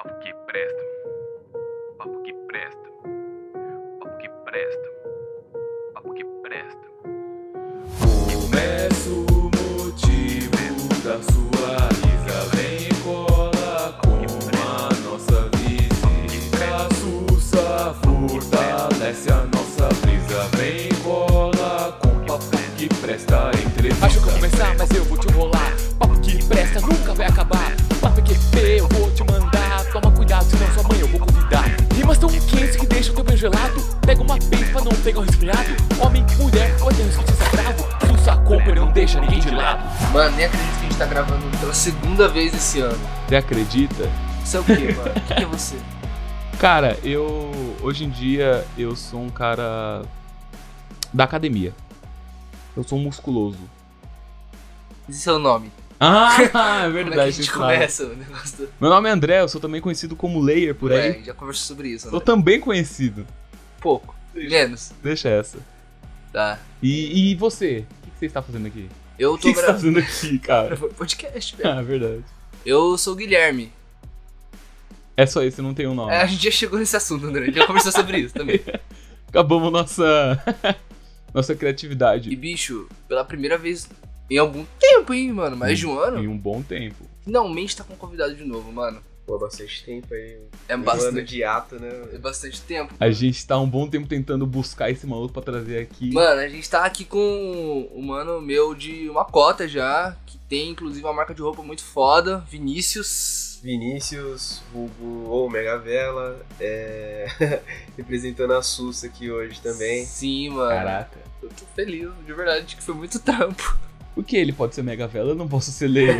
Papo que presta. Papo que presta. Papo que presta. Papo que presta. Começa o motivo da sua risa. Vem e cola com a nossa visita. Sussa, fortalece a nossa brisa. Vem e cola com papo que presta entrevista. Acho que vai começar, mas eu vou te enrolar. Papo que presta, nunca vai acabar. Papo QP, eu vou te mandar. Toma cuidado, senão sua mãe eu vou convidar. Rimas tão quentes que deixam o teu bem gelado. Pega uma peixe pra não pegar um resfriado. Homem, mulher, pode ter um esquite sagrado. Sussa compra e não deixa ninguém de lado. Mano, nem acredito que a gente tá gravando pela segunda vez esse ano. Você acredita? Isso é o quê, mano? O que é você? Cara, hoje em dia eu sou um cara da academia. Eu sou um musculoso. Esse é o nome. Ah, é Como é que a verdade. gente claro. começa o negócio do... Meu nome é André, eu sou também conhecido como Layer por aí. Ué, já conversou sobre isso, Sou né? também conhecido. Pouco. Menos. Deixa essa. Tá. E você? O que você está fazendo aqui? Eu O tô que você está gravando fazendo aqui, cara? podcast, velho. Ah, é verdade. Eu sou o Guilherme. É só isso, não tem um nome. A gente já chegou nesse assunto, André. A gente já conversou sobre isso também. Acabamos nossa E, criatividade. bicho, pela primeira vez em algum tempo, hein, mano? Mais de um ano. Em um bom tempo. Finalmente tá com um convidado de novo, mano. Pô, bastante tempo aí. É Um ano bastante, de ato, né? é bastante tempo. A gente tá um bom tempo tentando buscar esse maluco pra trazer aqui. Mano, a gente tá aqui com um mano meu de uma cota já, que tem inclusive uma marca de roupa muito foda, Vinícius, vulgo ou Mega Vela, representando a Sussa aqui hoje também. Sim, mano. Caraca. Eu tô feliz, de verdade, que foi muito trampo. Por que ele pode ser Mega Vela? Eu não posso ser Layer.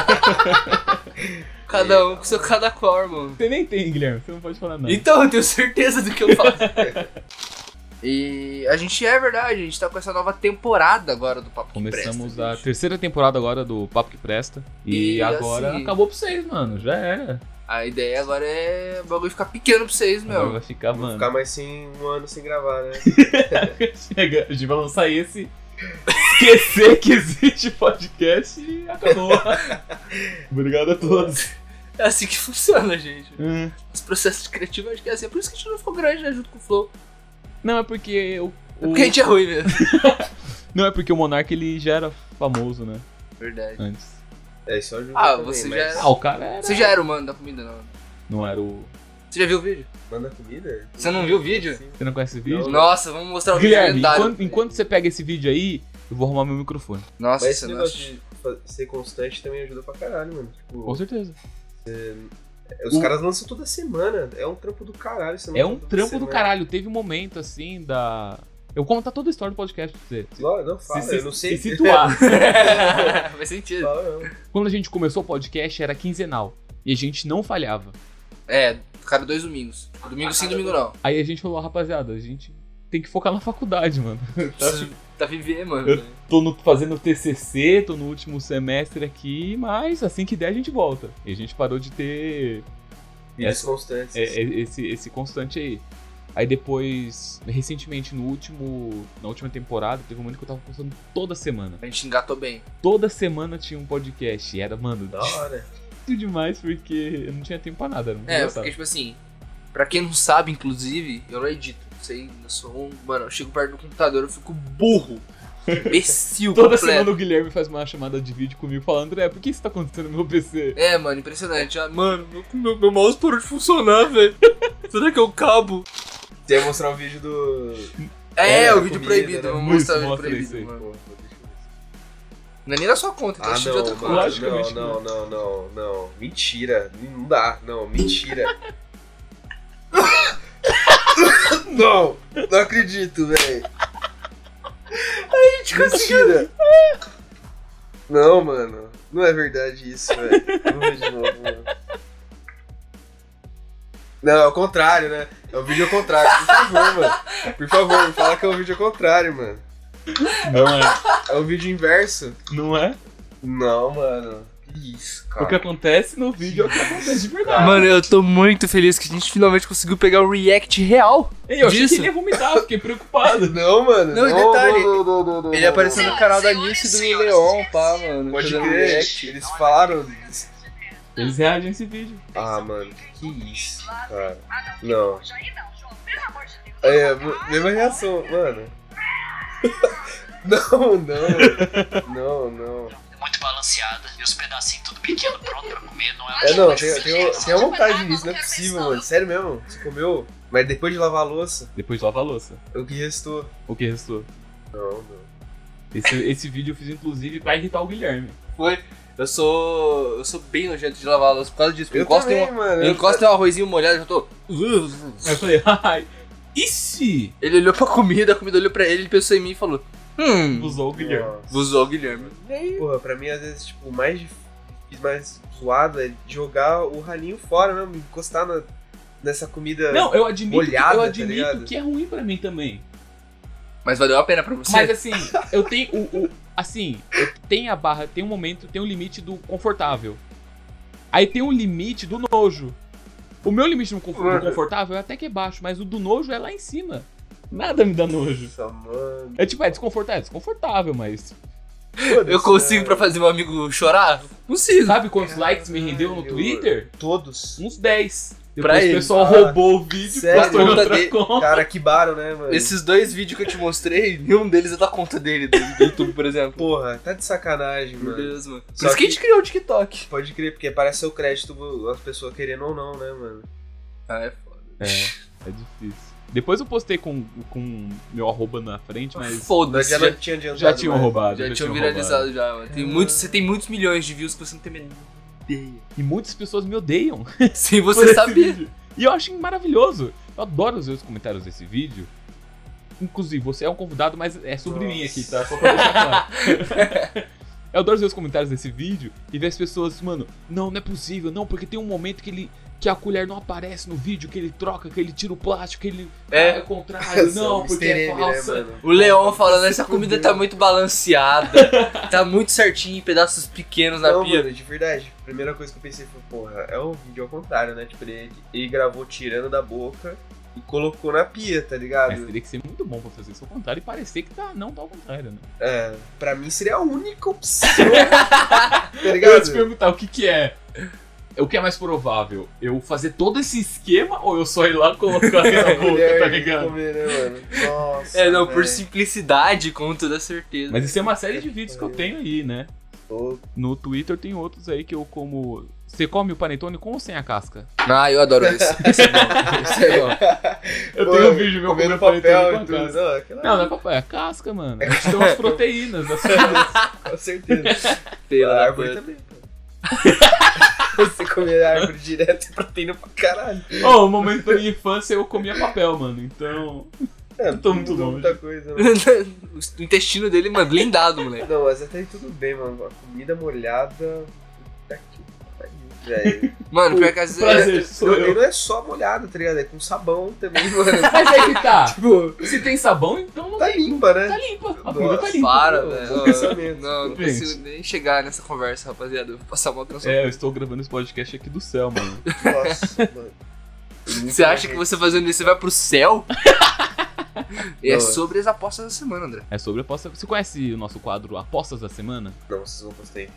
Cada um com seu cada cor, mano. Você nem tem, Guilherme. Você não pode falar nada. Então, eu tenho certeza do que eu faço. E a gente a gente tá com essa nova temporada agora do Papo que Começamos Presta, a bicho. terceira temporada agora do Papo que Presta. E agora assim, acabou pra vocês, mano. Já era. A ideia agora é o bagulho ficar pequeno pra vocês, Agora meu. vai ficar, Vou mano. ficar mais sem um ano sem gravar, né? Chega, a gente vai lançar esse. Esquecer que existe podcast e acabou. Obrigado a todos. É assim que funciona, gente. Hum. Os processos criativos acho que é assim. É por isso que a gente não ficou grande, né, junto com o Flow. Não, é porque É porque a gente é ruim mesmo. Não, é porque o Monark ele já era famoso, né? Verdade. Antes. É, isso ajuda Ah, também, você mas já era- Ah, o cara era. Você já era o mano da comida, não? Não era o. Você já viu o vídeo? Manda comida? Você não viu o vídeo? Sim. Você não conhece esse vídeo? Nossa, vamos mostrar o vídeo Guilherme, lendário. enquanto você pega esse vídeo aí, eu vou arrumar meu microfone. Nossa, Mas esse você negócio não... de ser constante também ajuda pra caralho, mano. Com Tipo, certeza. os caras lançam toda semana. É um trampo do caralho. Você É lança um toda trampo do semana. caralho. Teve um momento assim da. Eu vou contar toda a história do podcast pra você. Não, fala, eu não sei. Se situar. Faz sentido. Fala, não. Quando a gente começou o podcast era quinzenal. E a gente não falhava. É, cada 2 domingos. Domingo sim, domingo não. Aí a gente falou, rapaziada, a gente tem que focar na faculdade, mano. Tá viver, mano. Eu tô fazendo TCC, tô no último semestre aqui, mas assim que der a gente volta. E a gente parou de ter Vídeos constantes. esse constante aí. Aí depois, recentemente, na última temporada, teve um momento que eu tava postando toda semana. A gente engatou bem. Toda semana tinha um podcast. E era, mano, Da hora. difícil demais porque eu não tinha tempo pra nada. Era muito É, engraçado. porque, tipo assim, pra quem não sabe, inclusive, eu não edito. Não sei, eu sou um... Mano, eu chego perto do computador, eu fico burro. Imbecil Toda completo. semana o Guilherme faz uma chamada de vídeo comigo falando, André, por que isso tá acontecendo no meu PC? É, mano, impressionante. Ah, mano, meu mouse parou de funcionar, velho. Será que é o cabo? Você ia mostrar um vídeo do. É, da o vídeo comida, proibido. né? Vamos Muito, mostrar o vídeo mostra proibido, isso aí. mano. Pô, deixa eu ver. Não é nem na sua conta, então Ah, assiste de outra não, conta. mano, Logicamente não. Mentira. Não dá. Não, mentira. Não acredito, velho. Mentira. Não, mano. Não é verdade isso, velho. Vamos ver de novo, mano. Não, é o contrário, né? É o vídeo ao contrário. Por favor, mano. Por favor, me fala que é o vídeo ao contrário, mano. Não é? É o vídeo inverso? Não é? Não, mano. Que isso, cara. O que acontece no vídeo é o que acontece de verdade. Mano, eu tô muito feliz que a gente finalmente conseguiu pegar o react real. Ei, eu achei disso. que ele ia vomitar, fiquei preocupado. Não, mano. Não, e detalhe, não, Ele apareceu no canal da Nice e do Leon, pá, mano. Pode fazendo crer. react. Eles falaram. Eles reagem a esse vídeo. Ah, mano, que isso, cara. Não. É, mesma reação, mano. Não. Muito balanceada e os pedacinhos tudo pequeno, pronto pra comer, não é? Tem uma vontade nisso, não é possível, mano. Sério mesmo? Você comeu? Mas depois de lavar a louça, Depois de lavar a louça. o que restou? O que restou? Não. Esse vídeo eu fiz inclusive pra irritar o Guilherme. Foi. Eu sou bem nojento de lavar a louça por causa disso. Eu encosto também, em mano. eu encosto em um arrozinho molhado e já tô. Aí eu falei, ai, e se Ele olhou pra comida, a comida olhou pra ele, ele pensou em mim e falou: usou o Guilherme? Nossa. usou o Guilherme. Porra, pra mim, às vezes, tipo, o mais difícil, mais zoado é jogar o ralinho fora mesmo, encostar nessa comida. Não, eu admito, molhada, tá que ligado? é ruim pra mim também. Mas valeu a pena pra você. Mas assim, eu tenho eu tenho a barra, tem um momento, tem um limite do confortável. Aí tem um limite do nojo. O meu limite do confortável é até que é baixo, mas o do nojo é lá em cima. Nada me dá nojo. Nossa, mano. É tipo, é desconfortável, mas... Eu consigo pra fazer meu amigo chorar? Consigo. Sabe quantos likes me rendeu no Twitter? Todos. Uns 10. Pra Depois o ele. pessoal roubou o vídeo e sério? postou em Conta outra dele. conta. Cara, que baro, né, mano? Esses 2 vídeos que eu te mostrei, nenhum deles é da conta dele, do YouTube, por exemplo. Porra, tá de sacanagem, Meu mano. Deus, mano. Por Só isso que a gente criou o TikTok. Pode crer, porque parece seu crédito as pessoas querendo ou não, né, mano? Ah, é foda. É difícil. Depois eu postei com meu arroba na frente, mas Nós Foda-se. já Já, não tinha adiantado. já tinham mais. roubado. já tinham tinham viralizado roubado. já, mano. Você tem muitos milhões de views que você não tem a menor ideia. E muitas pessoas me odeiam. Sem por você esse saber. vídeo. E eu acho maravilhoso. Eu adoro ver os comentários desse vídeo. Inclusive, você é um convidado, mas é sobre mim aqui, tá? Só pra deixar claro. Eu adoro ver os comentários desse vídeo e ver as pessoas, mano, não é possível, não, porque tem um momento que a colher não aparece no vídeo, que ele troca, que ele tira o plástico, que ele é o contrário, não, porque é Mr. M, falsa. né, mano? O Leon falando, essa comida tá muito balanceada, tá muito certinho em pedaços pequenos na Não, pia. mano, de verdade. A primeira coisa que eu pensei foi, porra, é um vídeo ao contrário, né? Tipo, ele gravou tirando da boca e colocou na pia, tá ligado? Mas teria que ser muito bom pra fazer isso ao contrário e parecer que não tá ao contrário, né? É, pra mim seria a única opção, tá Eu ia te ligado? perguntar, o que é? O que é mais provável? Eu fazer todo esse esquema ou eu só ir lá colocar na boca, tá ligado? Comer, né, mano? Nossa, É, não, por velho. simplicidade, com toda certeza. Mas isso é uma série de vídeos que eu tenho aí, né? Tô- No Twitter tem outros aí que eu como... Você come o panetone com ou sem a casca? Ah, eu adoro isso. Esse é bom. Esse é bom. Eu Pô, tenho um vídeo meu comendo comendo papel panetone e com a tudo. casca. Não, aquela- Não é papai, é a casca, mano. A gente tem umas proteínas das coisas. com certeza. Pela A da árvore puta. também, pô. Você comer a árvore direto é proteína pra caralho. Oh, o momento da minha infância eu comia papel, mano. Então... É, Eu tô muito mudou longe. muita coisa, mano. O intestino dele, mano, blindado, moleque. Não, mas até aí tudo bem, mano. A comida molhada. Puta que pariu, velho. Mano, pior que às vezes... Prazer, sou Não, e eu. não é só molhada, tá ligado? É com sabão também, mano. Mas aí que tá. Tipo, Se tem sabão, então não tá tem... limpa, né? Tá limpa. A comida tá Nossa, limpa. Para, Bom velho. pensamento. Não Gente. consigo nem chegar nessa conversa, rapaziada. Eu vou passar mal canção. É, eu estou gravando esse podcast aqui do céu, mano. Nossa, mano. Você acha que você fazendo isso você vai pro céu? E é Não, sobre as apostas da semana, André. É sobre aposta. Você conhece o nosso quadro Apostas da Semana? Não, vocês vão postar aí.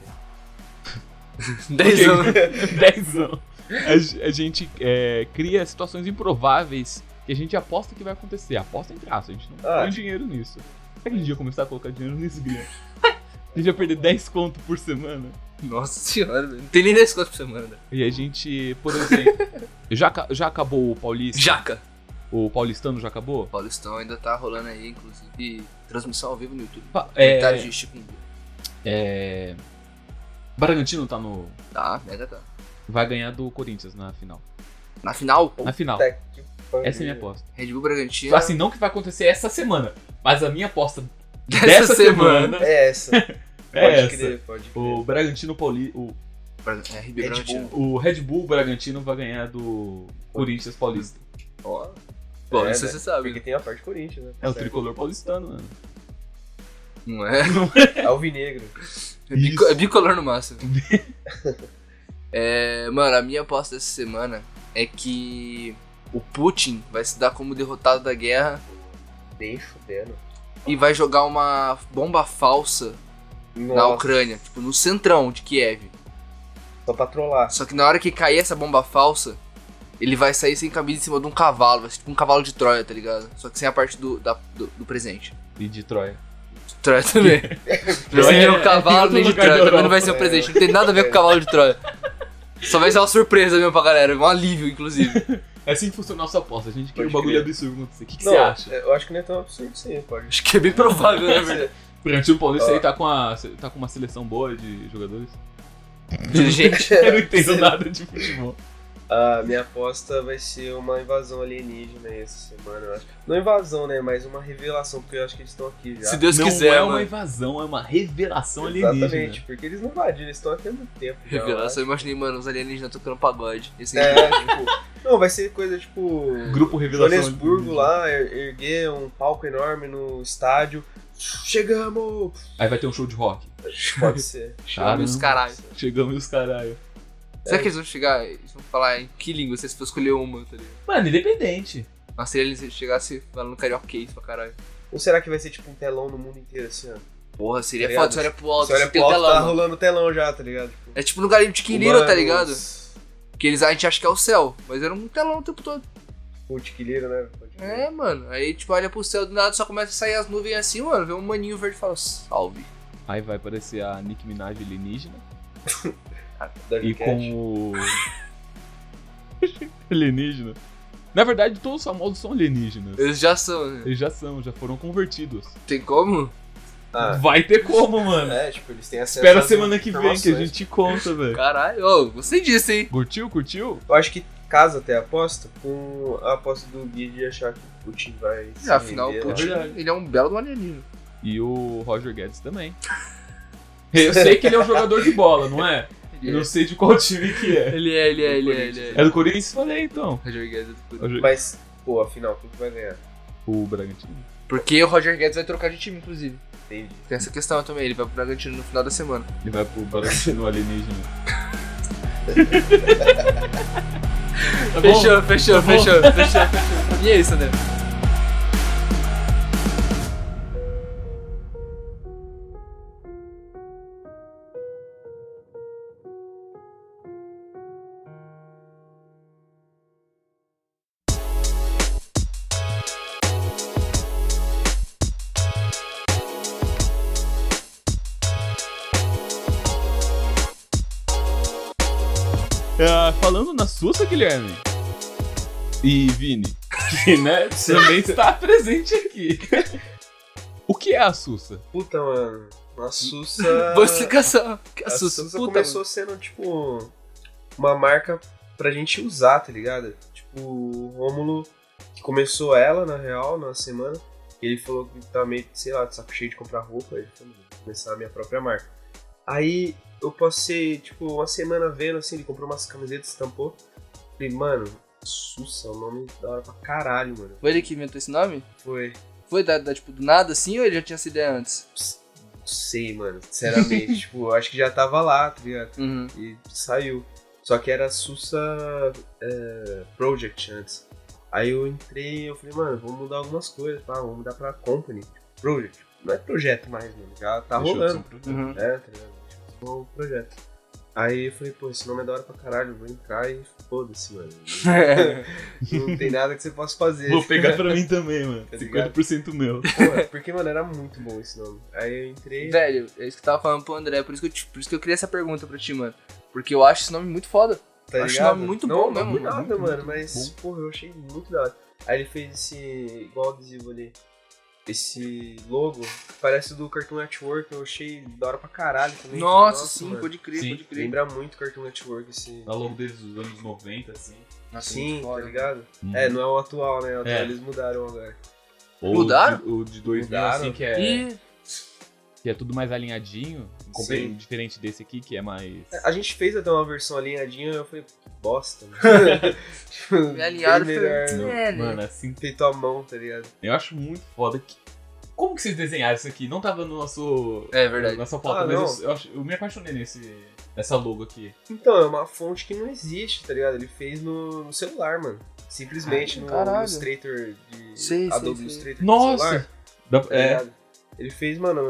10 anos. 10 anos. A gente cria situações improváveis que a gente aposta que vai acontecer. Aposta em traço, a gente não põe dinheiro nisso. Será que a gente ia começar a colocar dinheiro nisso, Guilherme? A gente ia perder 10 conto por semana. Nossa senhora, velho. Não tem nem 10 contas por semana, André. E a gente, por exemplo... já acabou o Paulista? Jaca. O Paulistano já acabou? O Paulistão ainda tá rolando aí, inclusive, transmissão ao vivo no YouTube. É, de Chico India. Bragantino tá no... Tá, ainda tá. Vai ganhar do Corinthians na final. Na final, Na final. Puta que pariu. Essa é a minha aposta. Red Bull Bragantino. Assim, não que vai acontecer essa semana, mas a minha aposta Dessa dessa semana. semana É essa. é Pode essa. crer, pode crer. O Bragantino É, RB Red Bragantino. o Red Bull Bragantino vai ganhar do Corinthians Paulista. Ó, Pô, é, não sei né? se você sabe. Porque tem a parte Corinthians, né? É o Certo. tricolor paulistano, mano. Não é? Alvinegro. É bicolor no máximo. Mano, a minha aposta dessa semana é que o Putin vai se dar como derrotado da guerra Nem fudendo. e vai jogar uma bomba falsa na Nossa. Ucrânia, tipo, no centrão de Kiev. Só pra trollar. Só que na hora que cair essa bomba falsa, ele vai sair sem camisa em cima de um cavalo. Vai ser tipo um cavalo de Troia, tá ligado? Só que sem a parte do presente. E de Troia. Troia também. Troia é um cavalo nem de Troia. Também não vai ser um presente. Não tem nada a ver com o cavalo de Troia. Só vai ser uma surpresa mesmo pra galera. Um alívio, inclusive. É assim que funciona a nossa aposta. A gente quer um Pode bagulho crer. absurdo acontecer. O que Não, você acha? Eu acho que não é tão absurdo assim, pode. Acho que é bem provável, né, velho? O Bragantino Paulista aí tá com uma seleção boa de jogadores. Dirigente. Eu não entendo nada de futebol. A minha aposta vai ser uma invasão alienígena aí essa semana, eu acho. Não invasão, né? Mas uma revelação, porque eu acho que eles estão aqui já. Se Deus Não quiser, é uma mano. invasão, é uma revelação alienígena. Exatamente, porque eles não invadiram, eles estão aqui há muito tempo. já, eu Revelação, eu imaginei, mano, os alienígenas tocando pagode. Esse acho. Tipo... Não, vai ser coisa tipo... Grupo Revelação Joanesburgo alienígena. lá, erguer um palco enorme no estádio. Chegamos! Aí vai ter um show de rock. Pode ser. Chama os caralho. Chegamos e os caralho. Será que eles vão chegar, eles vão falar em que língua? Se for escolher uma, tá ligado? Mano, independente. Nossa, se eles chegassem falando carioquês pra caralho. Ou será que vai ser tipo um telão no mundo inteiro assim, ó? Porra, seria Tá foda, ligado? você olha pro alto, Você olha você tem pro o alto, telão, tá mano. rolando o telão já, tá ligado? Tipo, É tipo no garimpo de Quiliro, tá ligado? humanos, Que a gente acha que é o céu, mas era um telão o tempo todo. O tiquilheiro, né? Pode crer. É, mano. Aí, tipo, olha pro céu do nada, só começa a sair as nuvens assim, mano. Vê um maninho verde e fala, salve. Aí vai aparecer a Nicki Minaj alienígena. Doja E Cat. com o... alienígena. Na verdade, todos os famosos são alienígenas. Eles já são, né? Eles já são convertidos. Tem como? Ah, Vai ter como, mano. tipo, eles têm acesso Espera a às semana que vem que a informações. gente te conta, velho. Caralho, ô, gostei disso, hein? Curtiu? Eu acho que casa até a aposta com a aposta do Gui de achar que o Putin vai se Afinal, o render, né? Putin, verdade. ele é um belo do alienígena. E o Roger Guedes também. Eu sei que ele é um jogador de bola, não é? Eu não sei de qual time que é. Ele é. É do Corinthians? Falei então. Roger Guedes é do Corinthians. Roger- Mas, pô, afinal, quem que vai ganhar? O Bragantino. Porque o Roger Guedes vai trocar de time, inclusive. Entendi. Tem essa questão também, ele vai pro Bragantino no final da semana. Ele vai pro Bragantino alienígena. Tá bom? Fechou. E é isso, André. Falando na Sussa, Guilherme. E Vini, que né, também está presente aqui. O que é a Sussa? Puta, mano. A Sussa... Boa explicação. Que A assusta. Sussa Puta, começou sendo, tipo, uma marca pra gente usar, tá ligado? Tipo, o Rômulo, que começou ela, na real, na semana, ele falou que tá meio, sei lá, de saco cheio de comprar roupa, ele falou, vou começar a minha própria marca. Aí eu passei, tipo, uma semana vendo, assim, ele comprou umas camisetas, estampou. Falei, mano, Sussa, é um nome da hora pra caralho, mano. Foi ele que inventou esse nome? Foi, Foi tipo, do nada assim ou ele já tinha essa ideia antes? não sei, mano, sinceramente, tipo, eu acho que já tava lá, tá ligado? Uhum. E saiu. Só que era Sussa Project antes. Aí eu entrei e eu falei, mano, vamos mudar algumas coisas, tá? Vamos mudar pra Company. Project. Não é projeto mais, mano. Já tá Deixou de rolando. ser um projeto. Uhum. É, tá ligado? Tipo, um projeto. Aí eu falei, pô, esse nome é da hora pra caralho, eu vou entrar e foda-se, mano. Não tem nada que você possa fazer. Vou pegar pra mim também, mano. Tá ligado? 50% meu. Pô, porque, mano, era muito bom esse nome. Aí eu entrei. Velho, é isso que eu tava falando pro André, por isso que eu queria essa pergunta pra ti, mano. Porque eu acho esse nome muito foda. Tá Acho ligado? o nome muito não, bom não mesmo, por mano. nada, Muito, mano, muito mas, bom. porra, eu achei muito da hora. Aí ele fez esse, igual adesivo ali, esse logo, parece do Cartoon Network, eu achei da hora pra caralho também. Nossa, sim, mano. pode crer, Sim. pode crer. Lembra muito Cartoon Network, esse... Ao longo desde os anos 90, assim. Nossa, Sim, muito foda. tá ligado? Uhum. É, não é o atual, né? O atual É. eles mudaram agora. Ou Mudaram? O de 2000, Mudaram. assim, que é tudo mais alinhadinho. Sim. Diferente desse aqui, que é mais... A gente fez até uma versão alinhadinha, eu falei, que bosta, mano. Tipo, Me alinharam, bem melhor, foi- não. É, né? Mano, assim, Feito à mão, tá ligado? eu acho muito foda que... Como que vocês desenharam isso aqui? Não tava no nosso... É verdade. Na nossa foto, Ah, mas eu me apaixonei nessa logo aqui. Então, é uma fonte que não existe, tá ligado? Ele fez no celular, mano. Simplesmente no caralho. Illustrator de Sei, Adobe sei. Illustrator do Nossa! celular. Dá- Tá é, ligado? Ele fez, mano,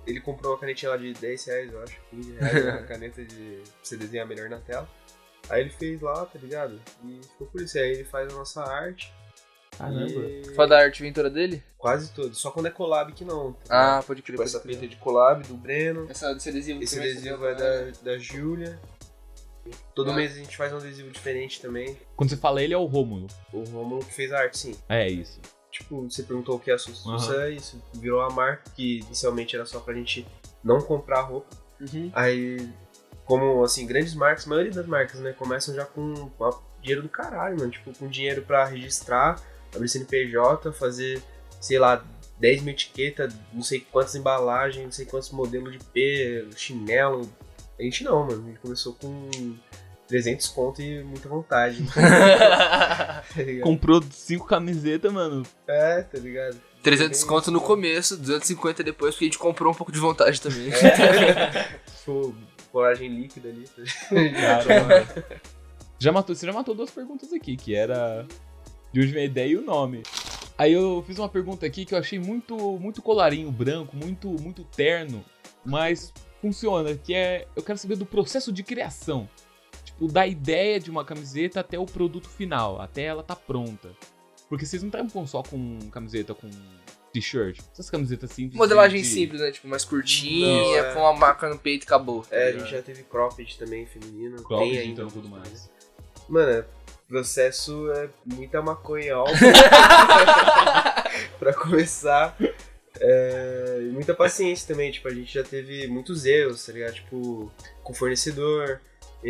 ele comprou uma canetinha lá de 10 reais, eu acho, 15 reais, uma caneta de pra você desenhar melhor na tela. Aí ele fez lá, tá ligado? E ficou por isso. Aí ele faz a nossa arte. Caramba. E Foi da arte inventora dele? quase todo. Só quando é collab que não. Tá Ah, pode crer. tipo, essa preta de collab do Breno. Esse adesivo Esse também adesivo você é deu, da Júlia. Todo Ah. mês a gente faz um adesivo diferente também. Quando você fala ele, é o Rômulo. O Romulo que fez a arte, sim. É isso. Tipo, você perguntou o que é a Sussa. Aham. Sussa é isso. Virou a marca que inicialmente era só pra gente não comprar roupa. Uhum. Aí, como, assim, grandes marcas, a maioria das marcas, né, começam já com dinheiro do caralho, mano. Tipo, com dinheiro pra registrar, abrir CNPJ, fazer, sei lá, 10 mil etiquetas, não sei quantas embalagens, não sei quantos modelos de pé, chinelo. A gente não, mano. A gente começou com 300 conto e muita vontade. Tá ligado? Comprou 5 camisetas, mano. É, tá ligado? 300 conto no começo, 250 depois, porque a gente comprou um pouco de vontade também. Tipo, coragem líquida ali. Caramba. Você já matou 2 perguntas aqui, que era de onde vem a ideia e o nome. Aí eu fiz uma pergunta aqui que eu achei muito colarinho branco, muito terno, mas funciona, que é, eu quero saber do processo de criação. Tipo, da ideia de uma camiseta até o produto final, até ela tá pronta. Porque vocês não trampam só com camiseta, com t-shirt. Essas camisetas simples. Modelagem de- simples, né? Tipo, mais curtinha, Não, é. com uma marca no peito e acabou. É, a gente já teve cropped também, feminino. Cropped, tem ainda. então, tudo mais. Mano, o processo é muita maconha alta pra começar. E muita paciência também, tipo, a gente já teve muitos erros, tá ligado? Tipo, com fornecedor,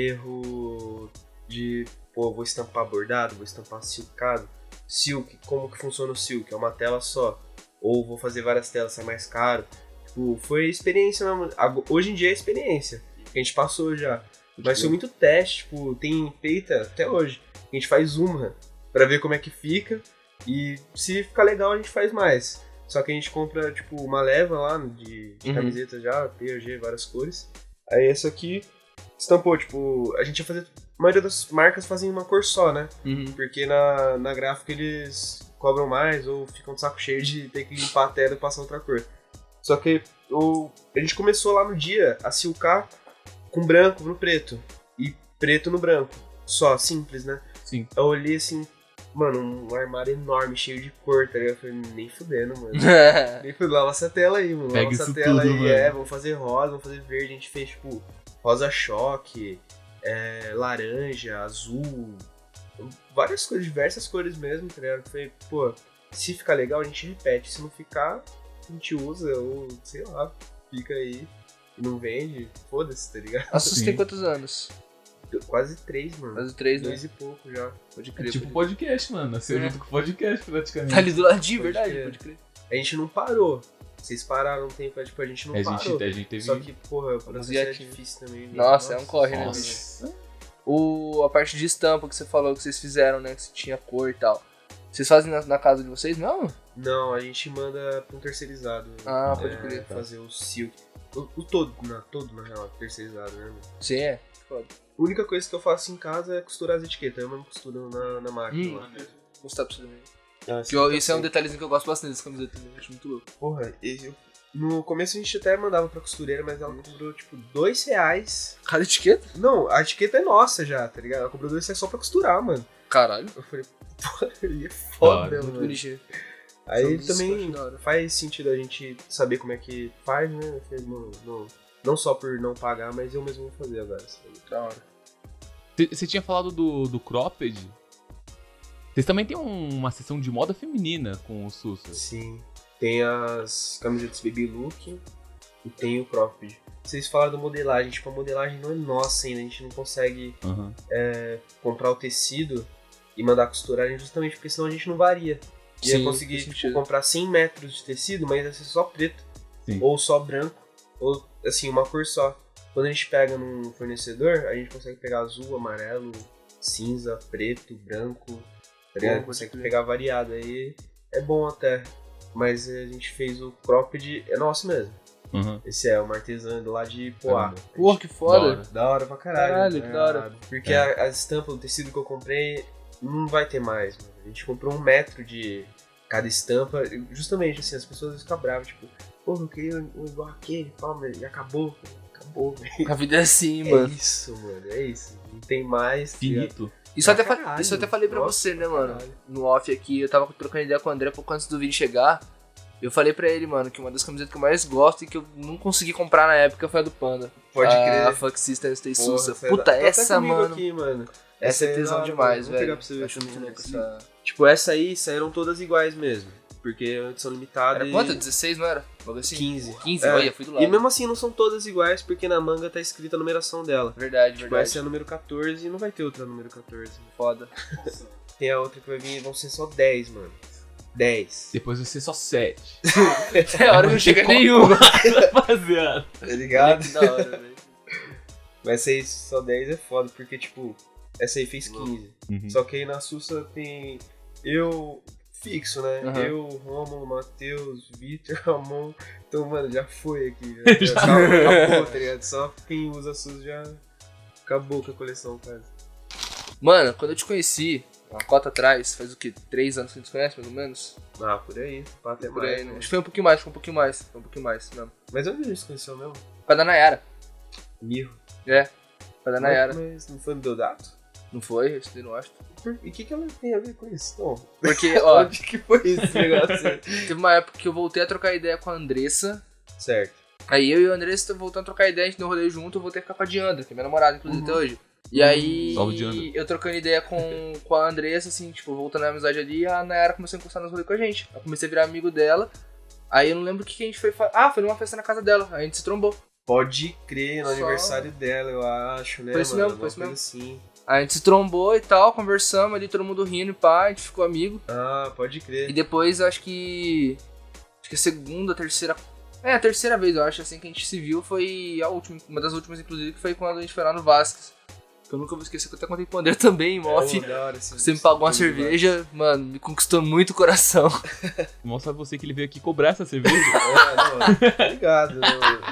erro de, pô, vou estampar bordado, vou estampar silcado. Silk, como que funciona o silk? É uma tela só. Ou vou fazer várias telas, sai mais caro. Tipo, foi experiência mesmo. Hoje em dia é experiência, que a gente passou já. Mas foi muito teste, tipo, tem feita até hoje. A gente faz uma pra ver como é que fica. E se ficar legal, a gente faz mais. Só que a gente compra, tipo, uma leva lá de camiseta já, PG, várias cores. Aí essa aqui estampou, tipo, a gente ia fazer. A maioria das marcas fazem uma cor só, né? Uhum. Porque na gráfica eles cobram mais ou ficam de saco cheio de ter que limpar a tela e passar outra cor. Só que a gente começou lá no dia a silcar com branco no preto e preto no branco. Só, simples, né? Sim. Eu olhei assim, mano, um armário enorme, cheio de cor, tá ligado? Eu falei, nem fudendo, mano. Nem fudendo, lava essa tela aí, mano. Pega Lava essa isso tela tudo, aí, mano. vamos fazer rosa, vamos fazer verde. A gente fez, tipo, rosa choque, laranja, azul, várias cores, diversas cores mesmo, tá ligado? Eu falei, pô, se ficar legal a gente repete, se não ficar, a gente usa, ou sei lá, fica aí e não vende, foda-se, tá ligado? A Sussa Sim. tem quantos anos? Quase 3, mano. Quase 3, né? 2 e pouco já. Pode É crer. tipo pode podcast, mano. Nasceu junto com o podcast, praticamente. Tá ali do ladinho, Pode verdade, crer. pode crer. A gente não parou. Vocês pararam um tempo, tipo, a gente não A parou. gente teve... Só que, porra, o processo é hiatinhos. difícil também. Nossa, é um corre, né? Nossa. A parte de estampa que você falou que vocês fizeram, né? Que você tinha cor e tal. Vocês fazem na casa de vocês mesmo? Não, a gente manda pra um terceirizado. Ah, pode crer. Fazer o silk. O todo, na real, terceirizado, né, mano? Sim, é. A única coisa que eu faço em casa é costurar as etiquetas. Eu mesmo costuro na máquina. lá. Vou mostrar pra você também. Ah, Que eu- isso é um detalhezinho que eu gosto bastante dessa camiseta também. Acho muito louco. Porra, no começo a gente até mandava pra costureira, mas ela cobrou, tipo, R$2. Cada etiqueta? Não, a etiqueta é nossa já, tá ligado? Ela cobrou R$2 só pra costurar, mano. Caralho. Eu falei, porra, aí é foda, Muito Muito mano. bonitinho. Aí São também dos da hora. faz sentido a gente saber como é que faz, né? Eu falei, não só por não pagar, mas eu mesmo vou fazer agora. Sabe? Da hora. Você tinha falado do cropped. Vocês também tem uma seção de moda feminina com o Sussa. Sim. Tem as camisetas baby look e tem o cropped. Vocês falaram da modelagem, tipo, a modelagem não é nossa ainda, a gente não consegue Aham. comprar o tecido e mandar costurar justamente porque senão a gente não varia. Ia Sim, conseguir faz tipo, sentido. comprar 100 metros de tecido, mas ia ser só preto. Sim. Ou só branco, ou assim, uma cor só. Quando a gente pega num fornecedor, a gente consegue pegar azul, amarelo, cinza, preto, branco, tá ligado? Bom, Consegue pode pegar variado, aí é bom até. Mas a gente fez o cropped, é nosso mesmo. Aham. Esse é uma artesã lá de Poá. Caramba. Porra, que Da foda. hora. Da hora pra caralho. Caralho, que da hora. Porque as estampas do tecido que eu comprei não vai ter mais, mano. A gente comprou 1 metro de cada estampa. Justamente, assim, as pessoas ficam bravas, tipo, pô, eu queria um igual aquele, palma, e acabou, velho. A vida é assim, É mano. isso, mano, é isso. Não tem mais. tá ligado? Finito. Isso eu até, Caralho, isso eu até falei pra nossa, você, né, mano? caralho. No off aqui, eu tava trocando ideia com o André pouco antes do vídeo chegar. Eu falei pra ele, mano, que uma das camisetas que eu mais gosto e que eu não consegui comprar na época foi a do Panda. Pode crer. A Fuck System Stay Porra, Sussa. essa é Puta, da- tá até essa, comigo mano. aqui, mano. Essa é da tesão hora, demais, mano. Vou velho. pegar pra você ver Acho também, muito louco né? essa... Tipo, essa aí saíram todas iguais mesmo. Porque antes são limitadas. Era quanto? 16, não era? Algo assim? 15. 15, É. olha, fui do lado. E mesmo assim não são todas iguais, porque na manga tá escrita a numeração dela. Verdade, Tipo, verdade. essa é a número 14 e não vai ter outra número 14. Foda. Tem a outra que vai vir, vão ser só 10, mano. 10. Depois vai ser só 7. Até a hora não chega nenhuma. Rapaziada. Tá ligado? Que da hora, velho. Mas essa aí só 10 é foda, porque tipo, essa aí fez 15. Uhum. Só que aí na Sussa tem eu fixo, né? Aham. Eu, Rômulo, Matheus, Vitor, Ramon. Então, mano, já foi aqui. Já acabou, tá ligado? Só quem usa Sussa já acabou com a coleção, quase. Mano, quando eu te conheci, uma cota atrás, faz o quê? 3 anos que a gente se conhece, mais ou menos? Ah, por aí. Até Por mais, aí, né? né? Acho que foi um pouquinho mais, Foi um pouquinho mais, não. Mas onde a gente se conheceu mesmo? Por causa da Nayara. Mirro. É, por causa da Nayara. Mas não foi no Deodato? Não foi? Esse daí não acho. E o que ela tem a ver com isso? Não. Porque, ó, Onde que foi esse negócio aí? teve uma época que eu voltei a trocar ideia com a Andressa. Certo. Aí eu e o Andressa voltando a trocar ideia, a gente deu um rolê junto, eu voltei a ficar com a Diandra, que é minha namorada, inclusive, até hoje. E aí, Salve, Diandra. eu trocando ideia com a Andressa, assim, tipo, voltando a amizade ali, a Nayara começou a encostar nos rolês com a gente. Eu comecei a virar amigo dela. Aí eu não lembro o que a gente foi fazer. Ah, foi numa festa na casa dela, aí a gente se trombou. Pode crer, no Só- aniversário dela, eu acho, né? Foi isso mano? mesmo, foi Uma isso coisa mesmo. assim. Aí a gente se trombou e tal, conversamos ali, todo mundo rindo e pá, a gente ficou amigo. Ah, pode E crer. depois, eu acho que a segunda, terceira... É, a terceira vez, eu acho, assim, que a gente se viu foi a última, uma das últimas, inclusive, que foi quando a gente foi lá no Vasquez. Que eu nunca vou esquecer, que eu até contei pro André também, em off. Da hora, esse- Você me pagou uma esse- cerveja, mano, me conquistou muito o coração. Mostra você que ele veio aqui cobrar essa cerveja. É, não, tá ligado, né?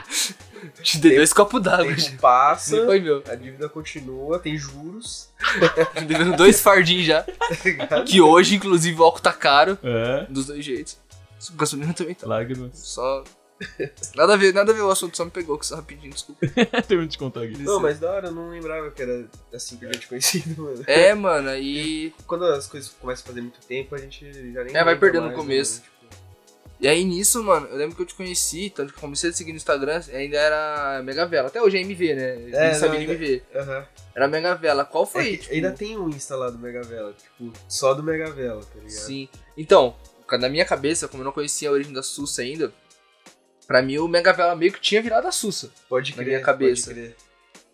Te dei 2 copos d'água. O tempo passa, Nem foi meu. a dívida continua, tem juros, Me devendo 2 fardinhos já. tá ligado? Que hoje, inclusive, o álcool tá caro. É. Dos dois jeitos. O gasolina também tá. Lágrimas. Só... Nada a ver o assunto, só me pegou, que só rapidinho, desculpa. Termino de contar aqui. Não, mas da hora, eu não lembrava que era assim que a gente conhecido, mano. É, mano, aí... Quando as coisas começam a fazer muito tempo, a gente já nem É, vai lembra perdendo no mais, começo. né? Tipo, E aí nisso, mano, eu lembro que eu te conheci, tanto que eu comecei a seguir no Instagram, ainda era Megavela. Até hoje é MV, né? É, Não sabia não, ainda- MV. aham. Era Megavela. Qual foi? É que ainda tem um Insta lá do Megavela, tipo, só do Megavela, tá ligado? Sim. Então, na minha cabeça, como eu não conhecia a origem da Sussa ainda, pra mim o Megavela meio que tinha virado a Sussa. Pode Na crer, minha cabeça. pode crer.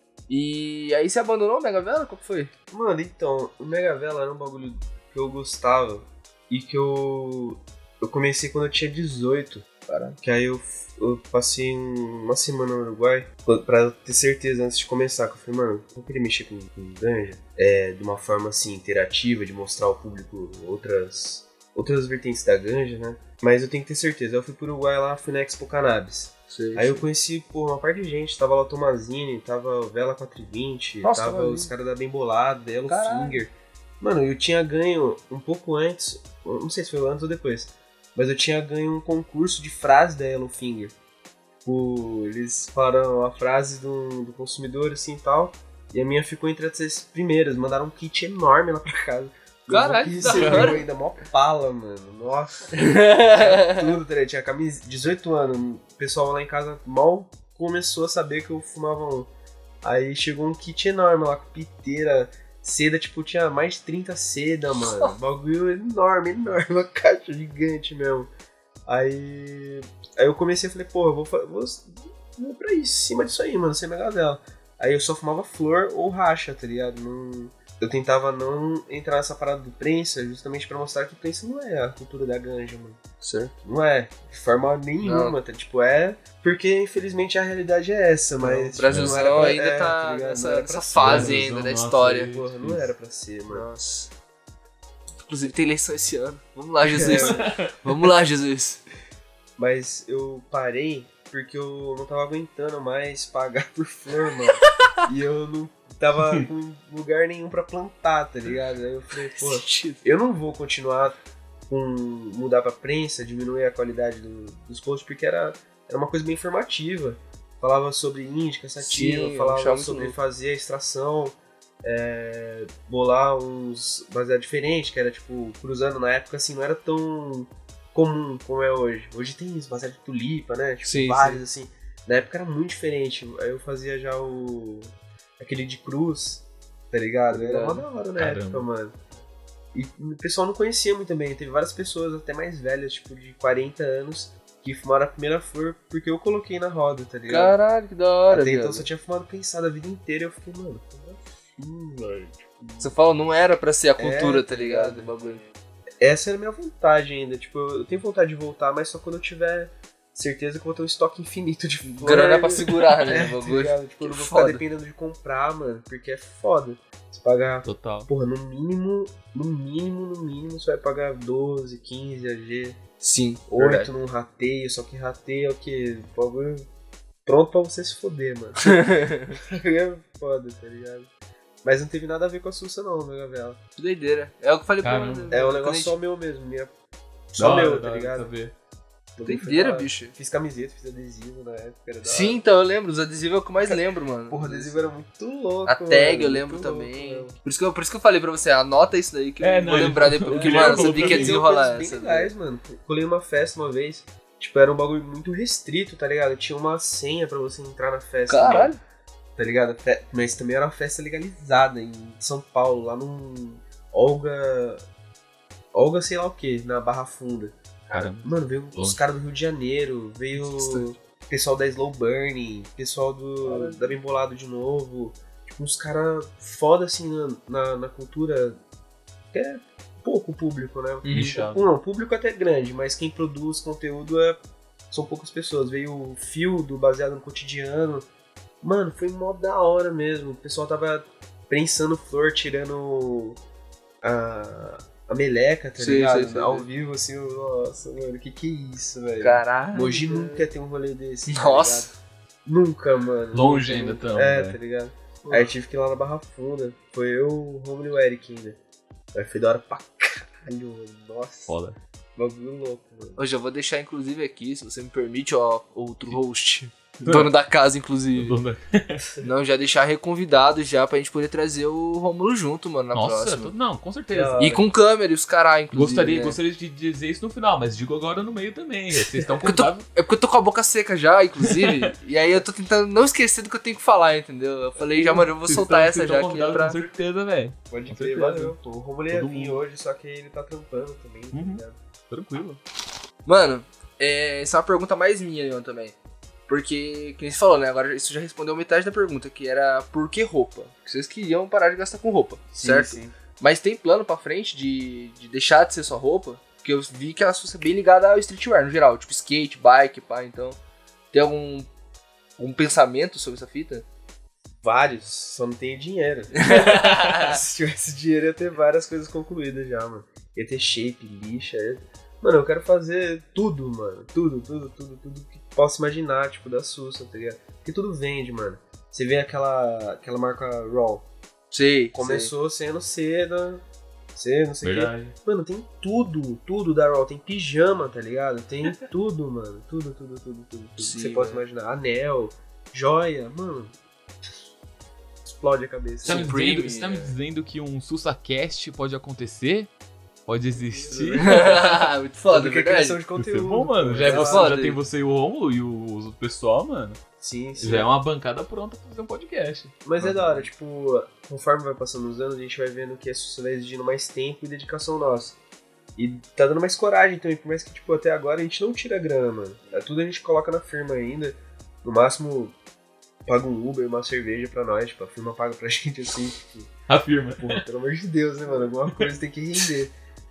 E aí você abandonou o Megavela? Qual que foi? Mano, então, o Megavela era um bagulho que eu gostava e que eu comecei quando eu tinha 18. Caralho. Que aí eu passei uma semana no Uruguai pra ter certeza antes de começar. Que eu falei, mano, eu queria mexer com ganja de uma forma assim, interativa, de mostrar ao público outras vertentes da ganja, né? Mas eu tenho que ter certeza. Eu fui pro Uruguai lá, fui na Expo Cannabis. Sei, Aí eu conheci, pô, uma parte de gente. Tava lá o Tomazini, tava o Vela 420, Nossa, tava Tomazini. os caras da Bem Bolado, Yellow Caralho. Finger. Mano, eu tinha ganho um pouco antes, eu não sei se foi antes ou depois, mas eu tinha ganho um concurso de frase da Yellow Finger. Tipo, eles falaram a frase do consumidor assim e tal, e a minha ficou entre as primeiras. Mandaram um kit enorme lá pra casa. Caralho, que que da recebeu hora. ainda, mó pala, mano. Nossa. Tinha tudo, tá ligado? Tinha camisa, 18 anos, o pessoal lá em casa mal começou a saber que eu fumava um. Aí chegou um kit enorme lá, com piteira, seda, tipo, tinha mais de 30 seda, mano. Bagulho enorme, uma caixa gigante mesmo. Aí eu comecei a falei, pô, eu vou pra isso, em cima disso aí, mano, sem Megavela. Aí eu só fumava flor ou racha, tá ligado? Eu tentava não entrar nessa parada do prensa, justamente pra mostrar que prensa não é a cultura da ganja, mano. Certo. Não é, de forma nenhuma, tá? Tipo, é porque infelizmente a realidade é essa, mas... O Brasilzão pra- ainda tá ligado? nessa, Não era pra nessa ser, fase Brasilzão, ainda da nossa, história. aí. Porra, não era pra ser, mano. Nossa. Inclusive tem eleição esse ano. Vamos lá, Jesus. Vamos lá, Jesus. Mas eu parei porque eu não tava aguentando mais pagar por flor, mano. E eu não tava com lugar nenhum pra plantar, tá ligado? Aí eu falei, pô, eu não vou continuar com mudar pra prensa, diminuir a qualidade dos posts, porque era era uma coisa bem informativa. Falava sobre índica, sativa, Sim, eu falava achava sobre muito fazer a extração, bolar uns baseados diferentes, que era tipo, cruzando na época assim, não era tão comum como é hoje. Hoje tem isso, baseado de tulipa, né? Tipo, Sim, vários assim. Na época era muito diferente. Aí eu fazia já aquele de cruz, tá ligado? Era uma da hora na Caramba. época, mano. E o pessoal não conhecia muito bem. Teve várias pessoas até mais velhas, tipo de 40 anos, que fumaram a primeira flor porque eu coloquei na roda, tá ligado? Caralho, que da hora, Até então velho. eu só tinha fumado prensado a vida inteira. Eu fiquei, mano, velho. Você fala, não era pra ser a cultura, É, tá ligado? O bagulho. Essa era a minha vontade ainda. Tipo, eu tenho vontade de voltar, mas só quando eu tiver certeza que eu vou ter um estoque infinito de flor. Grana pra segurar, né? Tá O bagulho. ligado? Tipo, eu não Que vou foda. ficar dependendo de comprar, mano, porque é foda. Você pagar, Total. porra, no mínimo, você vai pagar 12, 15 AG, Sim, 8 num rateio, só que rateio é o quê? Bagulho pronto pra você se foder, mano. É foda, tá ligado? Mas não teve nada a ver com a Sussa não, meu Gavela. Que doideira. É o que eu falei Caramba. pra É um quando a negócio gente- só meu mesmo, só meu, tá ligado? Saber. Doideira, bicho. Fiz camiseta, fiz adesivo na época, era da Sim, hora. então eu lembro. Os adesivos é o que eu mais lembro, mano. Porra, o adesivo era muito louco, A tag mano, eu lembro muito também. louco, Por isso que eu falei pra você, anota isso daí que eu Não, vou lembrar ele- depois. Porque, ele mano, falou você vi pra que ia mim. desenrolar coisas essa. bem legais, mano. Colei numa festa uma vez, tipo, era um bagulho muito restrito, tá ligado? Tinha uma senha pra você entrar na festa. Caralho. Tá ligado? Mas também era uma festa legalizada em São Paulo, lá num Olga sei lá o que, na Barra Funda. Caramba. Mano, veio os Longe. caras do Rio de Janeiro, veio o pessoal da Slow Burning, pessoal da Bem Bolado de novo. Tipo, uns caras foda assim na cultura, que é pouco público, né? Nichado. Não, público até grande, mas quem produz conteúdo são poucas pessoas. Veio o Fio do Baseado no Cotidiano. Mano, foi mó da hora mesmo. O pessoal tava prensando flor, tirando a meleca, tá Sim, ligado? sim, sim, Ao sim. vivo, assim, nossa, mano, que é isso, velho? Caralho. Mogi nunca ia ter um rolê desse, tá Nossa. ligado? Nunca, mano. Longe Nunca, ainda nunca. tamo, É, velho. tá ligado? Aí eu tive que ir lá na Barra Funda. Foi eu, o Romulo e o Eric ainda. Aí foi da hora pra caralho, mano. Nossa. Foda. Bagulho louco, mano. Hoje eu vou deixar, inclusive, aqui, se você me permite, ó, outro host. Dono da casa, inclusive. Não, já deixar reconvidado já pra gente poder trazer o Rômulo junto, mano, na Nossa, próxima. não, com certeza. Da hora. E com câmera e os caralho, inclusive. Gostaria né? de dizer isso no final, mas digo agora no meio também. Vocês estão Porque eu tô- convidados. É porque eu tô com a boca seca já, inclusive. E aí eu tô tentando não esquecer do que eu tenho que falar, entendeu? Eu falei, já, mano, eu vou Vocês soltar estão essa já aqui convidados, pra. Com certeza, velho. Pode Com crer, certeza. valeu. Pô, o Romulo ia Todo vir mundo. hoje, só que ele tá trampando também, tá Uhum. ligado? Tranquilo. Mano, essa é uma pergunta mais minha, Leon, também. Porque, que nem você falou, né? Agora isso já respondeu metade da pergunta, que era por que roupa? Porque vocês queriam parar de gastar com roupa, certo? Sim. Mas tem plano pra frente de deixar de ser só roupa? Porque eu vi que ela fosse bem ligada ao streetwear no geral, tipo skate, bike, pá, então. Tem algum pensamento sobre essa fita? Vários, só não tenho dinheiro. Se tivesse dinheiro, ia ter várias coisas concluídas já, mano. Ia ter shape, lixa. Mano, eu quero fazer tudo, mano. Tudo que possa imaginar, tipo, da Sussa, tá ligado? Porque tudo vende, mano. Você vê aquela marca Raw. Sei. Começou sendo seda, C, não sei o quê. Verdade. Mano, tem tudo da Raw. Tem pijama, tá ligado? Tem tudo, mano. Tudo. Sim, Você pode velho. imaginar. Anel, joia, mano. Explode a cabeça. Você tá me dizendo que um SussaCast pode acontecer? Pode existir? Muito foda, Porque é verdade. criação de Isso é conteúdo. bom, mano. Já, É você, foda já aí. tem você e o Rômulo e o pessoal, mano. Sim. Já é uma bancada pronta pra fazer um podcast. Mas é da hora, tipo, conforme vai passando os anos, a gente vai vendo que a Sussa vai exigindo mais tempo e dedicação nossa. E tá dando mais coragem também, por mais que, tipo, até agora a gente não tira grana, mano. É tudo a gente coloca na firma ainda. No máximo, paga um Uber, uma cerveja pra nós, tipo, a firma paga pra gente assim, tipo, Afirma. porra, pelo amor de Deus, né, mano? Alguma coisa tem que render.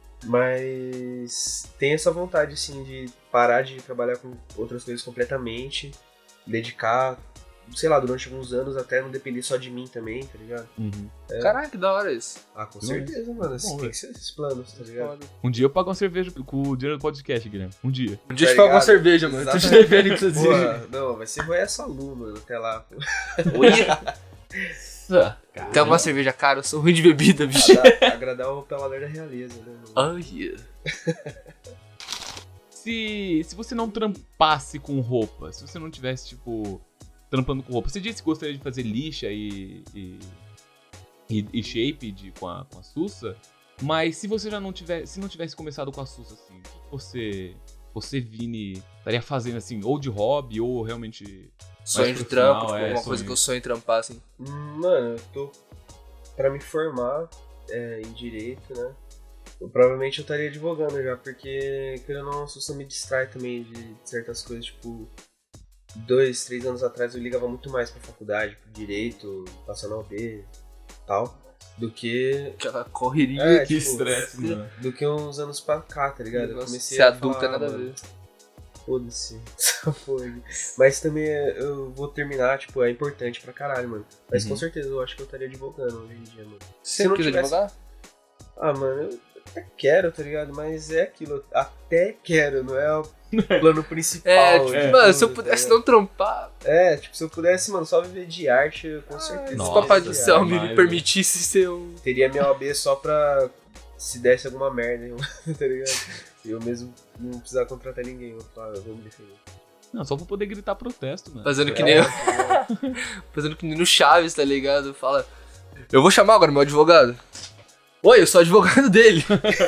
Mas tem essa vontade, assim, de parar de trabalhar com outras coisas completamente, dedicar, sei lá, durante alguns anos até não depender só de mim também, tá ligado? Uhum. Caralho, que da hora isso. Ah, com certeza, mano. Assim, Bom, tem que ser esses planos, tá ligado? Foda. Um dia eu pago uma cerveja com o dinheiro do podcast, Guilherme. Um dia. Um dia a gente Tá paga uma ligado? cerveja, mano. Tô te Exatamente. devendo, inclusive. Porra, não, vai ser Roya Salu, mano, até lá. Pô. Tem alguma cerveja cara? Eu sou ruim de bebida, bicho. Agradar o paladar da realeza, né, mano? Oh, yeah. se você não trampasse com roupa, se você não tivesse, tipo, trampando com roupa, você disse que gostaria de fazer lixa e shape com a Sussa, mas se você não tivesse começado com a Sussa, assim, o que você, Vini, estaria fazendo, assim, ou de hobby, ou realmente... Sonho de trampo, tipo, alguma coisa que eu sonho em trampar, assim. Mano, eu tô pra me formar em direito, né? Provavelmente eu estaria advogando já, porque, querendo ou não, a Sussa me distrai também de certas coisas, tipo... 2, 3 anos atrás eu ligava muito mais pra faculdade, pro direito, passar na OB e tal, do que... Aquela correria. Que tipo, estresse, mano. do que uns anos pra cá, tá ligado? Eu Nossa, comecei ser a adulto falar, é nada a mano, ver. foda-se, essa porra. Mas também eu vou terminar, tipo, é importante pra caralho, mano. Mas com certeza eu acho que eu estaria advogando hoje em dia, mano. Você não quis advogar? Ah, mano, eu até quero, tá ligado? Mas é aquilo, eu até quero, não é o plano principal. Mano, se eu pudesse não trampar... Tipo, se eu pudesse, mano, só viver de arte, eu com certeza. Se Nossa, o papai do céu me demais, permitisse ser um... Teria minha OAB só pra se desse alguma merda, tá ligado? E eu mesmo não precisar contratar ninguém, eu falar, eu vou me defender. Não, só pra poder gritar protesto, mano. Fazendo que nem eu. Fazendo que nem no Chaves, tá ligado? Fala, eu vou chamar agora meu advogado. Oi, eu sou advogado dele.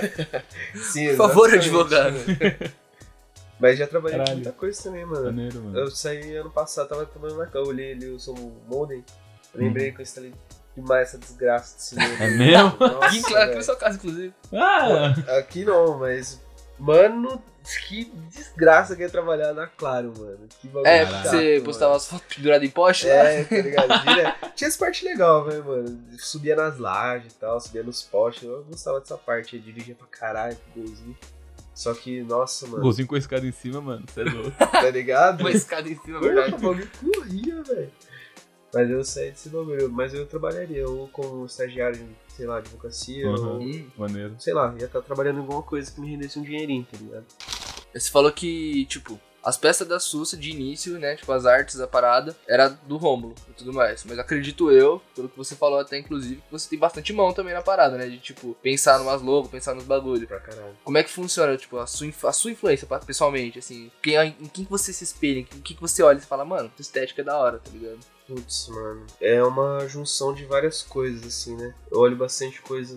Sim, Por favor, exatamente. advogado. Mas já trabalhei com Caralho. muita coisa também, mano. Maneiro, mano. Eu saí ano passado, tava trabalhando na cama, eu olhei ali o som Molden, eu lembrei que eu instalei demais essa desgraça de cinema. É mesmo? Nossa, Aqui, claro, aqui velho. na sua casa, inclusive. Ah! Aqui não, mas... Mano, que desgraça que é trabalhar na Claro, mano. Que bagulho É, chato, você mano. postava as fotos penduradas em poste, né? Tá ligado? Tinha essa parte legal, né, mano? Subia nas lajes e tal, subia nos postes. Eu gostava dessa parte, eu dirigia pra caralho, com golzinho. Só que, nossa, mano, Golzinho com a escada em cima, mano. Você é louco. tá ligado? Uma escada em cima, Porra, verdade. o bagulho corria, velho. Mas eu saí desse bagulho. Mas eu trabalharia ou como estagiário de, sei lá, advocacia, ou, Maneiro. sei lá, ia estar trabalhando em alguma coisa que me rendesse um dinheirinho, tá ligado? Você falou que, tipo, as peças da Sussa de início, né, tipo, as artes da parada, era do Rômulo e tudo mais. Mas acredito eu, pelo que você falou até, inclusive, que você tem bastante mão também na parada, né? De, tipo, pensar numas logos, pensar nos bagulho. Pra caralho. Como é que funciona, tipo, a sua influência pessoalmente, assim? Em quem que você se espelha, em que você olha e você fala, mano, essa estética é da hora, tá ligado? Putz, mano. É uma junção de várias coisas, assim, né? Eu olho bastante coisa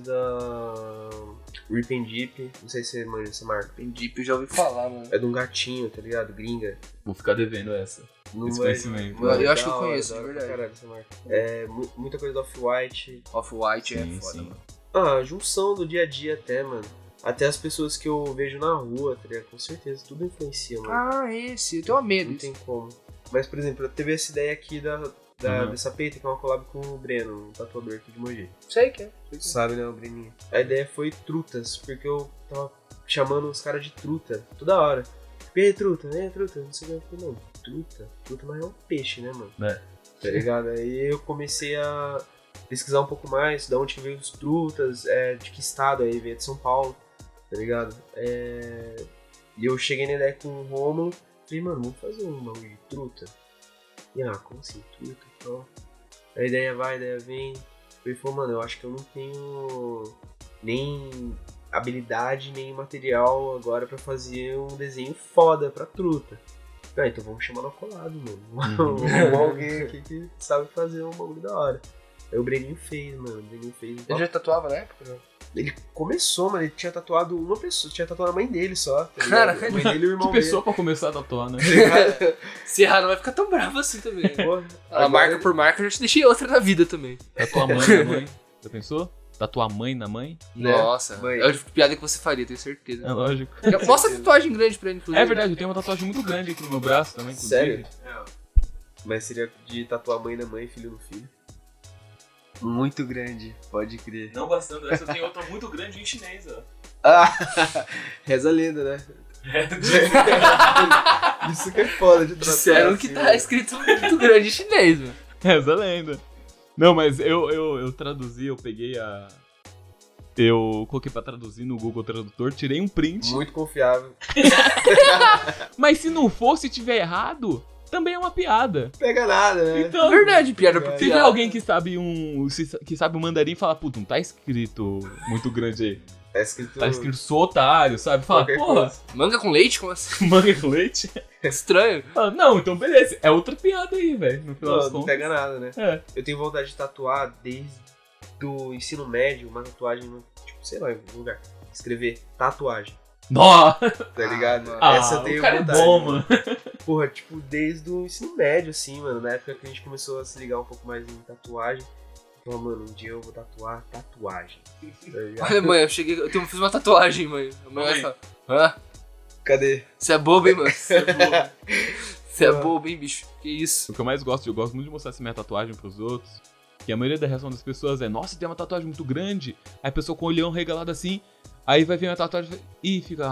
da Rip and Deep. Não sei se você manja essa marca. Bem deep, eu já ouvi falar, mano. É de um gatinho, tá ligado? Gringa. Vou ficar devendo essa. Não Esse é- conhecimento. Mano, Eu acho que da eu hora, conheço, da hora de pra verdade. caralho essa marca. É, muita coisa do Off-White. Off-White é Sim, foda, sim. mano. Ah, junção do dia a dia até, mano. Até as pessoas que eu vejo na rua, tá ligado? Com certeza, tudo influencia, mano. Ah, esse, eu tenho medo. Não tem como. Mas, por exemplo, eu teve essa ideia aqui dessa peita, que é uma collab com o Breno, um tatuador aqui de Mogi. Sei que é. Sabe, né, o Breninho? A ideia foi trutas, porque eu tava chamando os caras de truta toda hora. E aí, truta, né, truta? Não sei o que. Eu falei, não, truta? Truta mas é um peixe, né, mano? É. Tá ligado? Aí eu comecei a pesquisar um pouco mais, de onde que veio os trutas, de que estado, aí veio de São Paulo, tá ligado? E eu cheguei na ideia com o Rômulo, falei, mano, vamos fazer um bagulho de truta. E como assim, truta? Então, a ideia vai, a ideia vem. Ele falou, mano, eu acho que eu não tenho nem habilidade, nem material agora pra fazer um desenho foda pra truta. Então vamos chamar no colado, mano. Vamos alguém aqui que sabe fazer um bagulho da hora. Aí o Breninho fez, mano. O Breninho fez. Ele já tatuava na época? Ele começou, mano. Ele tinha tatuado uma pessoa. Tinha tatuado a mãe dele só. Tá ligado? Caralho. A mãe dele e o irmão Que pessoa pra começar a tatuar, né? dele. Se errar, não vai ficar tão bravo assim também. Porra, A agora marca ele- por marca, eu já te deixei outra na vida também. Tatuar mãe na mãe. Já pensou? Tatuar mãe na mãe? Nossa, Mãe. é a piada que você faria, tenho certeza. É lógico. Mostra a tatuagem grande pra ele, inclusive. É verdade, eu tenho uma tatuagem muito grande aqui no meu braço também, inclusive. Sério? Mas seria de tatuar mãe na mãe, filho no filho. Muito grande, pode crer. Não bastando essa, eu tenho outra muito grande em chinês, ó. Reza a lenda, né? Isso que é foda de tatuar. Disseram que assim, tá né? escrito muito grande em chinês, mano. Essa lenda. Não, mas eu traduzi, eu peguei a... Eu coloquei pra traduzir no Google Tradutor, tirei um print. Muito confiável. Mas se não fosse e tiver errado, também é uma piada. Pega nada, né? Então, Verdade, piada por Se se tiver piada. alguém que sabe que sabe o mandarim e fala, puta, não tá escrito muito grande aí. Tá escrito sou otário, sabe? Fala, qualquer porra, coisa. Manga com leite? Como assim? manga com leite? Estranho. Fala, não, então beleza. É outra piada aí, velho. No final das Não contas. pega nada, né? É. Eu tenho vontade de tatuar desde do ensino médio, uma tatuagem, tipo, sei lá, em algum lugar. Escrever tatuagem, Nossa! tá ligado? mano. Ah, Essa eu tenho o cara vontade. é bom, mano. Porra, tipo, desde o ensino médio, assim, mano. Na época que a gente começou a se ligar um pouco mais em tatuagem. Então, mano, um dia eu vou tatuar tatuagem. Tá ligado? Olha, mãe, fiz uma tatuagem, mãe. A mãe vai falar, hã? Cadê? Você é bobo, hein, mano? Você é bobo, hein, bicho? Que isso? O que eu mais gosto, eu gosto muito de mostrar essa minha tatuagem pros outros. Que a maioria da reação das pessoas é, nossa, tem uma tatuagem muito grande. Aí a pessoa com o olhão regalado assim, aí vai ver minha tatuagem e fica,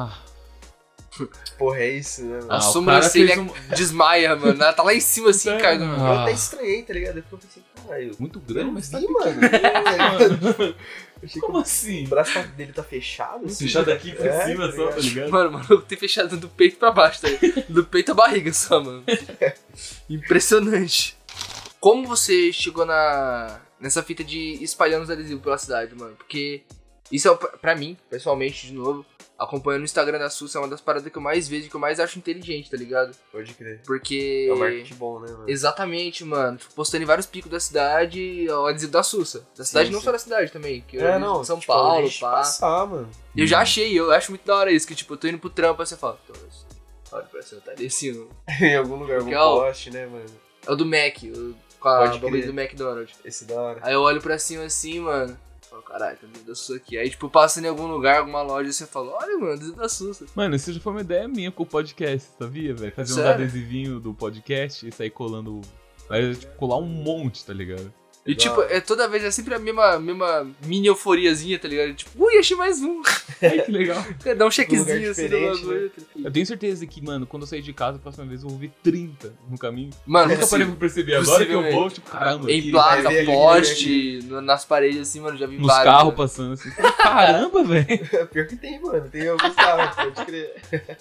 Porra, é isso, né, mano? A o sobrancelha cara fez desmaia, mano. Ela tá lá em cima assim, É, caindo. mano. Eu Ah. até estranhei, tá ligado? Depois eu pensei, caralho. muito Eu grande, não mas tá vi, pequeno. mano. Eu achei que Como assim? o braço dele tá fechado. assim. Fechado aqui pra É, cima tá só, tá ligado? ligado? Mano, o maluco tem fechado do peito pra baixo, tá ligado? Do peito à barriga só, mano. Impressionante. Como você chegou nessa fita de espalhando os adesivos pela cidade, mano? Porque isso é, pra mim, pessoalmente, de novo, acompanhando o Instagram da Sussa, é uma das paradas que eu mais vejo e que eu mais acho inteligente, tá ligado? Pode crer. Porque... É um marketing bom, né, mano? Exatamente, mano. Tipo, postando em vários picos da cidade o adesivo da Sussa. Da cidade, Sim, não sim. só da cidade também. Que É, eu não. de São tipo, Paulo, deixa pá. passar, mano. Eu já achei, eu acho muito da hora isso. Que tipo, eu tô indo pro trampo, aí você fala... Olha, parece que tá descendo. Em algum lugar, algum Legal. poste, né, mano? É o do Mac, com a Pode bagulho crer. do McDonald's. Esse da hora. Aí eu olho pra cima assim, mano. Falo, caralho, tá adesivo da Sussa aqui. Aí tipo, passa em algum lugar, alguma loja, e você fala, olha, mano, adesivo da Sussa. Mano, isso já foi uma ideia minha com o podcast, sabia, velho? Fazer uns Sério? adesivinhos do podcast e sair colando. Vai, tipo, colar um monte, tá ligado? E Da tipo, hora. toda vez é sempre a mesma mini euforiazinha, tá ligado? Tipo, ui, achei mais um. Ai, que legal. Dá um lugar chequezinho assim do diferente, bagulho. Eu tenho certeza que, mano, quando eu sair de casa, a próxima vez eu vou ver 30 no caminho. Mano, Nunca parei pra perceber. Agora que eu vou, possivelmente. tipo, caramba. Em aqui, placa, vai ver ali, poste, nas paredes assim, mano, já vi nos vários. carros né? passando assim. Caramba, velho. Pior que tem, mano. Tem alguns carros, pode crer.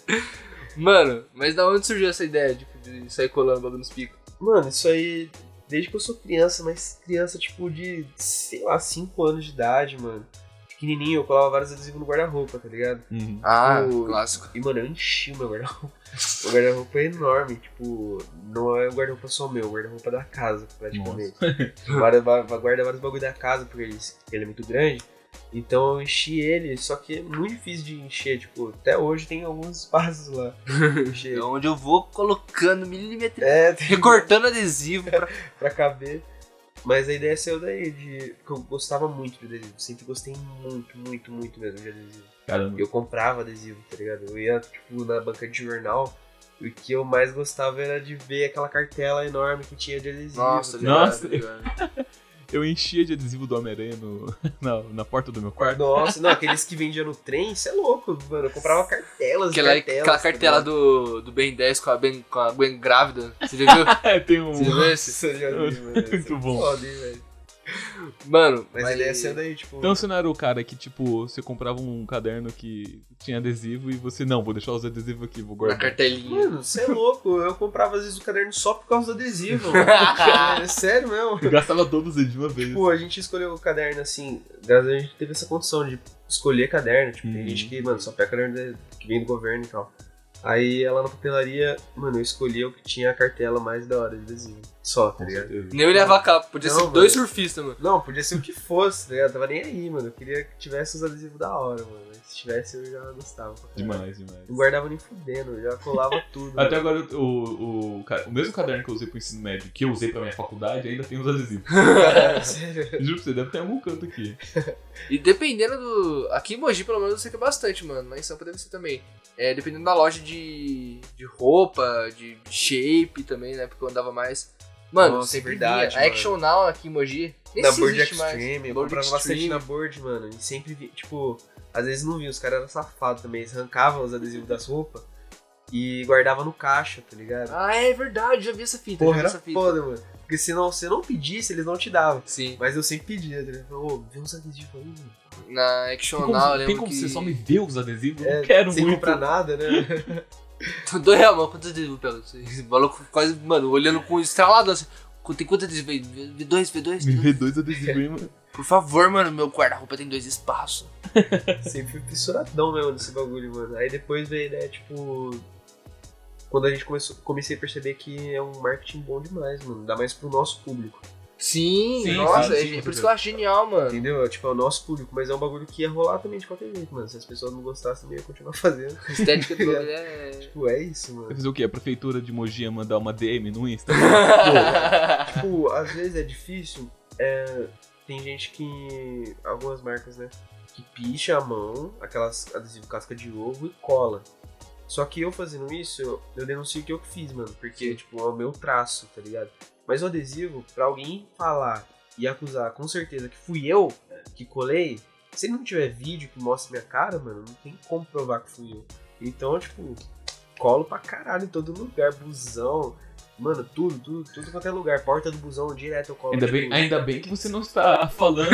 Mano, mas da onde surgiu essa ideia de sair colando bagulho nos picos? Mano, isso aí, desde que eu sou criança, mas criança, tipo, de, sei lá, 5 anos de idade, mano. Pequenininho, eu colava vários adesivos no guarda-roupa, tá ligado? Uhum. Ah, O- clássico. E, mano, eu enchi o meu guarda-roupa. O guarda-roupa é enorme, tipo, não é um guarda-roupa só meu, é um guarda-roupa da casa, praticamente. Guarda vários bagulho da casa, porque ele é muito grande. Então eu enchi ele, só que é muito difícil de encher, tipo, até hoje tem alguns espaços lá. Encher É ele. onde eu vou colocando milímetro, Tem recortando adesivo pra... pra caber. Mas a ideia saiu daí, porque eu gostava muito de adesivo. Sempre gostei muito, muito, muito mesmo de adesivo. Caramba. Eu comprava adesivo, tá ligado? Eu ia, tipo, na banca de jornal. E o que eu mais gostava era de ver aquela cartela enorme que tinha de adesivo. Nossa, tá ligado? Nossa. ligado. Eu enchia de adesivo do Homem-Aranha na porta do meu quarto. Nossa, não, aqueles que vendiam no trem, isso é louco, mano. Eu comprava cartelas, Aquela cartelas. cartela do Ben 10 com a Gwen grávida. Você já viu? É, tem um. Você já viu esse? Isso eu já vi, mano. Isso Muito é bom. Foda, hein, velho. Mano, Mas a ideia saiu daí, tipo. Então você não era o cara que, tipo, você comprava um caderno que tinha adesivo e você, não, vou deixar os adesivos aqui, vou na guardar. cartelinha. Mano, você é louco. Eu comprava às vezes o caderno só por causa do adesivo. É sério mesmo. Eu gastava todos eles de uma vez. Tipo, a gente escolheu o caderno assim, graças a gente teve essa condição de escolher caderno. Tipo, tem gente que, mano, só pega caderno que vem do governo e tal. Aí ela na papelaria, mano, eu escolhi o que tinha a cartela mais da hora de adesivo. Só, tá Com ligado? certeza. Nem eu levava a capa, podia Não, ser mano. dois surfistas, mano. Não, podia ser o que fosse, tá ligado? Tava nem aí, mano. Eu queria que tivesse os adesivos da hora, mano. Se tivesse, eu já gostava. pra caralho. Demais, demais. Não guardava nem fudendo, eu já colava tudo. Até mano. agora, o mesmo caderno que eu usei pro ensino médio, que eu usei pra minha faculdade, ainda tem os adesivos. Sério. Juro pra você, deve ter algum canto aqui. E dependendo do... Aqui em Mogi, pelo menos, eu sei que é bastante, mano. Lá em Sampa deve ser também. É, dependendo da loja de roupa, de shape também, né? Porque eu andava mais... Mano, Nossa, sempre verdade, vinha. A mano. Action Now aqui em Mogi. Nem Na sei se Board existe mais. Extreme, eu Board comprava bastante Extreme. na Board, mano. E sempre vi, tipo, às vezes não vi, os caras eram safados também. Eles arrancavam os adesivos das roupas e guardavam no caixa, tá ligado? Ah, é verdade, já vi essa fita. Porra, já vi era essa fita. foda, mano. Porque se você não pedisse, eles não te davam. Sim. Mas eu sempre pedia, tá ligado? Falei, ô, vê uns adesivos aí, mano. Na Tem Action como, Now, eu tem lembro como que... você só me ver os adesivos? Eu É, não quero sem muito. comprar nada, né? R$2, mano, quantos adesivos pega? Esse maluco quase, mano, olhando com estralado assim. Tem quantos adesivos aí? V2? Me vê dois adesivos aí, mano. Por favor, mano, meu guarda-roupa tem 2 espaços. Sempre fui fissuradão mesmo nesse bagulho, mano. Aí depois veio, né, tipo... Quando a gente comecei a perceber que é um marketing bom demais, mano. Ainda mais pro nosso público. Sim, Sim, nossa, sim, por isso que eu acho genial, mano. Entendeu? Tipo, é o nosso público, mas é um bagulho que ia rolar também de qualquer jeito, mano. Se as pessoas não gostassem, também ia continuar fazendo. A estética do bagulho é... Tipo, é isso, mano. Vai fazer o quê? A prefeitura de Mogi ia mandar uma DM no Insta? Tipo, às vezes é difícil. Tem gente que... Algumas marcas, né? Que picha a mão, aquelas adesivo casca de ovo e cola. Só que eu fazendo isso, eu denuncio o que eu fiz, mano. Porque, tipo, é o meu traço, tá ligado? Mas o adesivo, pra alguém falar e acusar com certeza que fui eu que colei, se não tiver vídeo que mostre minha cara, mano, não tem como provar que fui eu. Então, tipo, colo pra caralho em todo lugar, busão, mano, tudo quanto é lugar, porta do busão, direto eu colo. Ainda bem que você não está falando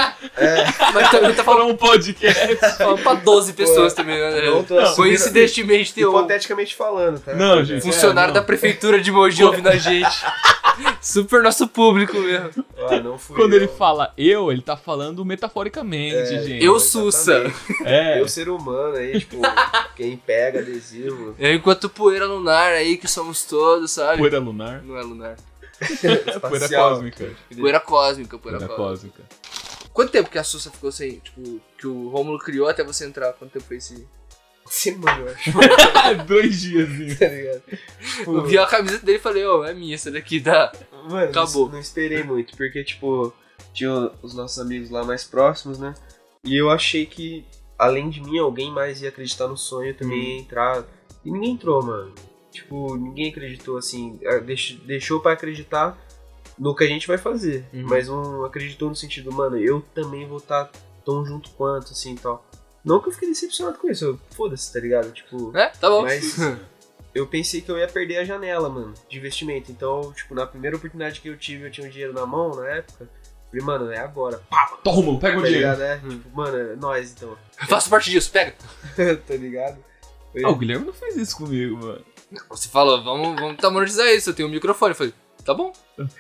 Mas também tá para falando um podcast. pra 12 pessoas também, né? Não tô assumindo- Coincidentemente tem um Hipoteticamente falando, tá? Não, gente. funcionário da prefeitura de Mogi ouvindo a gente. Super nosso público mesmo. Ah, não fui Quando eu. ele fala eu, ele tá falando metaforicamente, gente. Eu sussa. É. Eu ser humano aí, tipo, quem pega adesivo. Eu enquanto poeira lunar aí, que somos todos, sabe? Poeira lunar. Não é lunar. Poeira espacial. cósmica. Poeira cósmica, Poeira cósmica. Quanto tempo que a Sussa ficou sem, tipo, que o Rômulo criou até você entrar? Quanto tempo foi esse? Semana, eu acho, 2 dias, tá ligado? Eu vi a camiseta dele e falei, é minha essa daqui, dá. Mano, Acabou. Não esperei muito, porque, tipo, tinha os nossos amigos lá mais próximos, né? E eu achei que, além de mim, alguém mais ia acreditar no sonho também ia entrar. E ninguém entrou, mano. Tipo, ninguém acreditou, assim, deixou pra acreditar no que a gente vai fazer. Mas não acreditou no sentido, mano, eu também vou estar tão junto quanto, assim, e tal. Não que eu fiquei decepcionado com isso, foda-se, tá ligado? Tipo, Tá bom. mas eu pensei que eu ia perder a janela, mano, de investimento. Então, tipo, na primeira oportunidade que eu tive, eu tinha um dinheiro na mão na época. Falei, mano, é agora. Pá, Toma, pega o tá dinheiro. ligado? Tipo, mano, é nóis, então. Faço parte disso, pega. Tá ligado? Ah, o Guilherme não fez isso comigo, mano. Você falou, vamos monetizar isso, eu tenho um microfone. Eu falei, tá bom.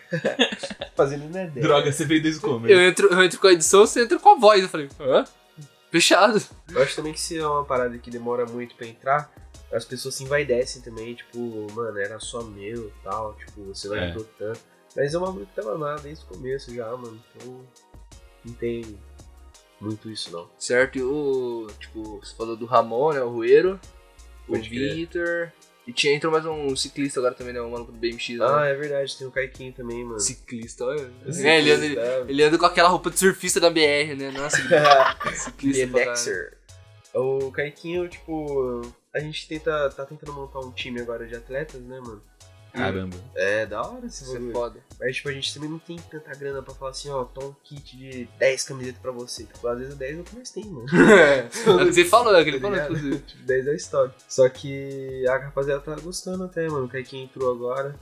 Fazendo na ideia. Droga, você veio desde o começo. Eu entro com a edição, você entra com a voz. Eu falei, fechado. Eu acho também que se é uma parada que demora muito pra entrar, as pessoas se envaidecem também, tipo, mano, era só meu e tal, tipo, você não ajudou tanto. Mas é uma bagulho que tava lá desde o começo já, mano, então não tem muito isso não. Certo, e o, tipo, você falou do Ramon, né, o Rueiro, o Pode crer. Vitor, e entrou mais um ciclista agora também, né, o maluco do BMX, Ah, né? é verdade, tem o Caiquinho também, mano. Ciclista, olha. Ciclista, Ele anda com aquela roupa de surfista da BR, né, nossa, ciclista pra caralho. BMXer. O Caiquinho, tipo, a gente tá tentando montar um time agora de atletas, né, mano? Caramba. É, da hora esse Isso é bagulho. foda. Mas, tipo, a gente também não tem tanta grana pra falar assim, ó, toma um kit de 10 camisetas pra você. Tipo, às vezes 10 é o que mais tem, mano. É o que você falou, Tá ligado? inclusive. Tipo, 10 é o estoque. Só que a rapaziada tá gostando até, mano. O Kaiquinho entrou agora.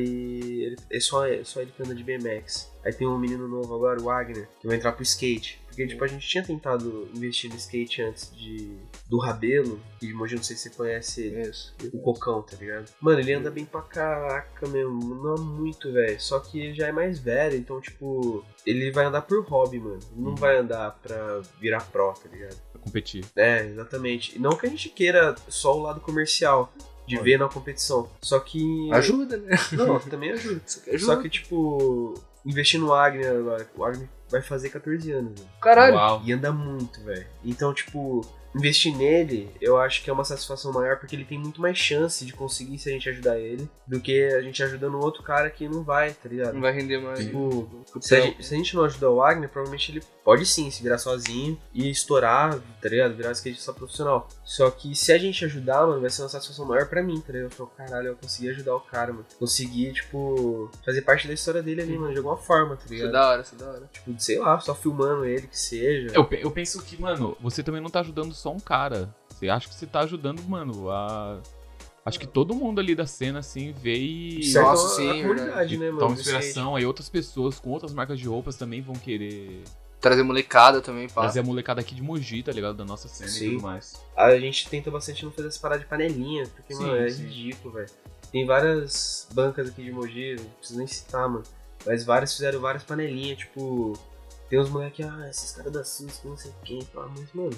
Aí é só ele que anda de BMX. Aí tem um menino novo agora, o Wagner, que vai entrar pro skate. Porque, tipo, a gente tinha tentado investir no skate antes do Rabelo, que de Mogi, não sei se você conhece ele. Isso. O Cocão, tá ligado? Mano, ele anda bem pra caraca mesmo, não é muito, velho. Só que ele já é mais velho, então, tipo, ele vai andar por hobby, mano. Ele não vai andar pra virar pro, tá ligado? Pra competir. É, exatamente. E não que a gente queira só o lado comercial, de ver na competição. Só que... Ajuda, né? Não, também ajuda. Ajuda. Só que, tipo, investir no Wagner agora, o Wagner vai fazer 14 anos, velho. Caralho. Uau. E anda muito, velho. Então, tipo, investir nele, eu acho que é uma satisfação maior, porque ele tem muito mais chance de conseguir se a gente ajudar ele, do que a gente ajudando outro cara que não vai, tá ligado? Não vai render mais. Tipo, se a gente não ajudar o Wagner, provavelmente ele pode sim se virar sozinho e estourar, tá ligado? Virar skatista profissional. Só que se a gente ajudar, mano, vai ser uma satisfação maior pra mim, tá ligado? Eu falo, caralho, eu consegui ajudar o cara, mano. Consegui, tipo, fazer parte da história dele ali, mano, de alguma forma, tá Isso é ligado? da hora, isso é da hora. Tipo, sei lá, só filmando ele, que seja. Eu penso que, mano, você também não tá ajudando só um cara. Você acha que você tá ajudando, mano, Acho que todo mundo ali da cena, assim, vê e... Certo, Nossa, sim, a comunidade, né, mano? toma do inspiração, aí outras pessoas com outras marcas de roupas também vão querer Trazer molecada também, pá. trazer a molecada aqui de Mogi, tá ligado? Da nossa cena Sim. e tudo mais. A gente tenta bastante não fazer essa parada de panelinha, porque, Sim, mano, é sim. ridículo, velho. Tem várias bancas aqui de Mogi, não preciso nem citar, mano. Mas várias fizeram várias panelinhas, tipo... Tem uns moleques, esses caras da SUS, não sei quem, fala, mas, mano.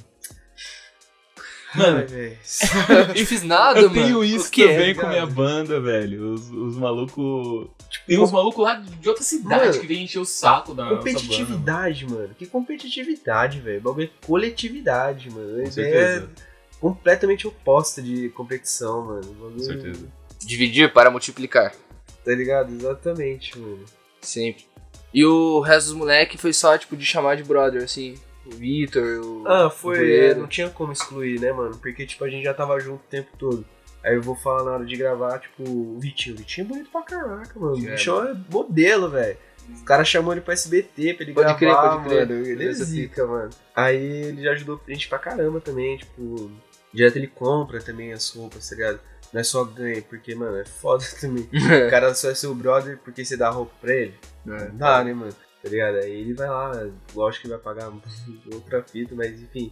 Mano, Ai, velho. Eu fiz nada, eu mano. tenho isso O que também é, com a minha banda, velho. Os malucos. Tipo, Tem uns malucos lá de outra cidade Mano, que vem encher o saco da nossa banda. competitividade, mano. Que competitividade, velho. O bagulho é coletividade, mano. A Com ideia certeza. é completamente oposta de competição, mano. O bagulho, Com certeza. Dividir para multiplicar. Tá ligado? Exatamente, mano. Sempre. E o resto dos moleques foi só, tipo, de chamar de brother, assim. O Vitor, o... Foi. o Bueiro. Não tinha como excluir, né, mano? Porque, tipo, a gente já tava junto o tempo todo. Aí eu vou falar na hora de gravar, tipo, o Vitinho. O Vitinho é bonito pra caraca, mano. O bichão é modelo, velho. Os caras chamou ele pro SBT pra ele Pode crer, gravar, pode crer. mano. Ele é zica, mano. Aí ele já ajudou a gente pra caramba também, tipo... Direto ele compra também as roupas, tá ligado? Não é só ganha, porque, mano, é foda também. O cara só é seu brother porque você dá roupa pra ele. Não dá, né, mano? Tá ligado? Aí ele vai lá, lógico que vai pagar outra fita, mas enfim.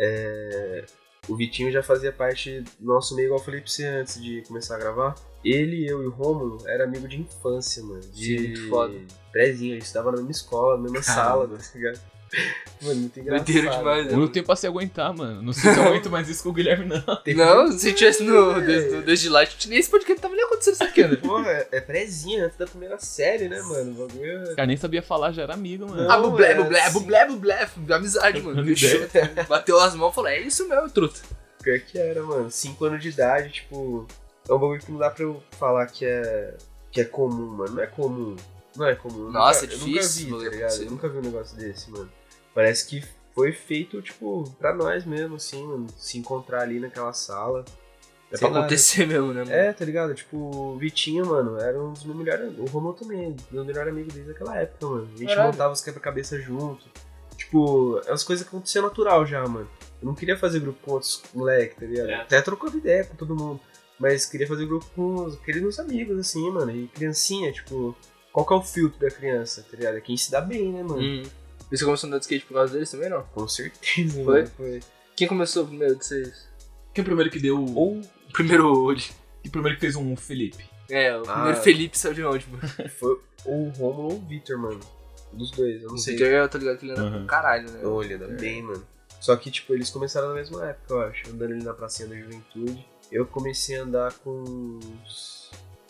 O Vitinho já fazia parte do nosso meio, igual eu falei pra você antes de começar a gravar. Ele, eu e o Rômulo era amigo de infância, mano. De Muito foda. prézinho, a gente estudava na mesma escola, na mesma sala, tá ligado? Mano, muito engraçado. Doideiro demais, né? Eu não tenho pra se aguentar, mano. Não sei se eu aguento mais isso com o Guilherme, não. Não, se tivesse no Desde lá, nem esse podcast não tava nem acontecendo isso aqui, né? Porra, é prézinho antes da primeira série, né, mano? O bagulho é... O cara nem sabia falar, já era amigo, mano. Não, Ah, bublé, é bublé, assim. bublé, bublé. Amizade, mano. Trocando Fechou. Bateu as mãos e falou, é isso mesmo, truta. Pior que era, mano. 5 anos de idade, tipo... É um bagulho que não dá pra eu falar que é comum, mano. Não é comum. Não é comum. Eu Nossa, nunca, é eu nunca difícil, vi, bagulho tá ligado? acontecer. Eu nunca vi um negócio desse, mano. Parece que foi feito, tipo, pra nós mesmo, assim, mano. Se encontrar ali naquela sala. É Sei pra lá, acontecer mesmo, né, mano? É, tá ligado? Tipo, o Vitinho, mano, era um dos meus melhores... O Romulo também, meu melhor amigo desde aquela época, mano. A gente Caralho. montava os quebra-cabeça junto. Tipo, é umas coisas que aconteciam natural já, mano. Eu não queria fazer grupo com outros moleques, tá ligado? Até trocava ideia com todo mundo. Mas queria fazer grupo com os queridos amigos, assim, mano. E criancinha, tipo... Qual que é o filtro da criança, tá ligado? É quem se dá bem, né, mano? E você começou a andar de skate por causa deles também, não? Com certeza, Foi? mano. Foi. Quem começou primeiro de vocês? Quem é o primeiro que deu. O primeiro olho. E o primeiro que fez um Felipe? É, o primeiro Felipe saiu de onde, mano? Foi o Romulo ou o Vitor, mano. Um dos dois, eu não O sei. Vitor, eu tô ligado que ele anda Uhum. pro caralho, né? Ou ele anda bem, mano. Só que, tipo, eles começaram na mesma época, eu acho. Andando ali na pracinha da juventude. Eu comecei a andar com uns...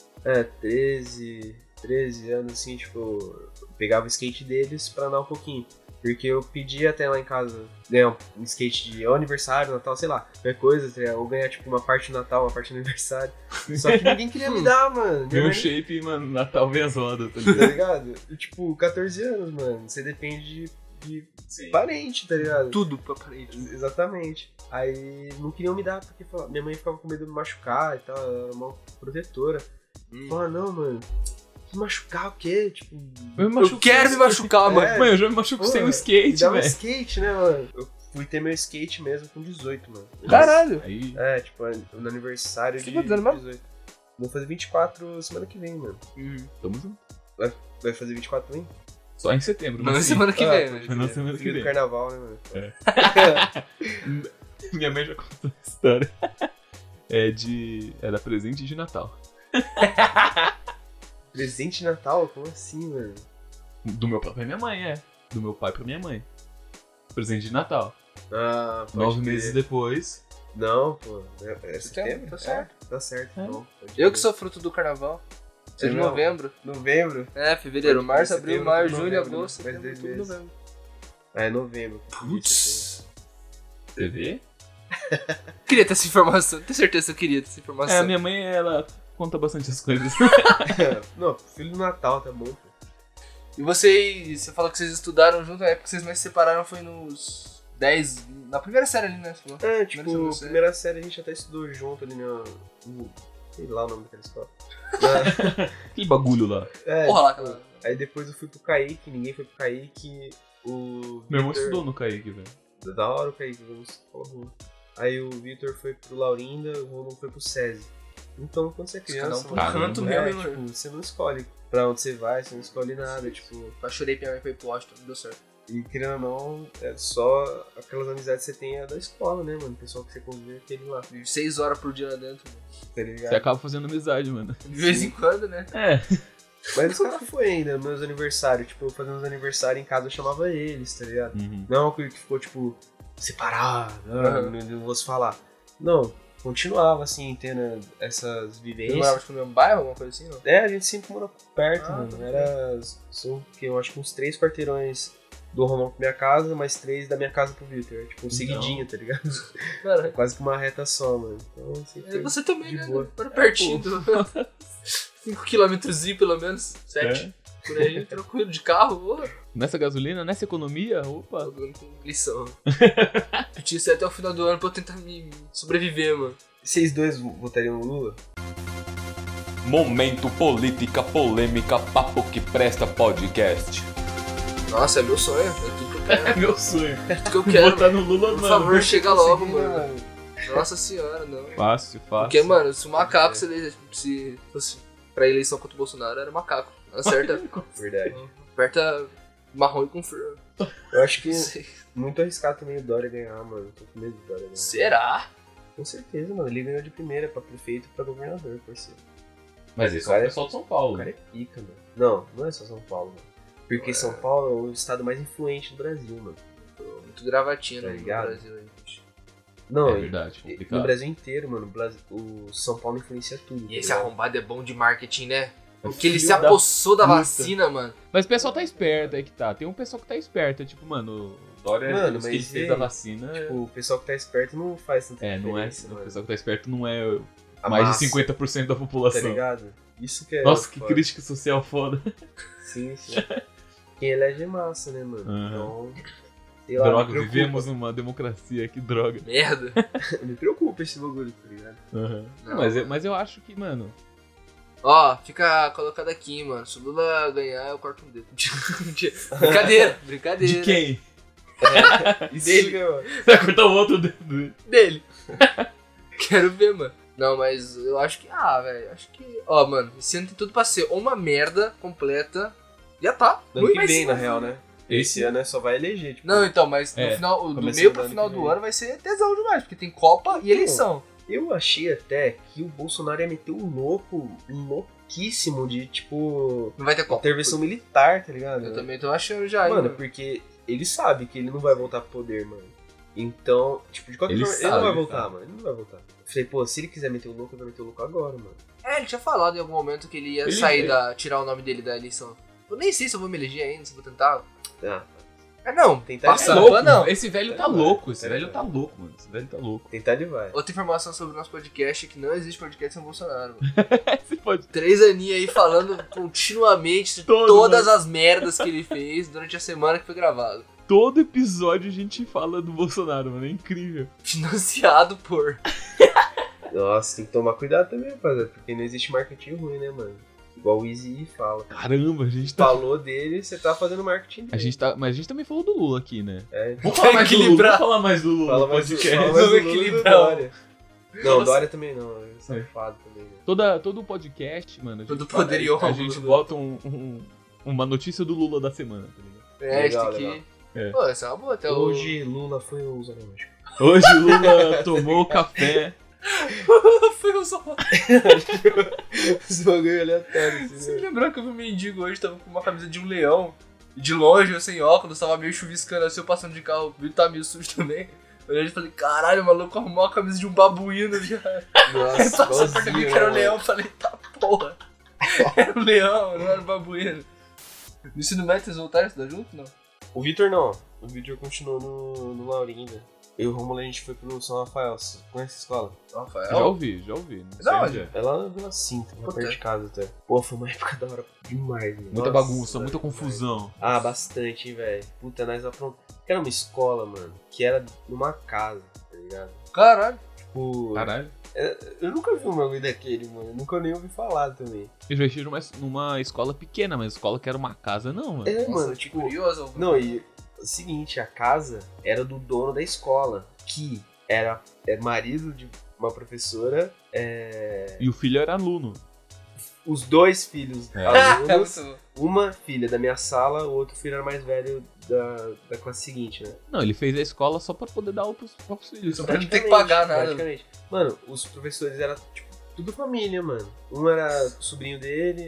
13 anos, assim, tipo... Eu pegava o skate deles pra andar um pouquinho. Porque eu pedia até lá em casa ganhar um skate de aniversário, Natal, sei lá. Qualquer coisa, tá ligado? Ou ganhar, tipo, uma parte no Natal, uma parte no aniversário. Só que ninguém queria me dar, mano. Minha Meu mãe- shape, mano, Natal vem as rodas, tá Tá ligado? ligado? E, tipo, 14 anos, mano. Você depende de parente, tá ligado? Tudo pra parede. Exatamente. Aí não queriam me dar, porque minha mãe ficava com medo de me machucar e tal, ela era uma protetora. Falava, não, mano, se machucar o quê? Tipo, Eu quero me machucar, mano. É. Mano, eu já me machuco sem um me skate, dá um velho. skate, né, mano? Eu fui ter meu skate mesmo com 18, mano. Caralho. Aí, Tipo, no aniversário Você de tá dizendo mesmo? 18. Vou fazer 24 semana que vem, mano. tamo junto. Vai fazer 24 também? Só em setembro, Não, mas sim. semana que vem, pode né? Não, crer. semana que Filho vem. do carnaval, né, mano? Minha mãe já contou a história. Era presente de Natal. Presente de Natal? Como assim, mano? Do meu pai pra minha mãe, é. Do meu pai pra minha mãe. Presente de Natal. Ah, pode 9 crer. meses depois. Não, pô. É setembro? Tá certo. Tá certo. É. Bom, pode Eu crer. que sou fruto do carnaval. Sou de É mesmo? novembro. Novembro? É, fevereiro, Pode março, crer, abril, setembro, maio, outubro, julho, novembro, agosto, mais setembro, 2 tudo meses. novembro. É novembro. Putz. TV? Queria ter essa informação. Tenho certeza que eu queria ter essa informação. É, a minha mãe, ela conta bastante as coisas. Não, filho do Natal, tá bom, pô. E você falou que vocês estudaram junto, na época que vocês mais se separaram foi nos 10, na primeira série ali, né? Você falou? É, Primeira tipo, segunda série. primeira série a gente até estudou junto ali no sei lá o nome daquela escola. Aquele bagulho lá. É, Porra lá, tipo, cara. aí depois eu fui pro Kaique, ninguém foi pro Kaique. O Meu irmão Vitor- estudou no Kaique, velho. Da hora o Kaique, vamos escola boa. Aí o Vitor foi pro Laurinda, o Romulo foi pro SESI. Então, quando você é criança, Cada um pro mano, canto é, mesmo, tipo, você não escolhe pra onde você vai, você não escolhe nada, tipo... Eu chorei pra minha mãe foi pro Washington, não deu certo. E querendo ou não, é só aquelas amizades que você tem da escola, né, mano? O pessoal que você convive aquele lá, Vive 6 horas por dia lá dentro, mano. tá ligado? Você acaba fazendo amizade, mano. De vez em quando, né? É. Mas os caras foi ainda, meus aniversários. Tipo, eu fazia uns aniversários em casa, eu chamava eles, tá ligado? Não é uma coisa que ficou, tipo, separado, não vou se falar. Não, continuava, assim, tendo essas Você vivências. morava tipo, no mesmo bairro, alguma coisa assim, não? É, a gente sempre morou perto, mano. tá São, eu acho que uns 3 quarteirões do Romão pra minha casa, mais 3 da minha casa pro Victor. Tipo, seguidinho, tá ligado? Cara, Quase que uma reta só, mano. Então, sempre você também, de né? boa. Para pertinho. 5 km pelo menos, 7. Por aí, tranquilo, de carro, porra. Nessa gasolina, nessa economia, opa. Jogando com lição. Pedi isso até o final do ano pra eu tentar me sobreviver, mano. Vocês dois votariam no Lula? Momento política, polêmica, papo que presta podcast. Nossa, é meu sonho, é tudo que eu quero. É meu sonho. Tudo que eu quero. Botar no Lula, Por mano. favor, chega logo, Consegui, né, mano. Nossa senhora, não. Fácil. Porque, mano, se o macaco se fosse pra eleição contra o Bolsonaro, era macaco. Acerta. Verdade. Aperta marrom e com frio. Eu acho que Não sei. muito arriscado também o Dória ganhar, mano. Tô com medo do Dória ganhar. Será? Com certeza, mano. Ele ganhou de primeira pra prefeito e pra governador, por ser. Mas esse é Cara, o pessoal de São Paulo. O cara é pica, mano. Não é só São Paulo, mano. Porque São Paulo é o estado mais influente do Brasil, mano. Muito gravatinho Tá no ligado? Brasil aí. Não, É verdade, complicado. no Brasil inteiro, mano. O São Paulo influencia tudo. E esse tá ligado? arrombado é bom de marketing, né? Porque ele Filho se da apossou da puta. vacina, mano. Mas o pessoal tá esperto, aí que tá. Tem um pessoal que tá esperto, é tipo, mano, o Dória, Mano, os que ele mas fez e da aí? vacina. Tipo, o pessoal que tá esperto não faz tanta Não é. diferença, O mano. pessoal que tá esperto não é A mais massa, de 50% da Tá população. ligado? Isso que é. Nossa, que foda. crítica social foda. Sim. Quem elege é massa, né, mano? Aham. Então. Sei lá, me Droga, preocupa. vivemos numa democracia, que droga. Merda. Me preocupa esse bagulho, tá ligado? Não, Mas eu acho que, mano. Ó, fica colocado aqui, mano. Se o Lula ganhar, eu corto um dedo. Brincadeira, brincadeira. De quem? Isso Dele. que é, mano. Vai cortar o outro dedo. Dele. Quero ver, mano. Não, mas eu acho que... velho, acho que... Ó, mano, esse ano tem tudo pra ser uma merda completa. Já tá. Ano Ruim que vai vem, ser, na mas- real, né? Esse ano só vai eleger, tipo. Não, então, mas no É, final, do começando meio pro ano final que do vem. ano vai ser tesão demais, porque tem Copa e eleição. Eu achei até que o Bolsonaro ia meter um louquíssimo de, tipo, Não vai ter Copa. intervenção militar, tá ligado? Eu também tô achando já, hein, Mano, mano. porque ele sabe que ele não vai voltar pro poder, mano. Então, tipo, de qualquer Ele forma, ele sabe, não vai ele voltar, sabe. mano. Ele não vai voltar. Eu falei, pô, se ele quiser meter o louco, ele vai meter o louco agora, mano. É, ele tinha falado em algum momento que ele ia Ele sair veio. tirar o nome dele da eleição. Eu nem sei se eu vou me eleger ainda, se eu vou tentar. Ah, Não, Tentar passa ele a vai. pano, não. Esse velho tá Ele vai. louco, esse Ele velho vai. tá louco, mano. Esse velho tá louco. tentar ele vai. Outra informação sobre o nosso podcast é que não existe podcast sem Bolsonaro. Mano. Esse pode... 3 aninhos aí falando continuamente de Todo, todas as merdas que ele fez durante a semana que foi gravado. Todo episódio a gente fala do Bolsonaro, mano. É incrível. Financiado por... Nossa, tem que tomar cuidado também, rapaziada, porque não existe marketing ruim, né, mano? Igual o Easy fala. Caramba, a gente tá. Falou dele, você tá fazendo marketing dele. A gente tá. Mas a gente também falou do Lula aqui, né? É, Vamos falar mais do Lula. equilibrar. Vamos falar mais do Lula fala no mais do, podcast. fala mais do Vamos Lula e do equilibrar. Dória. Não, Dória também não, é safado também, né? Todo podcast, mano. A gente, Todo poder e honra. a gente bota uma notícia do Lula da semana, tá ligado? É, Legal, tem que... legal. É. Pô, essa é uma boa. Até Hoje Lula foi o zoológico. Hoje o Lula tomou café. Foi o só. Esse bagulho aleatório, assim, Você né? me lembrou que eu vi um mendigo hoje, tava com uma camisa de um leão. E de longe, eu sem óculos, tava meio chuviscando assim, eu passando de carro, o vídeo tá meio sujo também. Eu olhei e falei, caralho, o maluco arrumou a camisa de um babuíno já. Nossa, Aí passou perto de mim que era o né, leão, eu falei, tá porra. Era o leão, não era o babuíno. No ensino médio, vocês voltaram a estudar junto? Não. O Vitor não. O Vitor continuou no Laurinda. Eu e o Romulo a gente foi pro São Rafael. Você conhece a escola? Rafael? Já ouvi. Não sei Não, onde é. É lá na Vila Cinta, lá Puta. perto de casa até. Pô, foi uma época da hora demais, mano. Muita Nossa, bagunça, muita demais. confusão. Ah, bastante, hein, velho. Puta, nós aprontamos. Era uma escola, mano, que era numa casa, tá ligado? Caralho. Tipo, Caralho. eu nunca vi um bagulho daquele, mano. Eu nunca nem ouvi falar também. Eu já estive numa escola pequena, mas escola que era uma casa, não, mano. É, Nossa, mano, que tipo. curioso. Não, e o seguinte, a casa era do dono da escola, que era marido de uma professora, E o filho era aluno. os dois filhos É. alunos, muito bom. uma filha da minha sala, o outro filho era mais velho da classe seguinte, né? Não, ele fez a escola só pra poder dar pros próprios filhos. Só pra não ter que pagar nada. Praticamente. Mano, os professores eram, tipo, tudo família, mano. Um era sobrinho dele,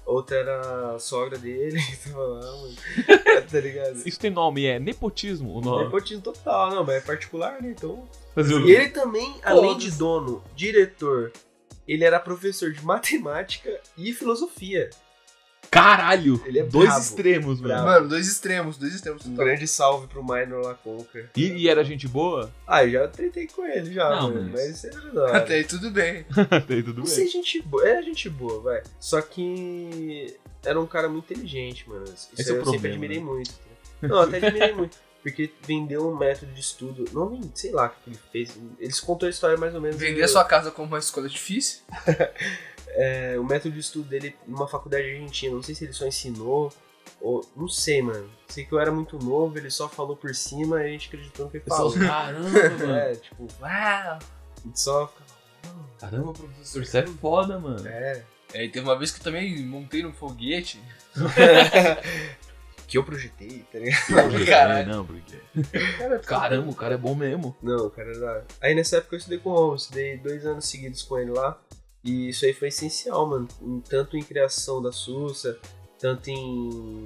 outra era a sogra dele, tava lá, mano. Tá ligado? Isso tem nome, é nepotismo o nome. Nepotismo total, não, mas é particular, né? Então. Fazer o- E ele também, além de dono, diretor, ele era professor de matemática e filosofia. Caralho! Ele é dois brabo. extremos, mano. Mano, dois extremos Um total. grande salve pro Minor Laconca. E era gente boa? Ah, eu já tretei com ele já, Não, mano, mas- mas era da hora. Até aí tudo bem. Tem tudo Não bem. sei, gente boa. Era gente boa, vai. Só que era um cara muito inteligente, mano. Isso Esse é o eu problema, sempre admirei né? muito. Tá? Não, até admirei muito. Porque vendeu um método de estudo. Não, nem sei lá o que ele fez. Eles contou a história mais ou menos. Vender a sua casa como uma escola difícil. O método de estudo dele numa faculdade argentina. Não sei se ele só ensinou. Ou. Não sei, mano. Sei que eu era muito novo, ele só falou por cima e a gente acreditou no que ele falou. Caramba, mano. É, tipo, Uau! a gente só ficava. Caramba, professor, isso é foda, mano. É. Aí teve uma vez que eu também montei num foguete. Que eu projetei, tá ligado? Caralho. Não, porque... Caramba, o cara é bom mesmo. Não, cara, era... Aí nessa época eu estudei com o Romo, estudei 2 anos seguidos com ele lá. E isso aí foi essencial, mano. Tanto em criação da Sussa, tanto em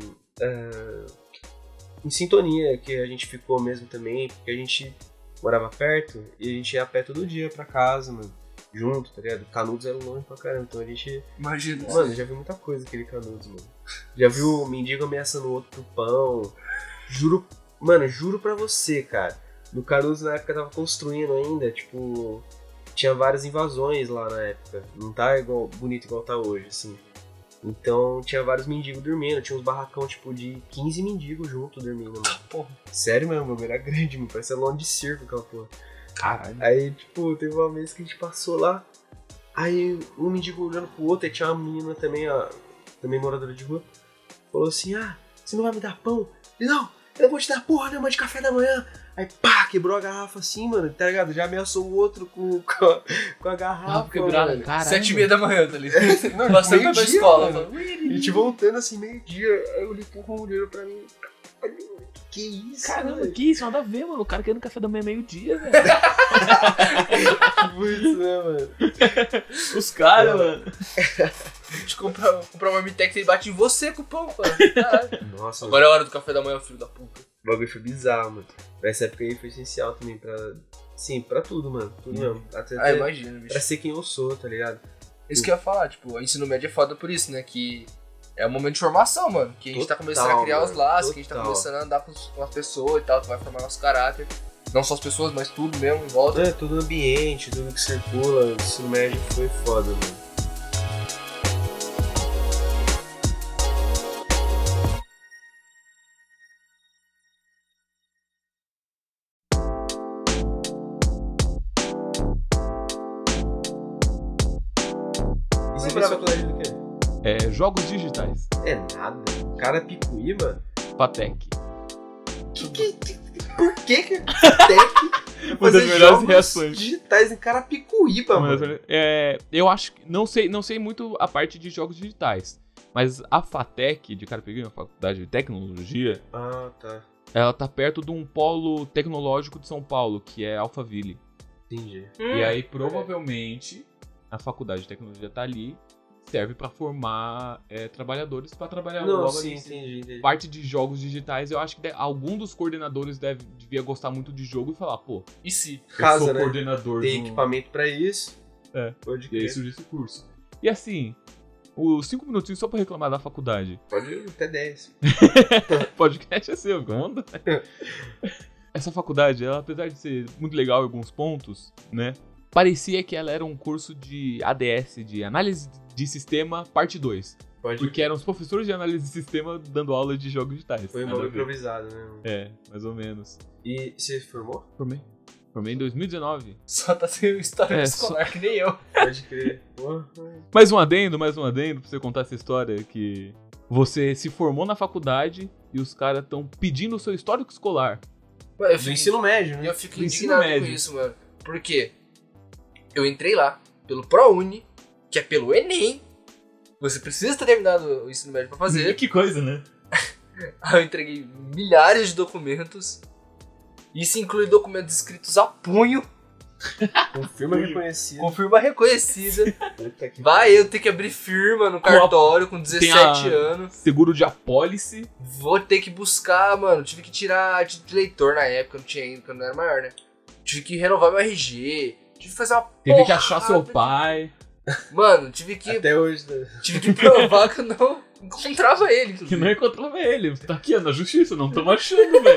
sintonia que a gente ficou mesmo também, porque a gente morava perto e a gente ia a pé todo dia pra casa, mano. Junto, tá ligado? Canudos era longe pra caramba, então a gente... Imagina. Mano, já viu muita coisa aquele Canudos, mano. Já viu o mendigo ameaçando o outro pro pão. Juro, mano, juro pra você, cara. No Canudos na época tava construindo ainda, tipo... Tinha várias invasões lá na época. Não tá igual, bonito igual tá hoje, assim. Então tinha vários mendigos dormindo. Tinha uns barracão, tipo, de 15 mendigos junto dormindo, mano. Porra. Sério mesmo, mano, era grande, mano. Parecia lona de circo aquela porra. Caralho. Aí, tipo, teve uma vez que a gente passou lá, aí um mendigo olhando pro outro, aí tinha uma menina também, também moradora de rua, falou assim, você não vai me dar pão? Ele, não, eu não vou te dar porra nenhuma de café da manhã. Aí, pá, quebrou a garrafa assim, mano, tá ligado? Já ameaçou o outro com a garrafa, quebrada, mano. caralho. 7h30 da manhã, tá ligado? Não, Passando pra meio-dia, escola. mano. falando, A gente voltando assim, meio-dia, aí eu olhei pro Romulo, olhou pra mim, que isso, Caramba, velho? que isso? Nada a ver, mano. O cara querendo café da manhã meio-dia, velho. Muito, né, mano? Os caras, mano. A gente comprar uma Marmitex e ele bate em você com o pão, mano. Caralho. Nossa, Agora é a hora do café da manhã, filho da puta. o bagulho foi bizarro, mano. Nessa época aí foi essencial também pra... Sim, pra tudo, mano. Tudo mesmo. Até Imagina, bicho. pra ser quem eu sou, tá ligado? Isso que eu ia falar, tipo, o ensino médio é foda por isso, né? Que é um momento de formação, mano. Que a gente tá começando a criar os mano, laços, que a gente tá total. começando a andar com as pessoas e tal, que vai formar nosso caráter. Não só as pessoas, mas tudo mesmo em volta. É, todo o ambiente, tudo que circula, o ensino médio foi foda, mano. E você fez faculdade do quê? É, jogos digitais. É nada. Cara Picuíba? Fatec. Por que tem Uma das melhores reações. digitais em Carapicuíba, Uma das mano? melhores- eu acho que. Não sei muito a parte de jogos digitais. Mas a Fatec de Carapicuíba, a faculdade de tecnologia, Ah, tá. ela tá perto de um polo tecnológico de São Paulo, que é Alphaville. Entendi. E aí, provavelmente, a faculdade de tecnologia tá ali, serve pra formar trabalhadores pra trabalhar Não, logo sim, ali. entendi. Parte de jogos digitais, eu acho que algum dos coordenadores devia gostar muito de jogo e falar, pô, E se? eu Casa, sou né? coordenador Tem do... equipamento pra isso. É. Pode E aí crer. surgiu esse curso. E assim, os 5 minutinhos só pra reclamar da faculdade. Pode ir até 10. Podcast é seu, conta. Essa faculdade, ela, apesar de ser muito legal em alguns pontos, né? Parecia que ela era um curso de ADS, de Análise de Sistema, parte 2. Pode Porque eram os professores de análise de sistema dando aula de jogos digitais. Foi um Nada a bagulho ver. improvisado, né? É, mais ou menos. E você se formou? Formei em 2019. Só tá sem história escolar, que nem eu. Pode crer. Porra. Mais um adendo pra você contar essa história que você se formou na faculdade e os caras estão pedindo o seu histórico escolar. Mano, Do ensino médio, né? eu fico Do ensino indignado com médio. isso, mano. Por quê? Eu entrei lá pelo ProUni, que é pelo Enem. Você precisa ter terminado o ensino médio pra fazer. Que coisa, né? Aí eu entreguei milhares de documentos. Isso inclui documentos escritos a punho. Confirma reconhecido. Confirma reconhecida. Puta que Vai eu ter que abrir firma no cartório com 17 anos. Seguro de apólice. Vou ter que buscar, mano. Tive que tirar título de eleitor na época, não tinha ainda, porque eu não era maior, né? Tive que renovar meu RG. Tive que fazer uma Teve que achar seu pai. Mano, tive que Até hoje, né? provar que eu não encontrava ele, Que inclusive. não encontrava ele. Tá aqui, ó, na justiça, não tamo achando, velho.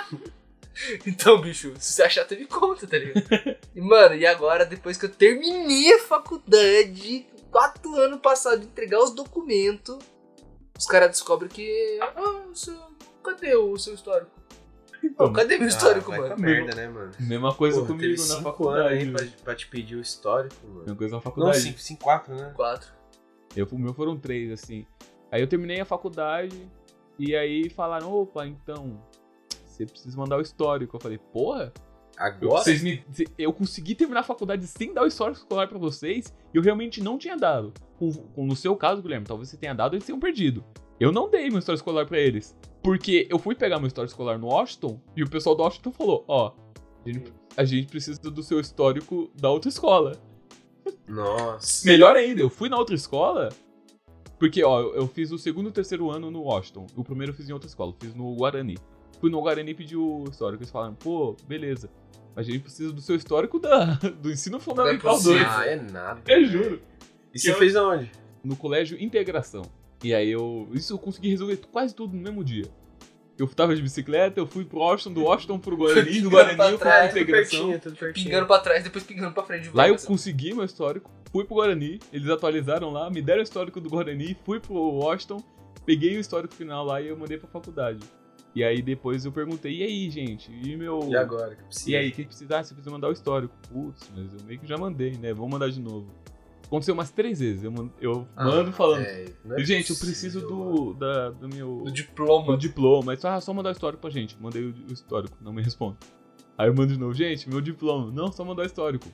Então, bicho, se você achar, tu me conta, tá ligado? E, mano, e agora, depois que eu terminei a faculdade, 4 anos passados de entregar os documentos, os caras descobrem que... cadê o seu histórico? Então, Cadê meu histórico, vai mano? com a merda, né, mano? mesma coisa Pô, comigo teve na 5 faculdade. anos aí pra te pedir o histórico, mano. Mesma coisa na Não, faculdade. 4, né? 4. O meu foram 3, assim. Aí eu terminei a faculdade e aí falaram, opa, então, você precisa mandar o histórico. Eu falei, porra, Agora? eu consegui terminar a faculdade sem dar o histórico escolar pra vocês e eu realmente não tinha dado. No seu caso, Guilherme, talvez você tenha dado e eles tenham perdido. Eu não dei meu histórico escolar pra eles. Porque eu fui pegar meu histórico escolar no Washington e o pessoal do Washington falou, ó, a gente precisa do seu histórico da outra escola. Nossa. Melhor ainda, eu fui na outra escola, porque, ó, eu fiz o 2º e o 3º ano no Washington. O primeiro eu fiz em outra escola, fiz no Guarani. Fui no Guarani e pedi o histórico. Eles falaram, pô, beleza, a gente precisa do seu histórico do ensino fundamental 2. Ah, é nada. Eu juro. E você fez aonde? No colégio Integração. E aí eu consegui resolver quase tudo no mesmo dia. Eu tava de bicicleta, eu fui pro Washington, do Washington pro Guarani, do Guarani eu fui pra Integração. Tudo pertinho. Pingando pra trás, depois pingando pra frente. Lá eu consegui meu histórico, fui pro Guarani, eles atualizaram lá, me deram o histórico do Guarani, fui pro Washington, peguei o histórico final lá e eu mandei pra faculdade. E aí depois eu perguntei, e aí, gente? E meu... E agora? Que precisa? E aí, o que precisa? Ah, você precisa mandar o histórico. Putz, mas eu meio que já mandei, né? Vou mandar de novo. Aconteceu umas 3 vezes, eu mando falando... não é gente, eu possível, preciso mano. do meu... O diploma. Do diploma. Aí só mandar o histórico pra gente. Mandei o histórico, não me responde. Aí eu mando de novo, gente, meu diploma. Não, só mandar o histórico.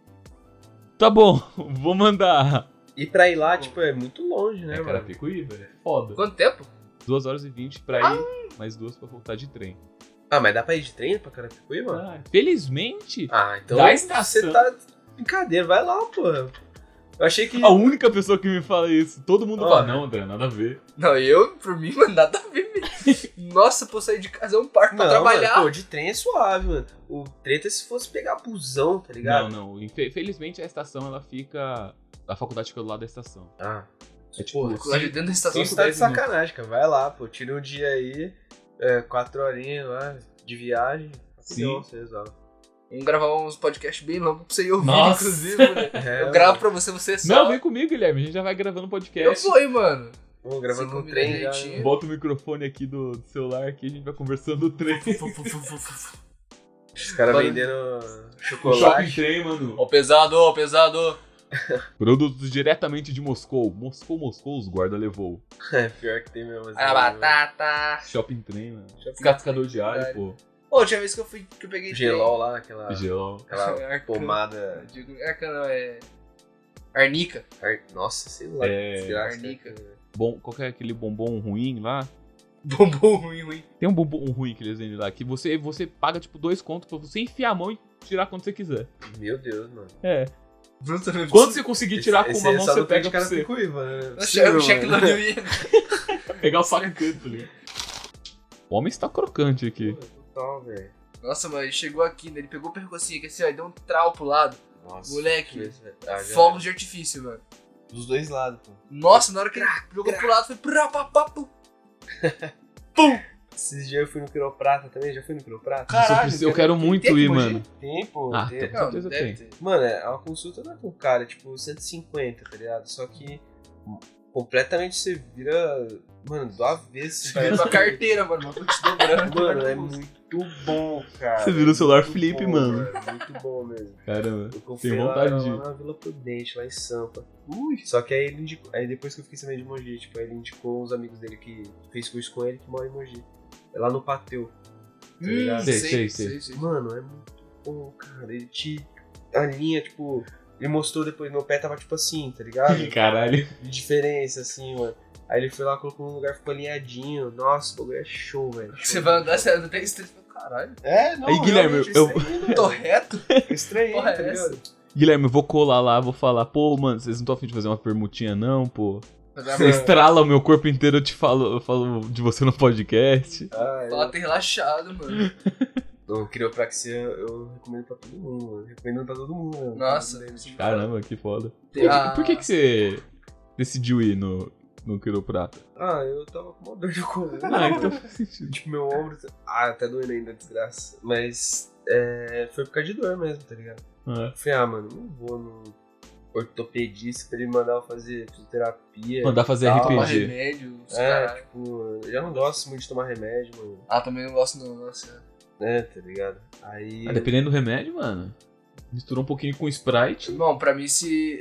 Tá bom, vou mandar. E pra ir lá, tipo, é muito longe, né, É mano? Carapicuí, velho. É foda. Quanto tempo? 2 horas e 20 pra ir, mais 2 pra voltar de trem. Ah, mas dá pra ir de trem pra Carapicuí, mano? Ah, felizmente, Ah, então Da estação. você tá brincadeira, vai lá, porra. Eu achei que... a única pessoa que me fala isso. Todo mundo Ó. fala, não, André, nada a ver. Não, por mim, mano, nada a ver, velho. Nossa, pô, sair de casa é um parto pra Não, trabalhar. mano, pô, de trem é suave, mano. O treta é se fosse pegar busão, tá ligado? Não. Felizmente a estação, ela fica... A faculdade fica do lado da estação. Ah, É tipo, porra, Colégio dentro da estação. você tá de 10 minutos. sacanagem, cara. Vai lá, pô, tira um dia aí, 4 horinhas lá de viagem. Sim. Rapidão, você resolve. Vamos gravar uns podcasts bem longos pra você ir ouvir, Nossa. inclusive, né? É, Eu gravo pra você só. Não, vem comigo, Guilherme. A gente já vai gravando Eu podcast. vou, hein, mano. Vamos gravando Você no combina trem já. direitinho. né? Bota o microfone aqui do celular aqui, a gente vai conversando no trem. Os caras Mano. vendendo Shopping chocolate. trem, mano. Ó, pesado, ó, pesado. Produtos diretamente de Moscou. Moscou, os guarda levou. É, pior que tem mesmo. A batata. Shopping trem, mano. Shopping Descascador de alho, trem. pô. Pô, tinha vez que eu peguei Gelol lá, aquela Gelol. pomada. Arnica. Nossa, sei lá. É, desgraça, arnica. né? Bom, qual que é aquele bombom ruim lá? Bombom ruim. Tem um bombom ruim que eles vendem lá, que você paga tipo 2 contos pra você enfiar a mão e tirar quando você quiser. Meu Deus, mano. É. Quando você conseguir tirar com Esse uma mão, só você não tem pega de pra você. Carapicuí, mano. O cheque lá eu ia. Pegar o saco inteiro, tá ligado? O homem está crocante aqui. Total, velho. Nossa, mano, ele chegou aqui, né? Ele pegou o percocinho aqui assim, ó, e deu um trau pro lado. Nossa. Moleque, já fogos de artifício, mano. Dos dois lados, pô. Nossa, na hora que ele jogou pro lado, foi prá, pá, pá, pum. Esses dias eu fui no quiroprata também. Já fui no quiroprata? Caralho, eu quero muito tem ir, Mogi? mano. Tem, pô. Ah, tem. tá. Não, certeza deve tem. ter. Mano, a consulta não é tão cara, é tipo 150, tá ligado? Só que completamente você vira. Mano, do avesso. Você vira uma carteira, mano, uma te dobrando. Mano, é muito bom, cara. Você vira o celular Muito flip, bom, mano. velho, muito bom mesmo. Caramba. Eu conferi Tem lá, vontade de ir. lá na Vila Prudente, lá em Sampa. Só que aí ele indicou. Aí depois que eu fiquei sabendo de Mogi, tipo, aí ele indicou uns amigos dele que fez curso com ele que moram em Mogi. É lá no Pateu. Tá ligado? Sei. Mano, é muito bom, cara. Ele te alinha, tipo. Ele mostrou depois, meu pé tava tipo assim, tá ligado? Caralho. De diferença, assim, mano. Aí ele foi lá, colocou num lugar, ficou alinhadinho. Nossa, o bagulho é show, velho. Você vai andar, você anda até estranho. Caralho. É, não, Aí, Guilherme, realmente, eu- estranhei, velho. Tô reto? Estranhei, Porra, tá é ligado? Guilherme, eu vou colar lá, vou falar, pô, mano, vocês não estão afim de fazer uma permutinha, não, pô? Fazer Você uma estrala o meu corpo inteiro, eu falo de você no podcast. Ah, Fala relaxado, mano. O quiropraxia eu recomendo pra todo mundo, mano. Recomendo pra todo mundo, mano. Nossa. Todo mundo. Caramba, que foda. Tem a- Por que você decidiu ir no quiroprata? Ah, eu tava com uma dor de coluna. Ah, então faz sentido. Tipo, meu ombro. Tá doendo ainda, desgraça. Mas foi por causa de dor mesmo, tá ligado? É. Eu falei, mano, não vou no ortopedista pra ele mandar eu fazer fisioterapia. Mandar fazer Tal. Tomar RPG. remédio, os É, caralho. tipo, eu já não gosto muito de tomar remédio, mano. Ah, também não gosto não, nossa. Tá ligado? Aí. Ah, dependendo do remédio, mano. Misturou um pouquinho com Sprite. Bom, pra mim se...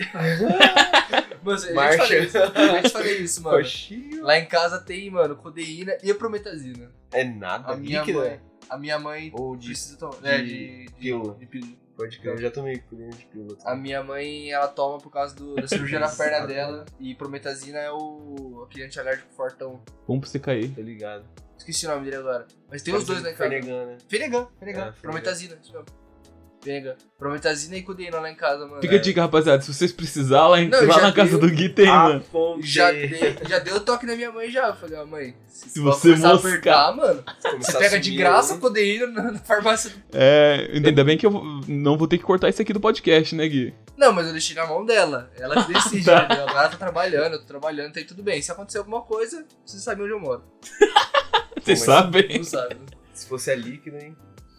Mas eu Marcha. já te falei isso, mano. Coxinho. Lá em casa tem, mano, codeína e a prometazina. É nada, A minha líquida. mãe... A minha mãe Ou de- precisa tomar... de pílula. De pílula. Pode crer, eu já tomei colina de pílula. A minha mãe, ela toma por causa da cirurgia na perna dela. E prometazina é aquele antialérgico fortão. Vamos pra você cair. Tô ligado. Esqueci o nome dele agora. Mas tem os dois lá em casa. Fenegan, né? Fenegan. Fenegan. Prometazina, isso mesmo. Fenegan. Prometazina e codeína lá em casa, mano. Fica a dica, rapaziada. Se vocês precisarem, Não, lá já na casa deu. do Gui tem, Ah, mano. Já deu toque na minha mãe já. Eu falei, mãe, Se for você começar a moscar. apertar, mano, Começar você a pega de sumir graça aí. codeína na farmácia. Ainda bem que eu não vou ter que cortar isso aqui do podcast, né, Gui? Não, mas eu deixei na mão dela. Ela que decide, Tá. entendeu? Ela tá trabalhando, eu tô trabalhando, tá aí tudo bem. Se acontecer alguma coisa, você sabe onde eu moro. Vocês mas- sabem. Não sabe. Se fosse a líquida, hein?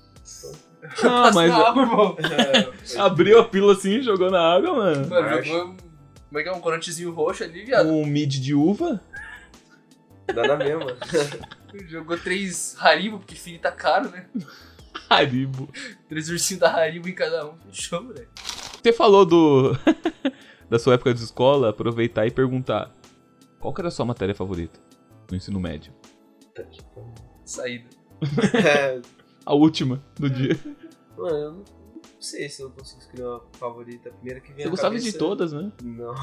Ah, mas Na água, irmão. abriu a pílula assim e jogou na água, mano. Mano, Marcha. jogou como é que é um corantezinho roxo ali, viado. Um mid de uva. Dá na mesma. Jogou 3 Haribo, porque filho tá caro, né? Haribo. 3 ursinhos da Haribo em cada um. Fechou, moleque. Você falou da sua época de escola, aproveitar e perguntar qual que era a sua matéria favorita no ensino médio? Saída. A última do dia. Mano, eu não sei se eu consigo escolher uma favorita. A primeira que vem Você na gostava cabeça... de todas, né? Não.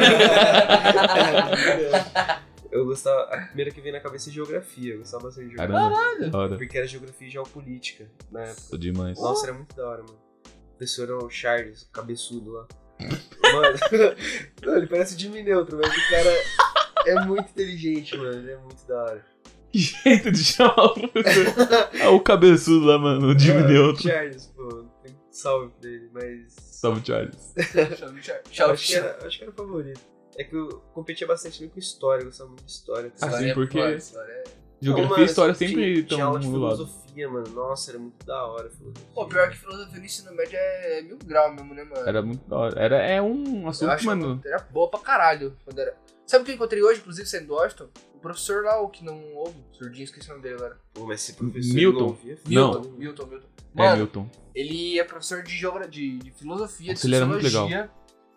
Eu gostava... A primeira que vem na cabeça é geografia. Eu gostava bastante de geografia. Caramba, da hora. Porque era geografia e geopolítica na época. Tô demais. Nossa, era muito da hora, mano. O professor era o Charles, o cabeçudo lá. Mano, não, ele parece o Jimmy Neutron, mas o cara é muito inteligente, mano. Ele é muito da hora. Que jeito de chamar o professor. Ah, o cabeçudo lá, mano. O Jimmy Neutron. Charles, pô. Tem um salve pra ele, mas... Salve, Charles. Tchau, acho que era o favorito. É que eu competia bastante também com história, eu gostava muito de história. Ah, sabe? sim, porque Mano, história é... geografia Não, mano, e história tinha- sempre tinha aula de estão do lado. filosofia, mano. Nossa, era muito da hora. Filosofia. Pô, pior que filosofia no ensino médio é 1000 graus mesmo, né, mano? Era muito da hora. É um Eu assunto, acho mano. que era boa pra caralho. Quando era... Sabe o que eu encontrei hoje, inclusive, saindo do Washington? O professor lá, o que não ouve, surdinho, esqueci o nome dele agora. Pô, mas esse professor Milton. não ouvia, Não. Milton. É, Mano, Milton. ele é professor de filosofia, Nossa, de ele era muito sociologia.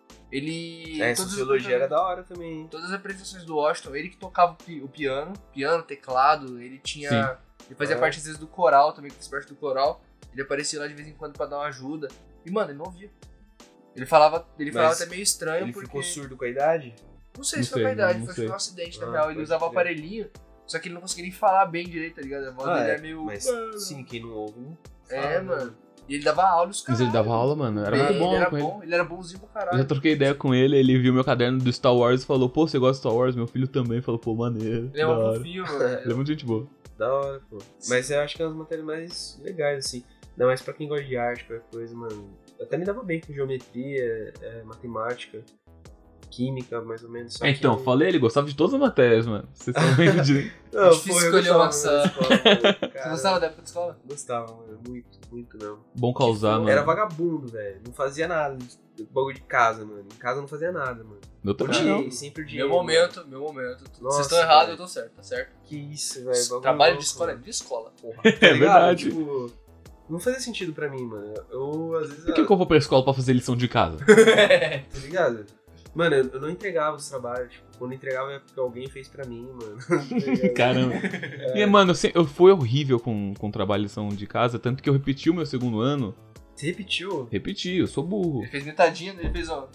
Ele... É, todas as sociologia era da hora também. Todas as apresentações do Washington, ele que tocava o piano, teclado, ele tinha... Sim. Ele fazia parte, às vezes, do coral também, que faz parte do coral. Ele aparecia lá de vez em quando pra dar uma ajuda. E, mano, ele não ouvia. Ele falava até meio estranho, Ele porque... ficou surdo com a idade? Não sei Não se foi sei, verdade, não foi sei. um acidente, na Ah, real. Ele pode usava o crer. aparelhinho, só que ele não conseguia nem falar bem direito, tá ligado? A voz dele é meio... Mas sim, quem não ouve, não É, fala, mano. E ele dava aula e os Mas caras. ele dava aula, mano. Era muito bom com ele. Ele era bonzinho pra Eu já caralho. troquei ideia com ele viu meu caderno do Star Wars e falou, pô, você gosta de Star Wars? Meu filho também falou, pô, maneiro. Ele é da um hora. fofinho, Ele é mano. muito gente boa. Da hora, pô. Mas eu acho que é uma das matérias mais legais, assim. Ainda mais pra quem gosta de arte, qualquer coisa, mano. Eu até me dava bem com geometria, matemática, química, mais ou menos. Só Então, que... falei, ele gostava de todas as matérias, mano. Vocês estão vendo de... Não, difícil pô, eu escolher gostava uma só. da escola, pô, Você cara. gostava da época de escola? Gostava, mano. Muito, muito mesmo. Bom causar, mano. Era vagabundo, velho. Não fazia nada. Bagulho de casa, mano. Em casa eu não fazia nada, mano. Eu também não. Odiei, sempre odiei. Meu momento. Vocês Nossa, estão errados, velho. eu tô certo, tá certo? Que isso, velho. bagulho Trabalho louco, de escola é mano. de escola, porra. É Tá ligado? verdade. Tipo, não fazia sentido pra mim, mano. Eu, às vezes... Por que eu vou pra escola pra fazer lição de casa? Tá ligado? Mano, eu não entregava os trabalhos. Tipo, quando entregava é porque alguém fez pra mim, mano. Tá ligado? Caramba. E, mano, eu fui horrível com trabalho e lição de casa, tanto que eu repeti o meu segundo ano. Você repetiu? Repeti, eu sou burro. Ele fez metadinha, ele fez, ó.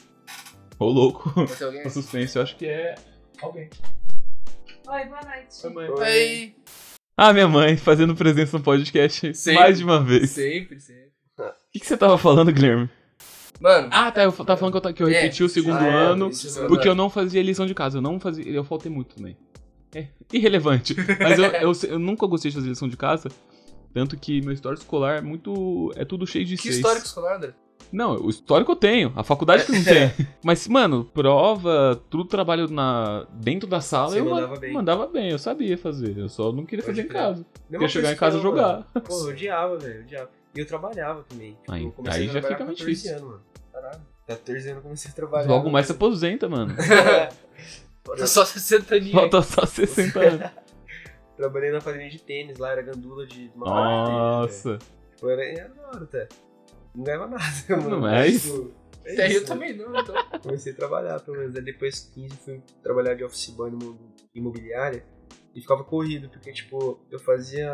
Ô, louco. Tem alguém? O suspense, eu acho que é alguém. Oi, boa noite. Oi, mãe. Oi. Aí. Ah, minha mãe fazendo presença no podcast Sempre. mais de uma vez. Sempre, sempre. O que você tava falando, Guilherme? Mano, Ah, tá, eu tava falando que eu repeti o segundo ano, isso é porque eu não fazia lição de casa, eu faltei muito também. É irrelevante, mas eu nunca gostei de fazer lição de casa, tanto que meu histórico escolar é tudo cheio de que 6. histórico escolar, André? Não, o histórico eu tenho, a faculdade que não tem. Mas, mano, prova, tudo trabalho dentro da sala, Você eu mandava bem. mandava bem, eu sabia fazer, eu só não queria Pode fazer em crer. casa. Mesma Queria chegar coisa em casa e que eu, jogar. mano. Pô, eu odiava, velho, odiava. E eu trabalhava também. Tipo, Aí- eu comecei aí a já trabalhar fica mais 14 difícil. anos, mano. Caralho. 14 anos eu comecei a trabalhar. Logo mais se aposenta, mano. Falta só 60 aninhos. Falta só 60 anos. Trabalhei na fazenda de tênis lá, era gandula de uma marca tênis, velho. Nossa. Tipo, era da hora até. Não ganhava nada, mano. Não, mas- Tipo, é Até isso, eu também não, então. Comecei a trabalhar, pelo menos. Aí depois 15 fui trabalhar de office boy numa imobiliária e ficava corrido, porque, tipo, eu fazia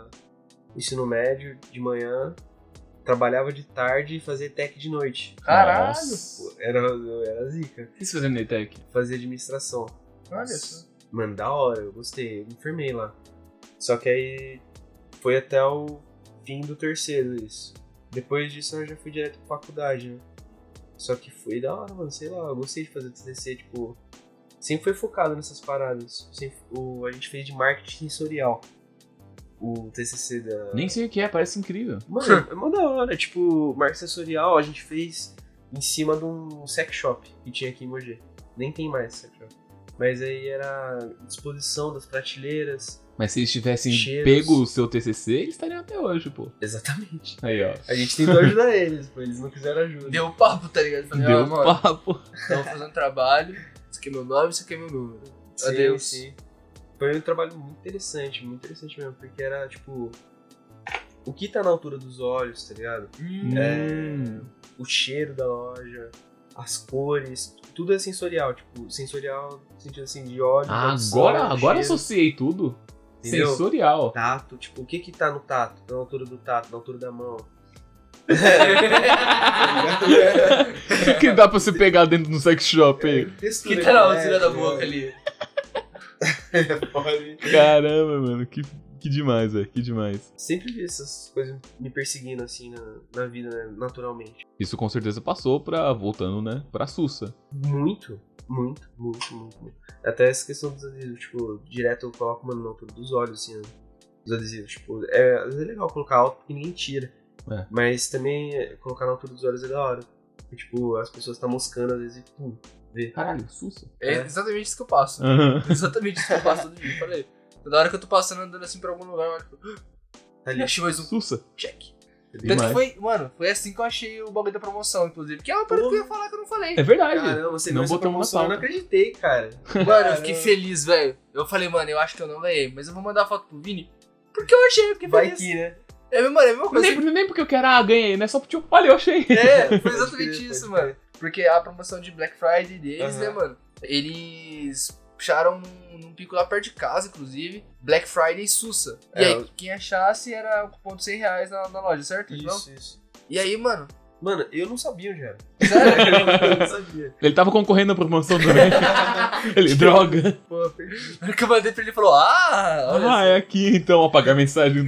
ensino médio de manhã, trabalhava de tarde e fazia tech de noite. Caralho. Nossa. Pô, eu era zica. O que você fazendo na ETEC? Fazia administração. Olha só. Mano, da hora, eu gostei, eu me enfermei lá. Só que aí foi até o fim do terceiro isso. Depois disso eu já fui direto pra faculdade, né? Só que foi da hora, mano, sei lá, eu gostei de fazer TCC, tipo... Sempre foi focado nessas paradas. A gente fez de marketing sensorial. O TCC da... Nem sei o que é, parece incrível. Mano, é mó da hora. Tipo, marketing sensorial a gente fez em cima de um sex shop que tinha aqui em Mogi. Nem tem mais sex shop. Mas aí era disposição das prateleiras. Mas se eles tivessem Cheiros. pego o seu TCC, eles estariam até hoje, pô. Exatamente. Aí, ó. A gente tentou ajudar eles, pô. Eles não quiseram ajuda. Deu papo, tá ligado? Falei, Deu mano, papo. estamos fazendo trabalho. Isso aqui é meu nome, isso aqui é meu número. Sim, Adeus. sim. Foi um trabalho muito interessante mesmo. Porque era, tipo... O que tá na altura dos olhos, tá ligado? O cheiro da loja, as cores, tudo é sensorial, tipo, sensorial no sentido assim de olhos, audição, Agora cheiro, associei tudo. entendeu? Sensorial. Tato, tipo, o que tá no tato? Na altura do tato, na altura da mão. O que dá pra você pegar dentro do sex shop aí? Textura Que tá na de altura da pele, boca né? ali. Pode. Caramba, mano. Que demais, velho. Que demais. Sempre vi essas coisas me perseguindo assim na vida, né, naturalmente. Isso com certeza passou voltando, né, pra Sussa. Muito. Até essa questão dos adesivos, tipo, direto eu coloco, mano, na altura dos olhos, assim, ó, os adesivos. Tipo, às vezes é legal colocar alto porque ninguém tira. É. Mas também colocar na altura dos olhos é da hora. Porque, tipo, as pessoas estão moscando às vezes e vê. Caralho, Sussa. É exatamente isso que eu passo. Aham. Exatamente isso que eu passo todo dia. Falei. Toda hora que eu tô passando andando assim pra algum lugar, eu olho, tipo, Tá ali. achei mais um Sussa. check. Demais. Tanto que foi, mano, foi assim que eu achei o bagulho da promoção, inclusive. Que é uma parada que eu ia falar que eu não falei. É verdade. Caramba, você Não viu essa botamos promoção, na eu não pauta. acreditei, cara. Mano, eu fiquei feliz, velho. Eu falei, mano, eu acho que eu não ganhei, mas eu vou mandar a foto pro Vini. Porque eu achei, eu fiquei Vai feliz. que, né? Mano, é a mesma coisa. Nem porque eu quero, ganhei, né? Só porque, tipo, olha, eu achei. É, foi Pode exatamente crer, isso, pode mano. Porque a promoção de Black Friday deles, Aham. né, mano? Eles puxaram num pico lá perto de casa, inclusive, Black Friday Sussa. E É, aí, quem achasse era o cupom de R$100 na loja, certo? Isso. E aí, mano, Mano, eu não sabia onde era. sério? Eu não sabia. Ele tava concorrendo à promoção também. Ele, droga. Pô, perdi. Na hora que eu mandei pra ele, ele falou, olha É aqui então, apagar a mensagem.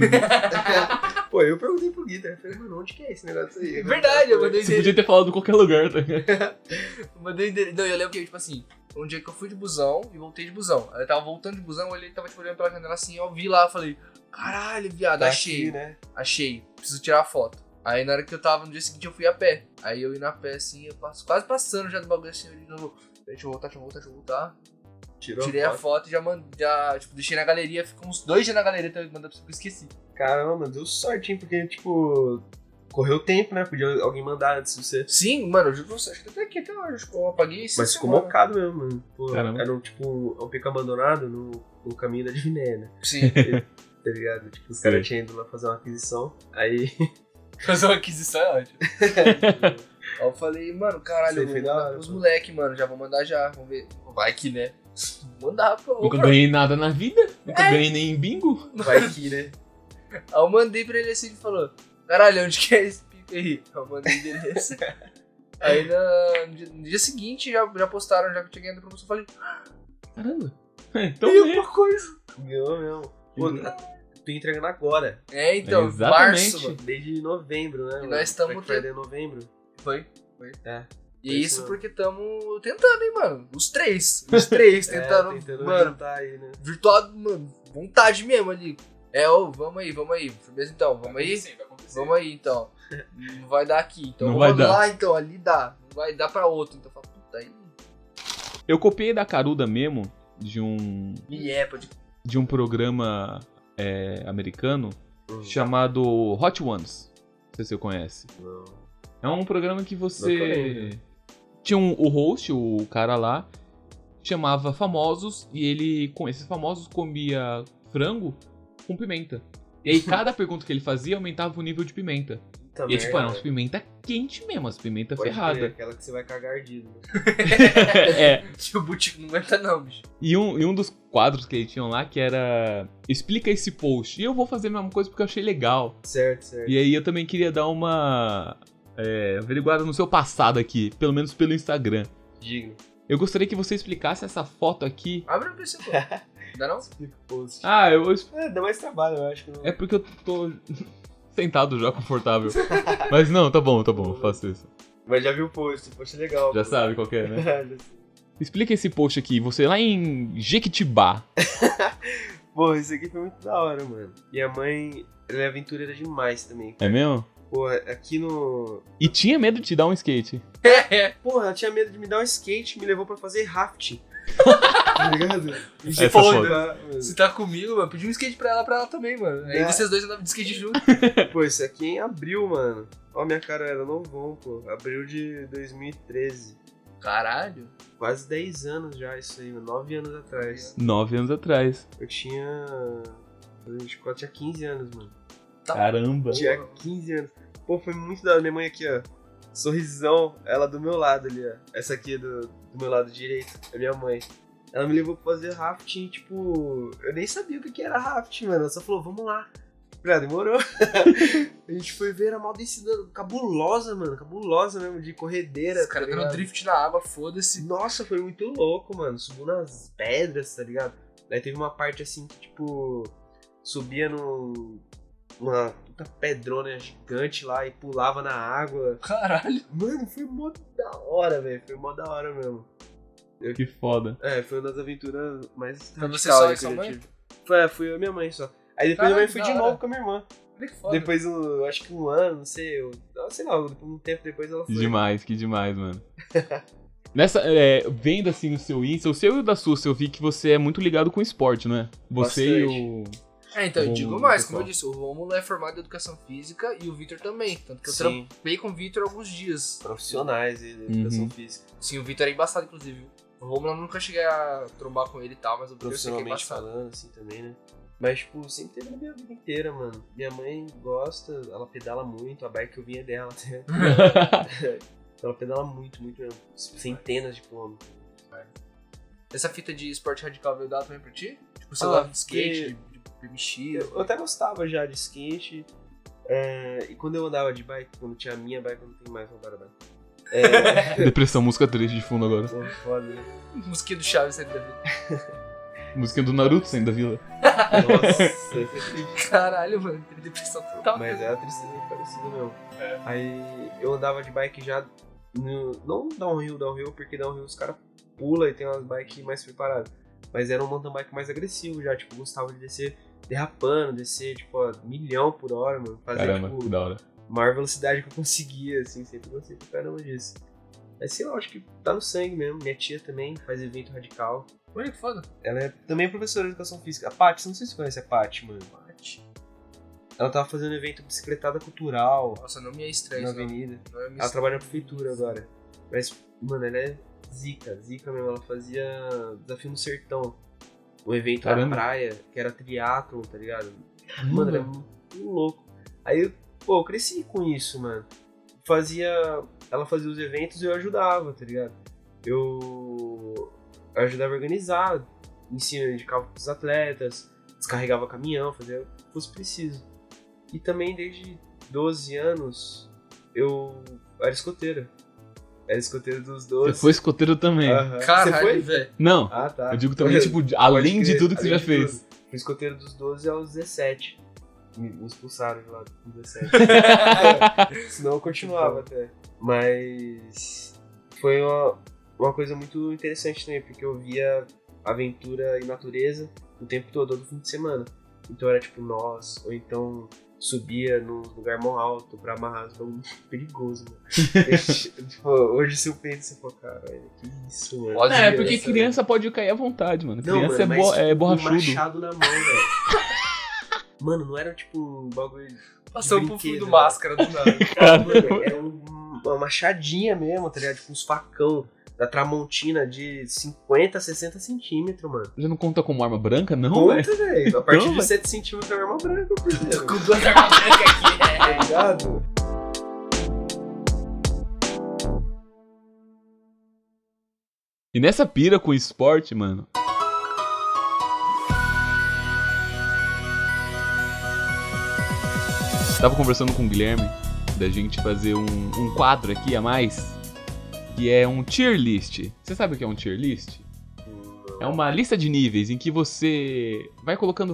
Pô, eu perguntei pro Guitar, eu falei, mano, onde que é esse negócio aí? É verdade, eu mandei Você dele. podia ter falado em qualquer lugar, tá ligado? Mandei dele. Não, eu lembro que, tipo assim, um dia que eu fui de busão e voltei de busão. Aí eu tava voltando de busão, ele tava tipo, olhando pela janela assim, eu vi lá, falei, caralho, viado, Tá achei. aqui, né? Achei, preciso tirar a foto. Aí na hora que eu tava, no dia seguinte eu fui a pé. Aí eu ia na pé assim, eu passo, quase passando já do bagulho assim, eu de novo. Deixa eu voltar. Tirou Tirei a foto e já tipo, deixei na galeria, ficou uns 2 dias na galeria, então eu mandei pra você, porque eu esqueci. Caramba, deu sorte, hein? Porque, tipo, correu o tempo, né? Podia alguém mandar antes de você. Sim, mano, eu juro pra você, acho que até aqui até hoje, acho que eu apaguei essa Mas ficou semana. mocado mesmo, mano. Pô, Caramba. era um pico abandonado no caminho da Diviné, né? Sim, Tá ligado? Tipo, os caras tinham ido lá fazer uma aquisição. Aí. fazer uma aquisição é ótimo. Aí eu falei, mano, caralho, Isso aí eu vou foi da mandar hora, pros pô. moleque, mano, já vou mandar já, vamos ver. Vai que, né? Mandar pra Nunca ganhei nada na vida. Nunca É. ganhei nem em bingo. Vai que, né? Aí eu mandei pra ele assim, ele falou, caralho, onde que é esse pico aí? Eu mandei o endereço. Aí no dia seguinte já postaram, já que eu tinha ganhado a promoção, eu falei, Caramba. Então e mesmo. uma coisa. Ganhou mesmo. Pô, tô entregando agora. É, então, Exatamente. março, mano. Desde novembro, né? E mano? nós estamos Black Friday é novembro. Foi. É. E Foi isso isso porque tamo tentando, hein, mano. Os três tentando, tentando mano, juntar aí, né? virtual, mano, vontade mesmo ali. Vamos aí. Firmeza então, vamos aí? Vai acontecer. Vamos aí então. Não vai dar aqui, então Não vamos vai dar. lá então, ali dá. Não vai dar pra outro, então fala, puta aí. Eu copiei da Caruda mesmo, de um programa americano chamado Hot Ones. Não sei se você conhece. Não. É um programa que Não você... conheço. Tinha o host, o cara lá, chamava famosos, e ele, com esses famosos, comia frango com pimenta. E aí cada pergunta que ele fazia aumentava o nível de pimenta. Puta E tipo, eram merda. as pimenta quente mesmo, as pimenta Pode crer, ferrada. aquela que você vai cagar ardido. Né? É. O Butico não aguenta não, bicho. E um dos quadros que eles tinham lá que era explica esse post. E eu vou fazer a mesma coisa porque eu achei legal. Certo. E aí eu também queria dar uma averiguada no seu passado aqui, pelo menos pelo Instagram. Digno. Eu gostaria que você explicasse essa foto aqui. Abre no PC, pô. Dá não? Explica o post. Dá mais trabalho, eu acho. Que não... É porque eu tô sentado já, confortável. Mas não, tá bom, eu faço isso. Mas já viu o post é legal. Já pô. sabe qual que é, né? Já sei. Explica esse post aqui, você lá em Jequitibá. Pô, isso aqui foi muito da hora, mano. Minha mãe, ela é aventureira demais também. É mesmo? Pô, aqui no... E tinha medo de te dar um skate. Porra, ela tinha medo de me dar um skate e me levou pra fazer rafting. Tá ligado? Essa Foda, foto. Você tá comigo, mano. Pedi um skate pra ela também, mano. Aí É. vocês dois andavam de skate junto. Pô, isso aqui é em abril, mano. Ó, minha cara era novão, pô. Abril de 2013. Caralho. Quase 10 anos já, isso aí, mano. 9 anos atrás. 9 anos atrás. Eu tinha... Eu tinha 15 anos, mano. Caramba. Tinha 15 anos. Pô, foi muito da hora. Minha mãe aqui, ó. Sorrisão, ela do meu lado ali, ó. Essa aqui do meu lado direito, é minha mãe. Ela me levou pra fazer rafting, tipo... Eu nem sabia o que era rafting, mano. Ela só falou, vamos lá. Falei, demorou. A gente foi ver a mal descida cabulosa, mano. Cabulosa mesmo, de corredeira. Os caras tá dando ligado? drift na água, foda-se. Nossa, foi muito louco, mano. Subiu nas pedras, tá ligado? Daí teve uma parte assim que, tipo... Subia numa puta pedrona gigante lá e pulava na água. Caralho. Mano, foi mó da hora, velho. Foi mó da hora mesmo. Que foda. É, foi uma das aventuras mais Foi você radicais só aí e que sua eu já mãe? tive. Fui eu e minha mãe só. Aí depois Caralho, minha mãe foi da de hora. novo com a minha irmã. Olha que foda. Depois, acho que um ano, não sei. Sei lá, um tempo depois ela Que foi. demais, que demais, mano. Nessa, vendo assim o seu Insta, o seu e o da sua, eu vi que você é muito ligado com esporte, não é? Você Bastante. e o... Então, eu Romulo, digo mais, pessoal. como eu disse, o Romulo é formado em educação física e o Vitor também. Tanto que eu Sim. trampei com o Vitor alguns dias. Profissionais de educação física. Sim, o Vitor é embaçado, inclusive. O Romulo eu nunca cheguei a trombar com ele e tal, mas o Vitor eu sei que é Profissionalmente embaçado. falando, assim, também, né? Mas, tipo, sempre teve na minha vida inteira, mano. Minha mãe gosta, ela pedala muito, a bike que eu vinha dela até. Ela pedala muito, muito mesmo. Centenas de quilômetros. Essa fita de esporte radical veio dar também pra ti? Tipo, você Ah, lá de skate, porque- de BMX. Eu até gostava já de skate. E quando eu andava de bike, quando tinha a minha bike, eu não tenho mais vontade de bike. Depressão, música triste de fundo agora. Pô, foda, né? Musiquinha do Chaves saindo da vida. Música do Naruto saindo da vila. Nossa, foi triste. Caralho, mano, teve depressão total. Mas era tristeza parecida mesmo. Aí eu andava de bike já, não downhill, porque downhill os caras pulam e tem umas bikes mais preparadas. Mas era um mountain bike mais agressivo já, tipo, gostava de descer derrapando, descer, tipo, a 1.000 por hora, mano. Fazer, Caramba, tipo, que da hora. a maior velocidade que eu conseguia, assim, sempre gostei pra caramba disso. Mas sei lá, acho que tá no sangue mesmo. Minha tia também faz evento radical. Olha que foda. Ela é também professora de educação física. A Paty, não sei se você conhece a Paty, mano. Ela tava fazendo um evento bicicletada cultural Nossa, não me é estranho. na isso, não. avenida. Não é me Ela estranho. trabalha na prefeitura agora. Mas, mano, ela é zica mesmo. Ela fazia Desafio no Sertão. Um evento Caramba. na praia, que era triatlon, tá ligado? Mano, ela é muito louco. Aí, pô, eu cresci com isso, mano. Ela fazia os eventos e eu ajudava, tá ligado? Eu ajudava a organizar, ensino de carro pros atletas, descarregava caminhão, fazia o que fosse preciso. E também desde 12 anos eu era escoteiro. Era escoteiro dos 12. Você foi escoteiro também. Aham. Você Caralho, foi? velho. Não, Ah, tá. eu digo também, tipo, além de crer, tudo que você além já de fez. tudo. Fui escoteiro dos 12 aos 17. Me expulsaram de lá com 17. Senão eu continuava até. Mas foi uma coisa muito interessante também, porque eu via aventura e natureza o tempo todo fim de semana. Então era tipo nós, ou então subia num lugar mó alto pra amarrar os bagulho perigoso, mano. Tipo, hoje se eu penso, eu falo, caralho, que isso, mano. Pode É, ser, porque essa, criança pode cair à vontade, mano. Não, Criança mano, mas, é tipo, borrachudo. um machado na mão, velho. Mano, não era tipo um bagulho. Passou pro brinquedo, fim do né? Máscara do nada. Mano, era uma machadinha mesmo, tá ligado? Tipo uns facão da Tramontina de 50, 60 centímetros, mano. Já não conta como arma branca, não, velho? Conta, velho. A partir Não, de velho. 7 centímetros é arma branca, por exemplo. Com duas armas brancas aqui. Tá ligado? E nessa pira com esporte, mano. Tava conversando com o Guilherme da gente fazer um quadro aqui a mais, que é um tier list. Você sabe o que é um tier list? É uma lista de níveis em que você vai colocando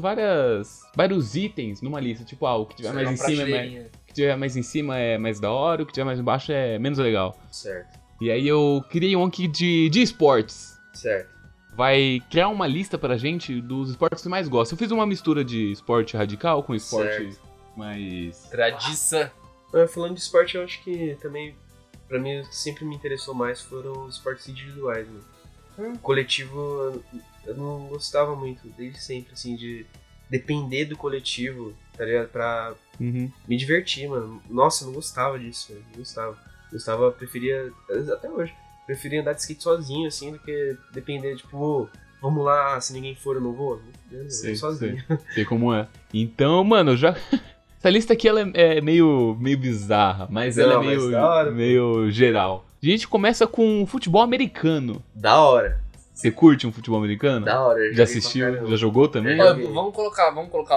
vários itens numa lista. Tipo, o que tiver mais em cima o que tiver mais em cima é mais da hora, o que tiver mais embaixo é menos legal. Certo, E aí eu criei um aqui de esportes. certo. Vai criar uma lista pra gente dos esportes que você mais gosta. Eu fiz uma mistura de esporte radical com esporte mais... Tradição. Falando de esporte, eu acho que também, pra mim, o que sempre me interessou mais foram os esportes individuais, mano. Coletivo, eu não gostava muito, desde sempre, assim, de depender do coletivo, tá ligado? Pra Uhum. me divertir, mano. Nossa, eu não gostava disso, velho. Não gostava. Preferia, até hoje, preferia andar de skate sozinho, assim, do que depender, tipo, vamos lá, se ninguém for eu não vou. Eu vou Sei, sozinho. Sei como é. Então, mano, já... Essa lista aqui ela é meio bizarra, mas ela é Não, mas meio, da hora, pô. meio geral. A gente começa com futebol americano. Da hora, Você curte um futebol americano? da hora. eu Já joguei assistiu? pra caramba. Já jogou também? É. Ó, vamos colocar.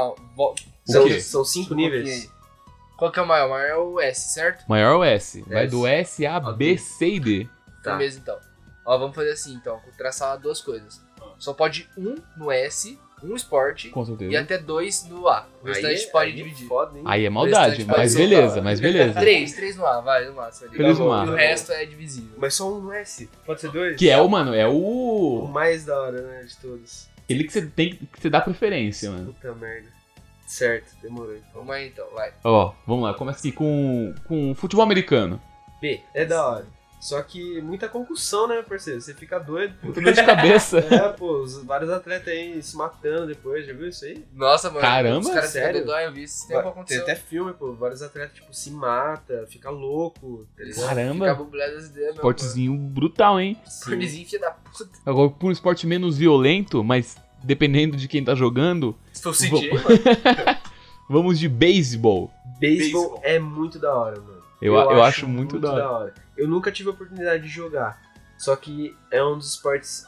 O quê? São 5 níveis. Qual que é o maior? O maior é o S, certo? Maior é o S. Vai S. do S, A, B, C e D. Tá. Beleza, então. Ó, vamos fazer assim, então. Vou traçar duas coisas. Só pode um no S, um esporte, Com certeza. e até 2 no A. O restante pode dividir. Foda, hein? Aí é maldade, restante pode mas ser beleza, da mas beleza. 3 no A, vai, no A. Você vai Três ligar. no A. E o resto é divisível. Mas só um no S. Pode ser 2? Que é o o mais da hora, né, de todos. Ele que você tem que você dá preferência, mano. Puta merda. Certo, demorou então. Vamos aí, então, vai. Ó, vamos lá, começa aqui com futebol americano. B, é da hora. Só que muita concussão, né, parceiro? Você fica doido, pô. Dor de cabeça. É, pô, vários atletas aí se matando depois, já viu isso aí? Nossa, mano. Caramba, os caras sério? ficam dodói, eu vi esse tempo Tem aconteceu. até filme, pô, vários atletas, tipo, se mata, fica louco, tá ligado? Fica Caramba. bublé das ideias, meu. Esportezinho brutal, hein? Esportezinho filha da puta. Agora, por um esporte menos violento, mas dependendo de quem tá jogando, Se for o CJ, mano. vamos de beisebol. Beisebol é muito da hora, mano. Eu acho muito da hora. Eu nunca tive a oportunidade de jogar. Só que é um dos esportes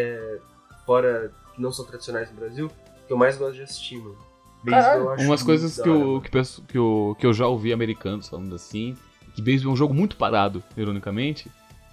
fora que não são tradicionais no Brasil que eu mais gosto de assistir, mano. Beisebol eu acho Umas muito coisas da que hora, eu, mano. que eu já ouvi americanos falando assim, que beisebol é um jogo muito parado, ironicamente,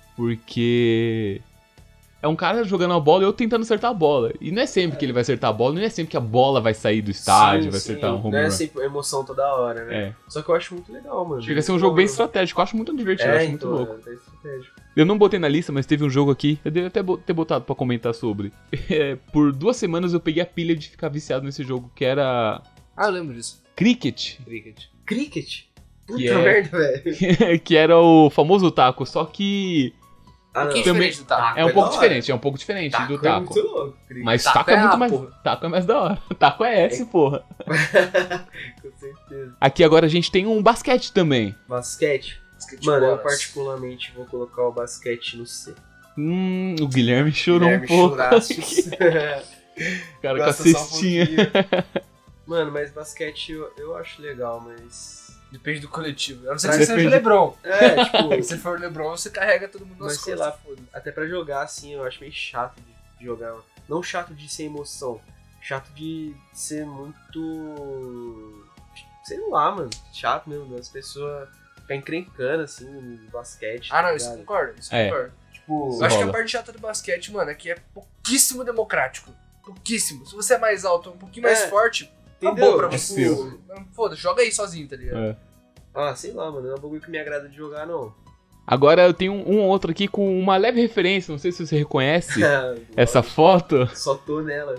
porque é um cara jogando a bola e eu tentando acertar a bola. E não é sempre que ele vai acertar a bola, não é sempre que a bola vai sair do estádio, Sim, vai sim. acertar um home Não é run. sempre a emoção toda hora, né? É. Só que eu acho muito legal, mano. Chega a ser um jogo bem estratégico, eu acho muito divertido, eu acho muito então, louco. É estratégico. Eu não botei na lista, mas teve um jogo aqui, eu devo até ter botado pra comentar sobre. Por 2 semanas eu peguei a pilha de ficar viciado nesse jogo, que era Ah, eu lembro disso. Cricket. Cricket. Cricket? Puta Que é- merda, velho. Que era o famoso taco, só que Ah, não. Que Também- diferente do taco? é um da pouco hora. diferente, é um pouco diferente do É taco. muito louco, cricket. Mas Taco taco é é muito A, mais. porra. Taco é mais da hora. Taco é S, porra. Com certeza. Aqui agora a gente tem um basquete também. Basquete? Basquete Mano, eu bolas. particularmente vou colocar o basquete no C. O Guilherme chorou Guilherme um pouco. Churrascos. Cara, com a Gosta só um cestinha. pouquinho. Mano, mas basquete eu acho legal, mas... Depende do coletivo. Eu não sei Depende- se você for o LeBron. É, tipo... Se você for o LeBron, você carrega todo mundo nas Mas sei costas. lá, foda-se. até pra jogar, assim, eu acho meio chato de jogar. Não chato de ser emoção. Chato de ser muito... Sei lá, mano. Chato mesmo. As pessoas ficam encrencando, assim, no basquete. Ah, não, tá isso eu ligado? concordo. Isso eu É. concordo. Tipo... Eu acho que a rola. parte chata do basquete, mano, é que é pouquíssimo democrático. pouquíssimo. Se você é mais alto, um pouquinho mais forte, entendeu? acabou pra É você. seu. Foda-se, joga aí sozinho, tá ligado? É. Ah, sei lá, mano. Não é um bagulho que me agrada de jogar, não. Agora eu tenho um outro aqui com uma leve referência, não sei se você reconhece essa foto. Só tô nela.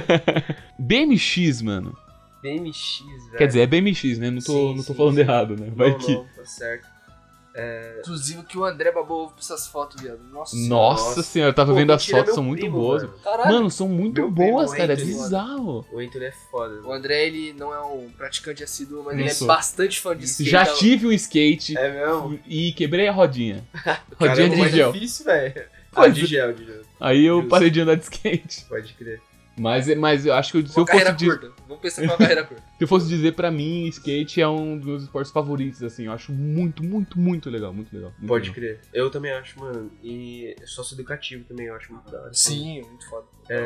BMX, mano. BMX, velho. Quer dizer, é BMX, né? Não tô Sim, falando sim. errado, né? Vai não, que... não, tá certo. Inclusive que o André babou pra essas fotos, viado. Nossa Nossa senhora, eu tava Pô, vendo as mentira, fotos, meu são muito primo, boas. mano. Caralho. Mano, são muito Meu primo, boas, cara. É Anthony, bizarro. O Anthony é foda. O Mano. André, ele não é um praticante assíduo, mas Não ele sou. é bastante fã de skate. Já então- tive um skate É mesmo? e quebrei a rodinha. Rodinha Caramba, de mas gel. difícil, velho. Pois De gel, de gel. Aí eu Justo. parei de andar de skate. Pode crer. Mas eu acho que se Uma eu, carreira fosse curta. Vamos pensar com uma carreira curta. se eu fosse dizer pra mim, skate é um dos meus esportes favoritos, assim. Eu acho muito, muito, muito legal. Muito legal. Muito Pode legal. crer. Eu também acho, mano. E sócio-educativo também, eu acho muito da hora. Sim, muito foda.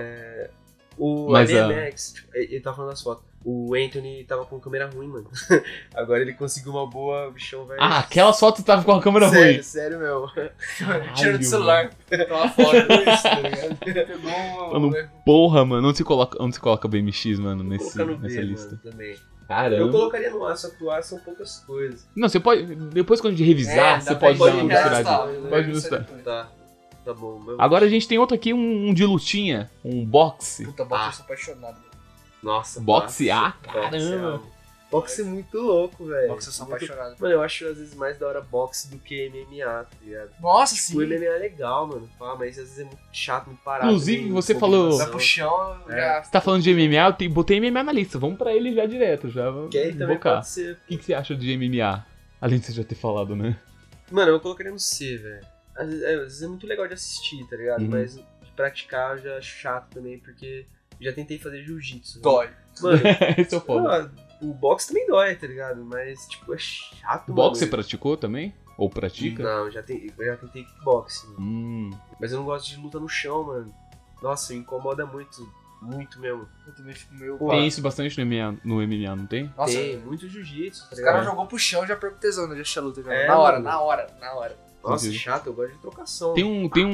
O Mas a- BMX, tipo, ele tava falando das fotos. O Anthony tava com câmera ruim, mano. Agora ele conseguiu uma boa, o bichão, velho. Ah, aquela foto tava com a câmera sério, ruim. sério mesmo. Tira do celular. Pra uma foto. Isso, tá ligado? Pegou Mano, Porra, mano, onde se coloca BMX, mano, Vou nessa colocar no B, lista? mano, também. Eu Caramba. colocaria no A, só que o A são poucas coisas. Não, você pode. Depois quando a gente revisar, você pode dar uma misturadinha. Pode misturar. Tá bom. Meu... Agora a gente tem outro aqui, um de lutinha, um boxe. Puta, boxe, eu sou apaixonado. Nossa, Boxe A? boxe, Caramba. Boxe é muito louco, velho. Boxe, eu sou Muito- apaixonado. Mano, eu acho às vezes mais da hora boxe do que MMA, tá ligado? Nossa, O sim. MMA é legal, mano, pá, mas às vezes é muito chato, muito parado. Inclusive, também, você falou- Vai pro chão, já... Você tá falando de MMA, botei MMA na lista. Vamos pra ele já direto, já. Que aí também Invocar. pode ser. O que você acha de MMA? Além de você já ter falado, né? Mano, eu colocaria no C, velho. Às vezes é muito legal de assistir, tá ligado? Uhum. Mas de praticar eu já acho chato também, porque já tentei fazer jiu-jitsu. né? Dói. Mano, Esse é o foda. o boxe também dói, tá ligado? Mas, tipo, é chato, Boxe você mano. praticou também? Ou pratica? Não, eu já tentei kickboxing. Mas eu não gosto de luta no chão, mano. Nossa, me incomoda muito. Muito mesmo. Eu também fico meio... Pô, Tem isso bastante no MMA, não tem? Nossa, tem muito jiu-jitsu, tá os ligado? caras jogou pro chão, já perco tesão, né? Já achei a luta. Já. É, na hora, mano. na hora, na hora. Nossa, Entendi. chato, eu gosto de trocação. Tem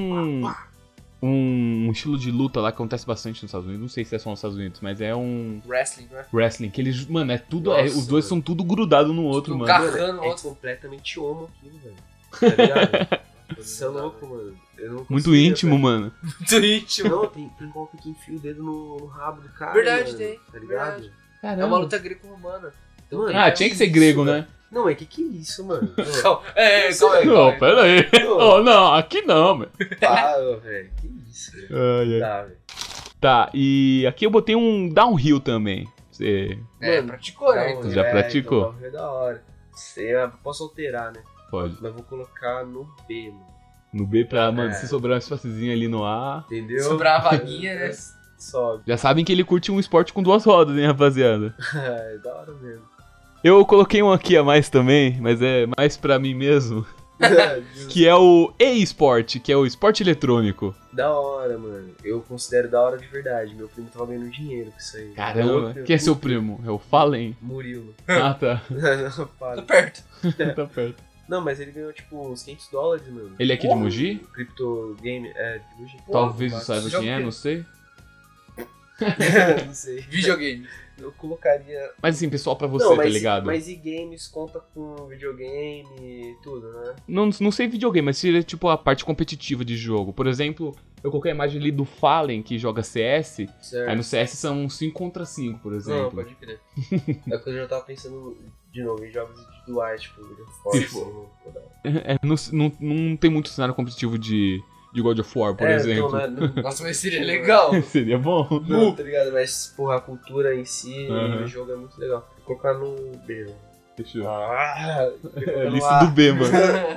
um estilo de luta lá que acontece bastante nos Estados Unidos. Não sei se é só nos Estados Unidos, mas é um Wrestling, né? wrestling. Que eles, mano, é tudo. Nossa, os dois mano. são tudo grudado no outro, Tudo mano. carrando o É outro. completamente homo aquilo, velho. Tá ligado? Isso é louco, mano. Eu não Muito conseguia, íntimo, mano. Muito íntimo. Não, tem golpe que enfia o dedo no rabo do cara. Verdade, mano, tem. Tá ligado? Verdade. É Caramba. uma luta greco-romana. Mano, Ah, tinha que ser grego, né? Não, é que isso, mano? Calma aí. Não, pera aí. Ô. Oh, não, aqui não, meu. Para, velho. Que isso, velho. Ai, ai. Tá, velho. Tá, e aqui eu botei um downhill também. Você É, praticou, né? Dá Então. Você já praticou? Então, é da hora. Sei, eu posso alterar, né? pode. Mas vou colocar no B, mano. No B pra, mano, É. se sobrar um espaçozinho ali no A. Entendeu? Sobrar a vaguinha, né? Sobe. Já sabem que ele curte um esporte com duas rodas, hein, rapaziada? É da hora mesmo. Eu coloquei um aqui a mais também, mas é mais pra mim mesmo. Que é o e-sport, que é o esporte eletrônico. Da hora, mano. Eu considero da hora de verdade. Meu primo tava ganhando dinheiro com isso aí. Caramba, quem é seu primo? É o Fallen. Murilo. Ah, tá. Não, para. Tô perto. Tá perto. Não, mas ele ganhou tipo uns $500, mano. Ele é aqui de Mogi? Crypto Game, de Mogi. Talvez eu Mas- saiba jogo quem é, que- não sei. Não sei. Videogame. Eu colocaria. Mas assim, pessoal, pra você, não, tá ligado? Mas e games conta com videogame e tudo, né? Não sei videogame, mas seria tipo a parte competitiva de jogo. Por exemplo, eu coloquei a imagem ali do Fallen, que joga CS. Certo. Aí no CS são 5 contra 5, por Não, exemplo. pode crer. É porque eu já tava pensando de novo em jogos individuais, tipo, God of War, Tipo, assim, toda hora. É, não tem muito cenário competitivo de God of War, por exemplo. Então, né, Nossa, mas seria legal. Seria bom. não, tá ligado? Mas, porra, a cultura em si Aham. e o jogo é muito legal. Vou colocar no B, né? Fechou. Ah, É a lista do B, mano.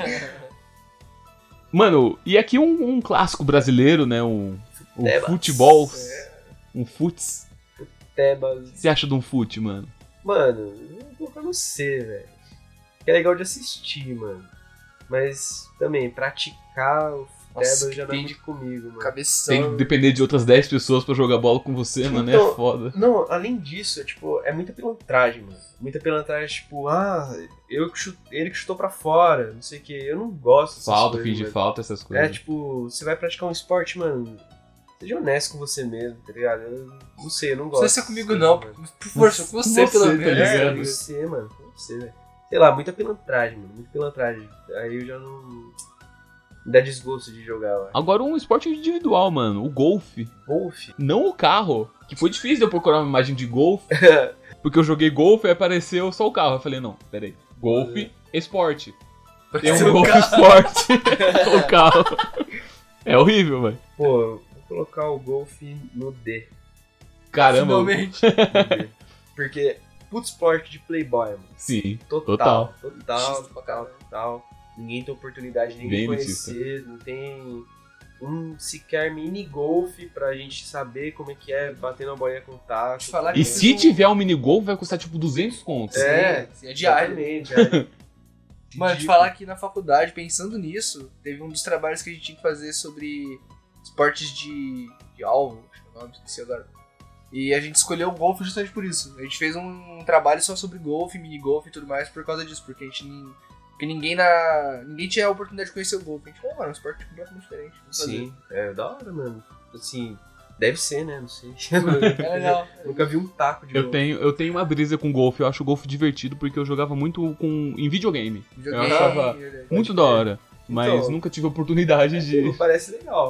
Mano, e aqui um clássico brasileiro, né? Um Tebas. futebol. Um futs. Tebas. O que você acha de um fute, mano? Mano, eu vou colocar no C, velho. Que é legal de assistir, mano. Mas também, praticar o Nossa, Tebas já não é entendi. muito comigo, mano. Cabeção. Tem que depender de outras 10 pessoas pra jogar bola com você, mano. É Então, foda. Não, além disso, é, tipo, é muita pilantragem, mano. Muita pilantragem, tipo, ele que chutou pra fora, não sei o que. Eu não gosto dessas Falta, coisas, fim de mano. falta, essas coisas. É, tipo, você vai praticar um esporte, mano. Seja honesto com você mesmo, tá ligado? Eu não sei, eu não Não gosto. precisa ser comigo não, mano. por força, com você pelo tá menos. ligado? Com você, mano. Com você, velho. Sei lá, muita pilantragem, mano. Muita pilantragem. Aí eu já não... Me dá desgosto de jogar, eu acho. Agora um esporte individual, mano. O golfe. Golfe? Não o carro. Que foi difícil de eu procurar uma imagem de golfe. Porque eu joguei golfe e apareceu só o carro. Eu falei, não, peraí. Golfe, esporte. Tem um golfe esporte. O carro. É horrível, velho. Pô, eu vou colocar o golfe no D. Caramba. Finalmente. No D. Porque, puto esporte de playboy, mano. Sim, Total. Total. Total. Ninguém tem oportunidade de Bem ninguém conhecer. Não tem sequer mini golfe pra gente saber como é que é bater na bolinha com taco. Te falar E que se tiver um mini golfe, vai custar tipo 200 contos. Sim, é diário. Exatamente. Mano, te falar que na faculdade, pensando nisso, teve um dos trabalhos que a gente tinha que fazer sobre esportes de alvo, acho que é o nome, esqueci agora. E a gente escolheu o golfe justamente por isso. A gente fez um trabalho só sobre golfe, mini golfe e tudo mais por causa disso, porque a gente porque ninguém tinha a oportunidade de conhecer o golfe. A gente falou, mano, é um esporte completamente diferente. Vamos fazer. Sim, é da hora, mano. Assim, deve ser, né? Não sei. É legal. Nunca vi um taco de Eu golfe. tenho uma brisa com golfe. Eu acho o golfe divertido porque eu jogava muito em videogame. Videogame, Eu achava verdade. muito da hora. Mas Então, nunca tive a oportunidade de... Pô, parece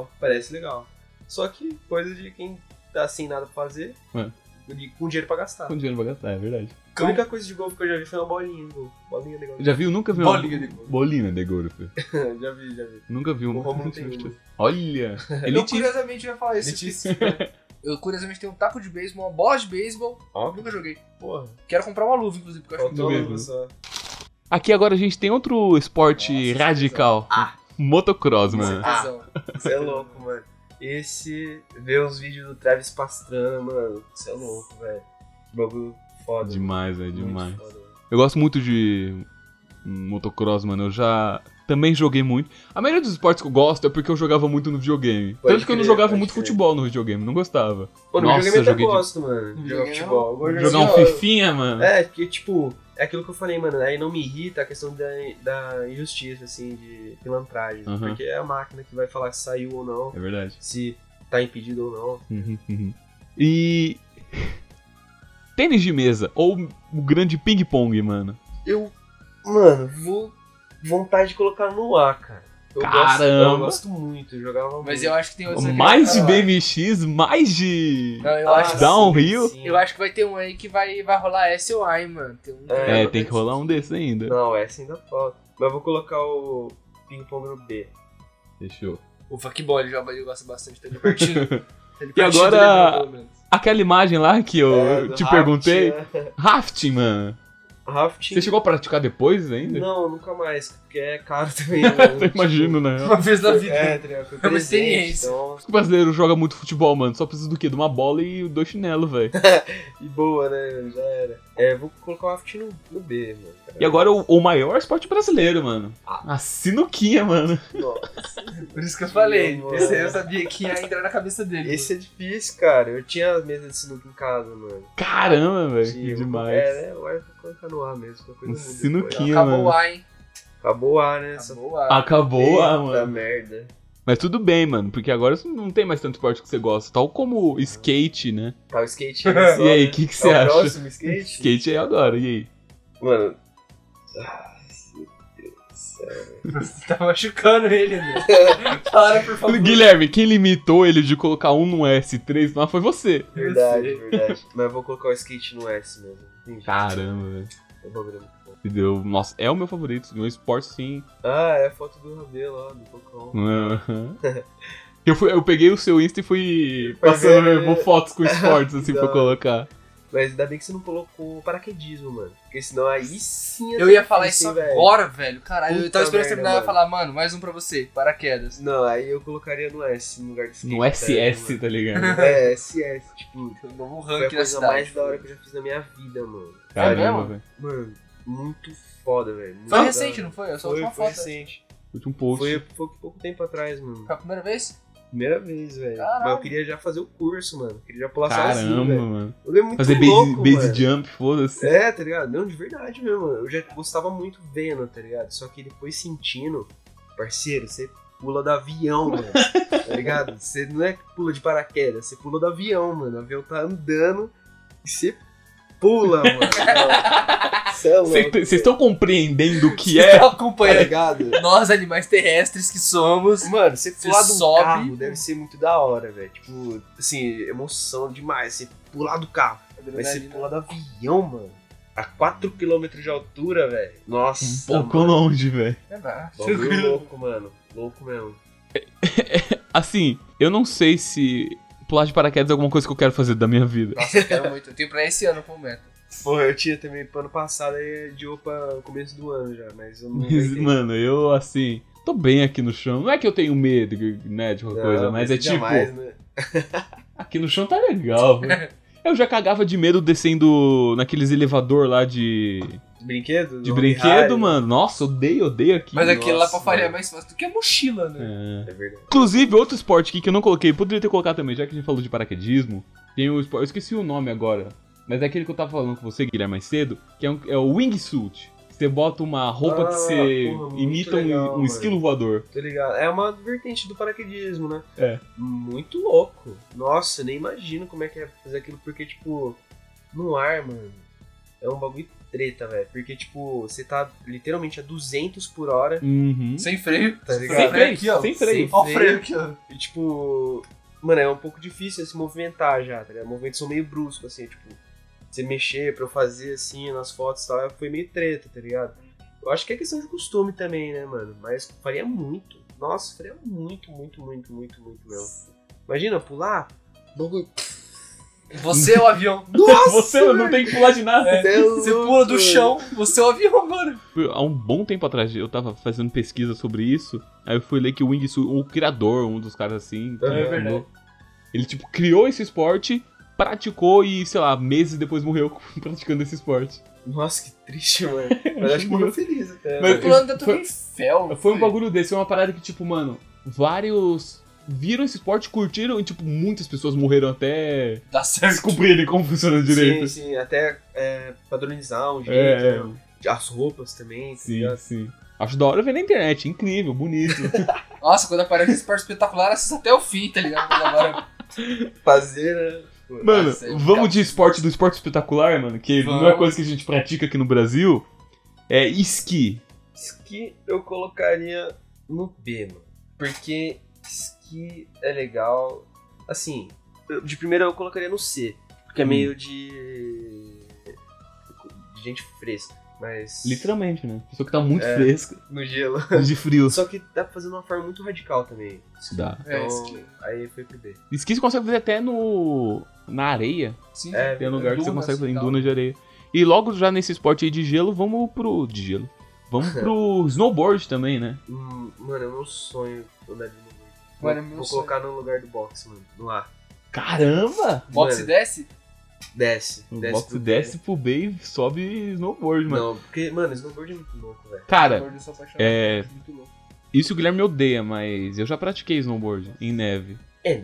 legal. Só que coisa de quem tá sem nada pra fazer, É. e com dinheiro pra gastar. Com dinheiro pra gastar, é verdade. A única coisa de golfe que eu já vi foi uma bolinha de golfe. Bolinha de golfe. Já viu? Nunca viu Bolinha de golfe. Bolinha de golfe. já vi. Nunca vi O uma. Romulo tem uma. Olha! Eu Elitista. curiosamente ia falar isso. Eu curiosamente tenho um taco de beisebol, uma bola de beisebol. Óbvio. Nunca joguei. Porra. Quero comprar uma luva, inclusive, porque eu acho Faltou Do uma mesmo. luva só. Aqui agora a gente tem outro esporte Nossa, radical. Motocross, muito mano. tesão. Você é louco, mano. Esse, ver os vídeos do Travis Pastrana, mano. Você é louco, velho. Que bagulho foda. Demais, velho, Muito demais. foda, velho. Eu gosto muito de motocross, mano. Eu já também joguei muito. A maioria dos esportes que eu gosto é porque eu jogava muito no videogame. Pode Tanto que eu não crer, jogava pode muito crer. futebol no videogame, não gostava. Pô, no Nossa, videogame eu até joguei de- gosto, mano. de Jogar videogame futebol. Eu gosto de Jogar um assim, ó, fifinha, mano. É, porque, tipo, é aquilo que eu falei, mano. Aí não me irrita a questão da injustiça, assim, de pilantragem. Aham. Porque é a máquina que vai falar se saiu ou não, É verdade. se tá impedido ou não. Uhum. E. Tênis de mesa, ou o grande ping-pong, mano. Mano, vou vontade de colocar no A, cara. Caramba. Eu gosto muito, eu jogava muito. Mas eu acho que tem outros aqui Mais de que vai rolar. BMX, mais de. Não, eu acho sim, Downhill? sim. Eu acho que vai ter um aí que vai rolar S ou A, hein, mano. Tem um É, tem que rolar um desses ainda. Não, essa ainda falta. Mas eu vou colocar o ping-pong no B. Fechou. O fuckball, eu gosto bastante, tá divertido. Tá E divertido, agora- né, pelo menos. Aquela imagem lá que eu do te raft, perguntei. é. Rafting, mano. Rafting. Você chegou a praticar depois ainda? Não, nunca mais, porque é caro também. Né? Eu imagino, né? Uma vez na vida. É, tá ligado? Foi É uma presente, experiência. Então, O brasileiro joga muito futebol, mano. Só precisa do quê? De uma bola e 2 chinelos, velho. e boa, né? Já era. É, vou colocar o rafting no B, mano. E agora o maior esporte brasileiro, mano. A sinuquinha, mano. Nossa. Por isso que eu falei. Mano. Esse aí eu sabia que ia entrar na cabeça dele. Esse é difícil, cara. Eu tinha as mesas de sinuca em casa, mano. Caramba, velho. Tinha, Que demais. É, né? Agora eu vou colocar no A mesmo. Uma coisa muito Sinuquinha, Acabou mano. o A, hein? Acabou o A, né? Acabou o A. Acabou, Eita mano. merda. Mas tudo bem, mano. Porque agora você não tem mais tanto esporte que você gosta. Tal como skate, né? Tá o skate. E aí, o que você é o acha? próximo skate? Skate é agora, e aí? Mano. Ai, meu Deus do céu. Você tá machucando ele, né? Para, por favor. Guilherme, quem limitou ele de colocar um no S3 não foi você. Verdade, verdade. Mas eu vou colocar o skate no S mesmo. Entendi. Caramba, velho. Eu vou ver muito bom. Entendeu? Nossa, é o meu favorito. Meu esporte, sim. Ah, é a foto do Rabelo, ó, do Cocão. Aham. Eu peguei o seu Insta e fui Foi passando ver, né? fotos com esportes, assim, pra Não. colocar. Mas ainda bem que você não colocou paraquedismo, mano. Porque senão aí sim Eu ia falar isso difícil, hein, velho. agora, velho. Caralho, eu Puta tava esperando merda, terminar e ia mano. falar, mano, mais um pra você. Paraquedas. Não, aí eu colocaria no S no lugar de skate. No tá SS, ligado, tá ligado? mano? É, SS, tipo, O novo foi a ranking da coisa cidade. mais da hora que eu já fiz na minha vida, mano. Caramba, mesmo? velho. Mano, muito foda, velho. Muito Foi da recente, hora. não foi? Eu só a Foi, última foi foto. recente. Último post. Foi pouco tempo atrás, mano. Foi a primeira vez? Primeira vez, velho. Caralho. Mas eu queria já fazer o curso, mano. Eu queria já pular Caramba, sozinho, velho. mano. Eu é muito Fazer louco, base mano. jump, foda-se. É, tá ligado? Não, de verdade mesmo. Eu já gostava muito vendo, tá ligado? Só que depois sentindo, parceiro, você pula do avião, mano. Tá ligado? Você não é que pula de paraquedas, você pula do avião, mano. O avião tá andando e você pula, mano. Você é louco. Vocês estão compreendendo o que Você é? tá Tá acompanhando ligado? nós, animais terrestres que somos. Mano, você pular Você do sobe. carro deve ser muito da hora, velho. Tipo, assim, emoção demais. Você pular do carro. Mas você pular do avião, mano. A 4 km de altura, velho. Nossa. Um pouco mano. longe, velho. Bagulho louco, mano. Louco mesmo. Assim, eu não sei se pular de paraquedas é alguma coisa que eu quero fazer da minha vida. Nossa, eu quero muito. Eu tenho pra esse ano como meta. Porra, eu tinha também pro ano passado e adiou pra começo do ano já, mas eu não Mas, aguentei. mano, eu, assim, tô bem aqui no chão. Não é que eu tenho medo, né, de qualquer coisa, mas é tipo, jamais, né? aqui no chão tá legal, velho. Eu já cagava de medo descendo naqueles elevador lá de Brinquedo? de No brinquedo, High, mano. Nossa, odeio aqui. Mas aquele lá pra Nossa, falhar é mano. mais fácil do que a mochila, né? É. É verdade. Inclusive, outro esporte aqui que eu não coloquei, poderia ter colocado também, já que a gente falou de paraquedismo. Tem o esporte, eu esqueci o nome agora, mas é aquele que eu tava falando com você, Guilherme, mais cedo, que é o wingsuit. Você bota uma roupa que você porra, muito imita legal, um mano. esquilo voador. Tô ligado. É uma vertente do paraquedismo, né? É. Muito louco. Nossa, eu nem imagino como é que é fazer aquilo, porque, tipo, no ar, mano, é um bagulho treta, velho. Porque, tipo, você tá literalmente a 200 por hora, Uhum. Sem freio. tá Sem ligado? freio, aqui, ó. sem freio. Ó o freio aqui, ó. E, tipo, mano, é um pouco difícil se movimentar já, tá ligado? Movimentos são meio bruscos, assim, tipo, você mexer pra eu fazer, assim, nas fotos e tal, foi meio treta, tá ligado? Eu acho que é questão de costume também, né, mano? Mas faria muito. Nossa, faria muito mesmo. Imagina, pular, bagulho. Você é o avião. Nossa! Você não tem que pular de nada. Você pula do chão, você é o avião agora. Há um bom tempo atrás, eu tava fazendo pesquisa sobre isso, aí eu fui ler que o wingsuit, o criador, um dos caras assim, É verdade. ele, tipo, criou esse esporte, praticou e, sei lá, meses depois morreu praticando esse esporte. Nossa, que triste, mano. Mas acho que morreu feliz até. Mas- Mas... Pulando da Foi- Torre Eiffel. Foi um bagulho desse, foi uma parada que, tipo, mano, vários viram esse esporte, curtiram e, tipo, muitas pessoas morreram até Dá certo. descobrirem como funciona direito. Sim, até padronizar um jeito, É, né? As roupas também, tá Sim, ligado? sim. Acho da hora ver na internet, incrível, bonito. Nossa, quando aparece esse esporte espetacular, assista até o fim, tá ligado? Mas agora... Fazer, né? Mano, Nossa, é vamos de esporte do esporte espetacular, mano, que não é Vamos. coisa que a gente pratica aqui no Brasil. É esqui. Esqui eu colocaria no B, mano. Porque esqui é legal. Assim, de primeira eu colocaria no C. Porque é meio de gente fresca. Mas. Literalmente, né? Pessoa que tá muito É. fresca, No gelo. de frio. Só que dá pra fazer de uma forma muito radical também. Dá. Então, É, esqui. aí foi pro B. Esqui você consegue fazer até na areia. Sim, É, Tem um lugar que você dunas consegue fazer e em tal. dunas de areia. E logo já nesse esporte aí de gelo, vamos pro... De gelo. Vamos pro snowboard também, né? Mano, é meu sonho andar de snowboard. Mano, é meu Vou sonho. colocar no lugar do boxe, mano. No ar. Caramba! Boxe Mano, desce? Desce. O Desce boxe pro desce pro B e sobe snowboard, mano. Não, porque, mano, snowboard é muito louco, velho. Cara, Snowboard, eu sou apaixonado, é- acho muito louco. isso o Guilherme odeia, mas eu já pratiquei snowboard em neve. É.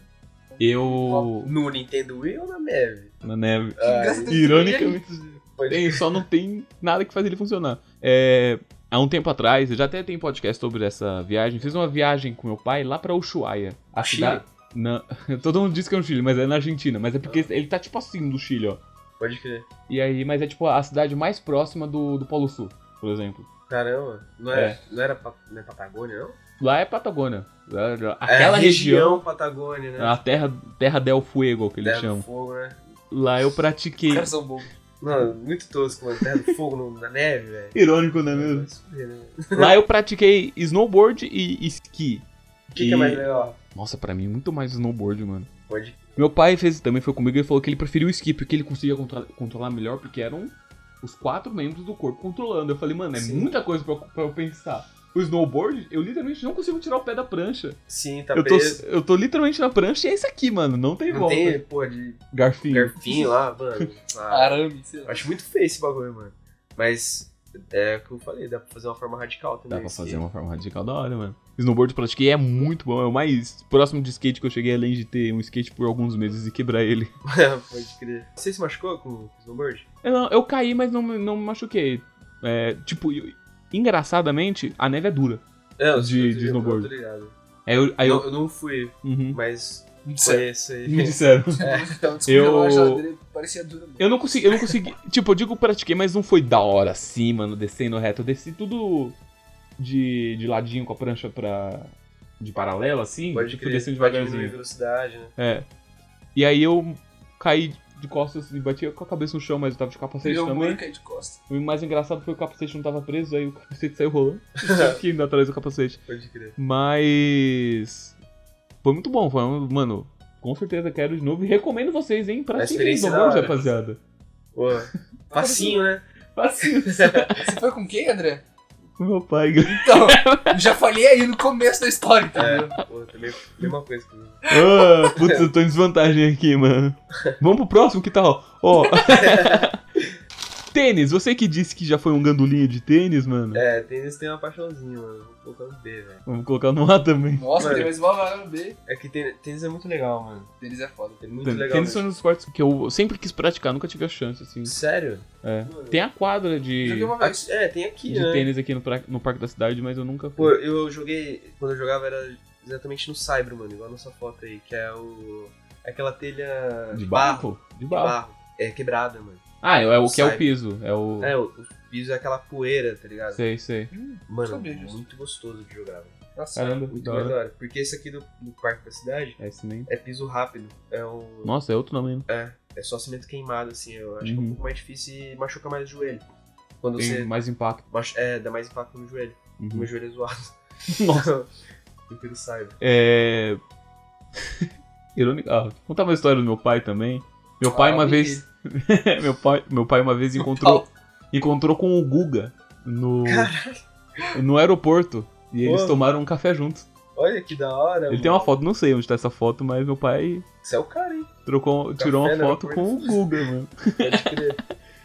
Eu... No Nintendo Wii ou na neve? Na neve. Ah, Ironicamente, pode só não tem nada que faz ele funcionar. Há um tempo atrás, eu já até tenho podcast sobre essa viagem. Fiz uma viagem com meu pai lá pra Ushuaia. A Chile? cidade... Não, todo mundo diz que é no Chile, mas é na Argentina. Mas é porque ele tá tipo assim do Chile, ó. Pode crer. E aí, mas é tipo a cidade mais próxima do Polo Sul, por exemplo. Caramba, não era Patagônia, não? Lá é Patagônia. Aquela região, Patagônia, né? a terra del Fuego, que eles Terra do chamam. Fogo, né? Lá eu Os pratiquei. caras são bobos. Não, muito tosco, mano. Terra do Fogo na neve, velho. Irônico, não é mesmo? Vai se fuder, né? Lá eu pratiquei snowboard e esqui. O que é mais legal? Nossa, pra mim, muito mais snowboard, mano. Pode. Meu pai também foi comigo e falou que ele preferiu o esqui porque ele conseguia controlar melhor, porque eram os 4 membros do corpo controlando. Eu falei, mano, é Sim. muita coisa pra eu pensar. O snowboard, eu literalmente não consigo tirar o pé da prancha. Sim, tá Eu tô, preso. eu tô literalmente na prancha e é isso aqui, mano. Não tem Não volta. tem, pô, de Garfinho. garfinho lá, mano. Ah, Arame, sei lá. acho muito feio esse bagulho, mano. Mas é o que eu falei, dá pra fazer uma forma radical também. Dá pra fazer uma forma radical da hora, mano. Snowboard eu pratiquei, é muito bom. É o mais próximo de skate que eu cheguei, além de ter um skate por alguns meses e quebrar ele. Pode crer. Você se machucou com o snowboard? Eu caí, mas não me machuquei. Tipo, engraçadamente, a neve é dura. de snowboard. Eu tô ligado. Eu Eu não fui, Uhum. mas Sério. conheço aí. Me disseram. Então, desculpa, a geladeira parecia dura. Mano. Eu não consegui. Tipo, eu digo pratiquei, mas não foi da hora assim, mano, descendo reto. Eu desci tudo de ladinho com a prancha de paralelo, assim. Pode Fui crer, descendo vai diminuir devagarzinho. velocidade, né? É. E aí eu caí de costas e bati com a cabeça no chão, mas eu tava de capacete Meu também. amor, cai de costa. O mais engraçado foi que o capacete não tava preso, aí o capacete saiu rolando. Tive que ir indo atrás do capacete. Pode crer. Mas. Foi muito bom, mano. Com certeza quero de novo e recomendo vocês, hein? Pratiquem experiência snowboard, da hora. rapaziada. Pô, facinho, né? Facinho. Você foi com quem, André? Com meu pai. Então, eu já falei aí no começo da história, entendeu? Pô, também mesma coisa comigo. Ah, putz, eu tô em desvantagem aqui, mano. Vamos pro próximo, que tal? Ó. Tênis, você que disse que já foi um gandulinho de tênis, mano. É, tênis tem uma paixãozinha, mano. Vou colocar no B, velho. Vamos colocar no A também. Nossa, Mano. tem mais uma vaga no B. É que tênis é muito legal, mano. Tênis é foda. É muito legal. Tênis foi mesmo. um dos esportes que eu sempre quis praticar, nunca tive a chance, assim. Sério? É. Mano. Tem a quadra de Joguei uma vez. É, tem aqui, de né? tênis aqui no Parque da Cidade, mas eu nunca Pô, fui. eu joguei. Quando eu jogava era exatamente no Saibro, mano. Igual a nossa foto aí, que é aquela telha De barro? De De barro. barro. É quebrada, mano. Ah, é o que é o Sai. piso. É o. É, o piso é aquela poeira, tá ligado? Sei. Mano, sabia disso. muito gostoso de jogar, velho. Nossa, Caramba, Muito da mais hora. da hora. Porque esse aqui do Parque da Cidade É esse nem. é piso rápido. Nossa, é outro nome. É só cimento queimado, assim. Eu acho que é um Uhum. pouco mais difícil e machuca mais o joelho. Quando Tem você. mais impacto. Dá mais impacto no joelho. Uhum. Meu joelho é zoado. Nossa. Prefiro Saibro. É. Irônico. Ah, vou contar uma história do meu pai também. Meu pai uma vez. meu pai uma vez encontrou com o Guga no aeroporto. E eles Pô. tomaram um café juntos. Olha que da hora, Ele tem uma foto, não sei onde tá essa foto, mas meu pai Você é o cara, hein? tirou uma no foto com o aeroporto. Guga, mano. Pode crer.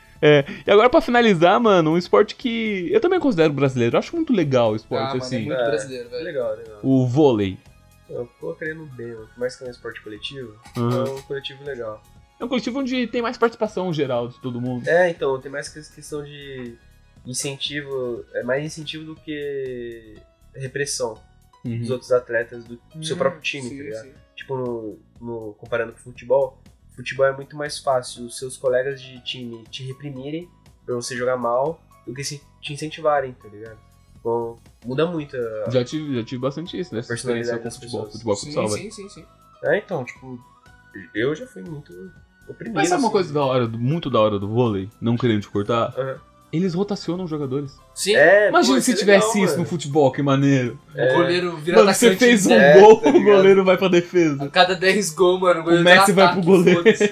E agora pra finalizar, mano, um esporte que eu também considero brasileiro. Eu acho muito legal o esporte, mano, é assim. muito brasileiro, velho. Legal. O vôlei. Eu colocaria no B, mano. Por mais que é um esporte coletivo, Uhum. é um coletivo legal. É um coletivo onde tem mais participação geral de todo mundo. É, então, tem mais questão de incentivo. É mais incentivo do que repressão Uhum. dos outros atletas do seu próprio time, sim, tá ligado? sim. Tipo, comparando com futebol é muito mais fácil os seus colegas de time te reprimirem pra você jogar mal do que se te incentivarem, tá ligado? Então, muda muito a... Já tive bastante isso, né? Personalidade Com das futebol, pessoas. futebol futsal, velho. Sim. então, tipo, eu já fui muito oprimido. Mas sabe uma assim. coisa da hora, muito da hora do vôlei? Não querendo te cortar? Aham. Eles rotacionam os jogadores. Sim. Imagina pô, se isso é tivesse legal, isso no mano. futebol, que maneiro. O goleiro vira Mano, você atacante. fez um É, gol, tá o ligado? goleiro vai pra defesa. A cada 10 gols, mano, o goleiro O Messi dá vai pro ataque, goleiro. foda-se.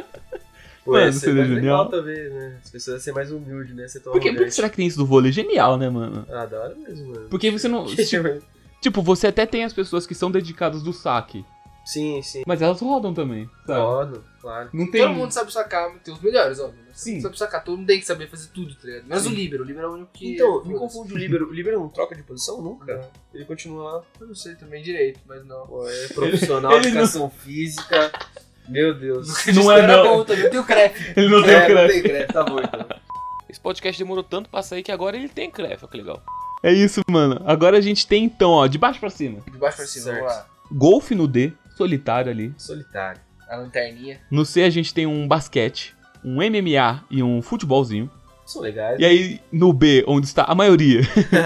Pô, Mano, ia ser seria mais genial. legal talvez, né? As pessoas iam ser mais humildes, né? Você toma Por que mulher. será que tem isso do vôlei? Genial, né, mano? Ah, da hora mesmo, mano. Porque você não... Tipo, você até tem as pessoas que são dedicadas do saque, Sim. mas elas rodam também, sabe? Rodo, claro. Não tem... Todo mundo sabe sacar, tem os melhores, óbvio. Mas Sim. sabe sacar, todo mundo tem que saber fazer tudo, tá ligado? Menos o Líbero é o único que... Então, me foda-se. confunde o Líbero. O Líbero não troca de posição nunca? Não. Ele continua lá. Eu não sei também direito, mas não. Pô, é profissional, Ele educação física. Meu Deus. Não é, não. bom também, eu tenho crepe. Ele não tem o Não crédito. tem crédito, tá bom então. Esse podcast demorou tanto pra sair que agora ele tem crefe, olha que legal. É isso, mano. Agora a gente tem, então, ó, de baixo pra cima. De baixo pra cima, Certo. vamos lá. Golfe no D, solitário ali. Solitário. A lanterninha. No C a gente tem um basquete, um MMA e um futebolzinho. São legais. E aí, no B, onde está a maioria,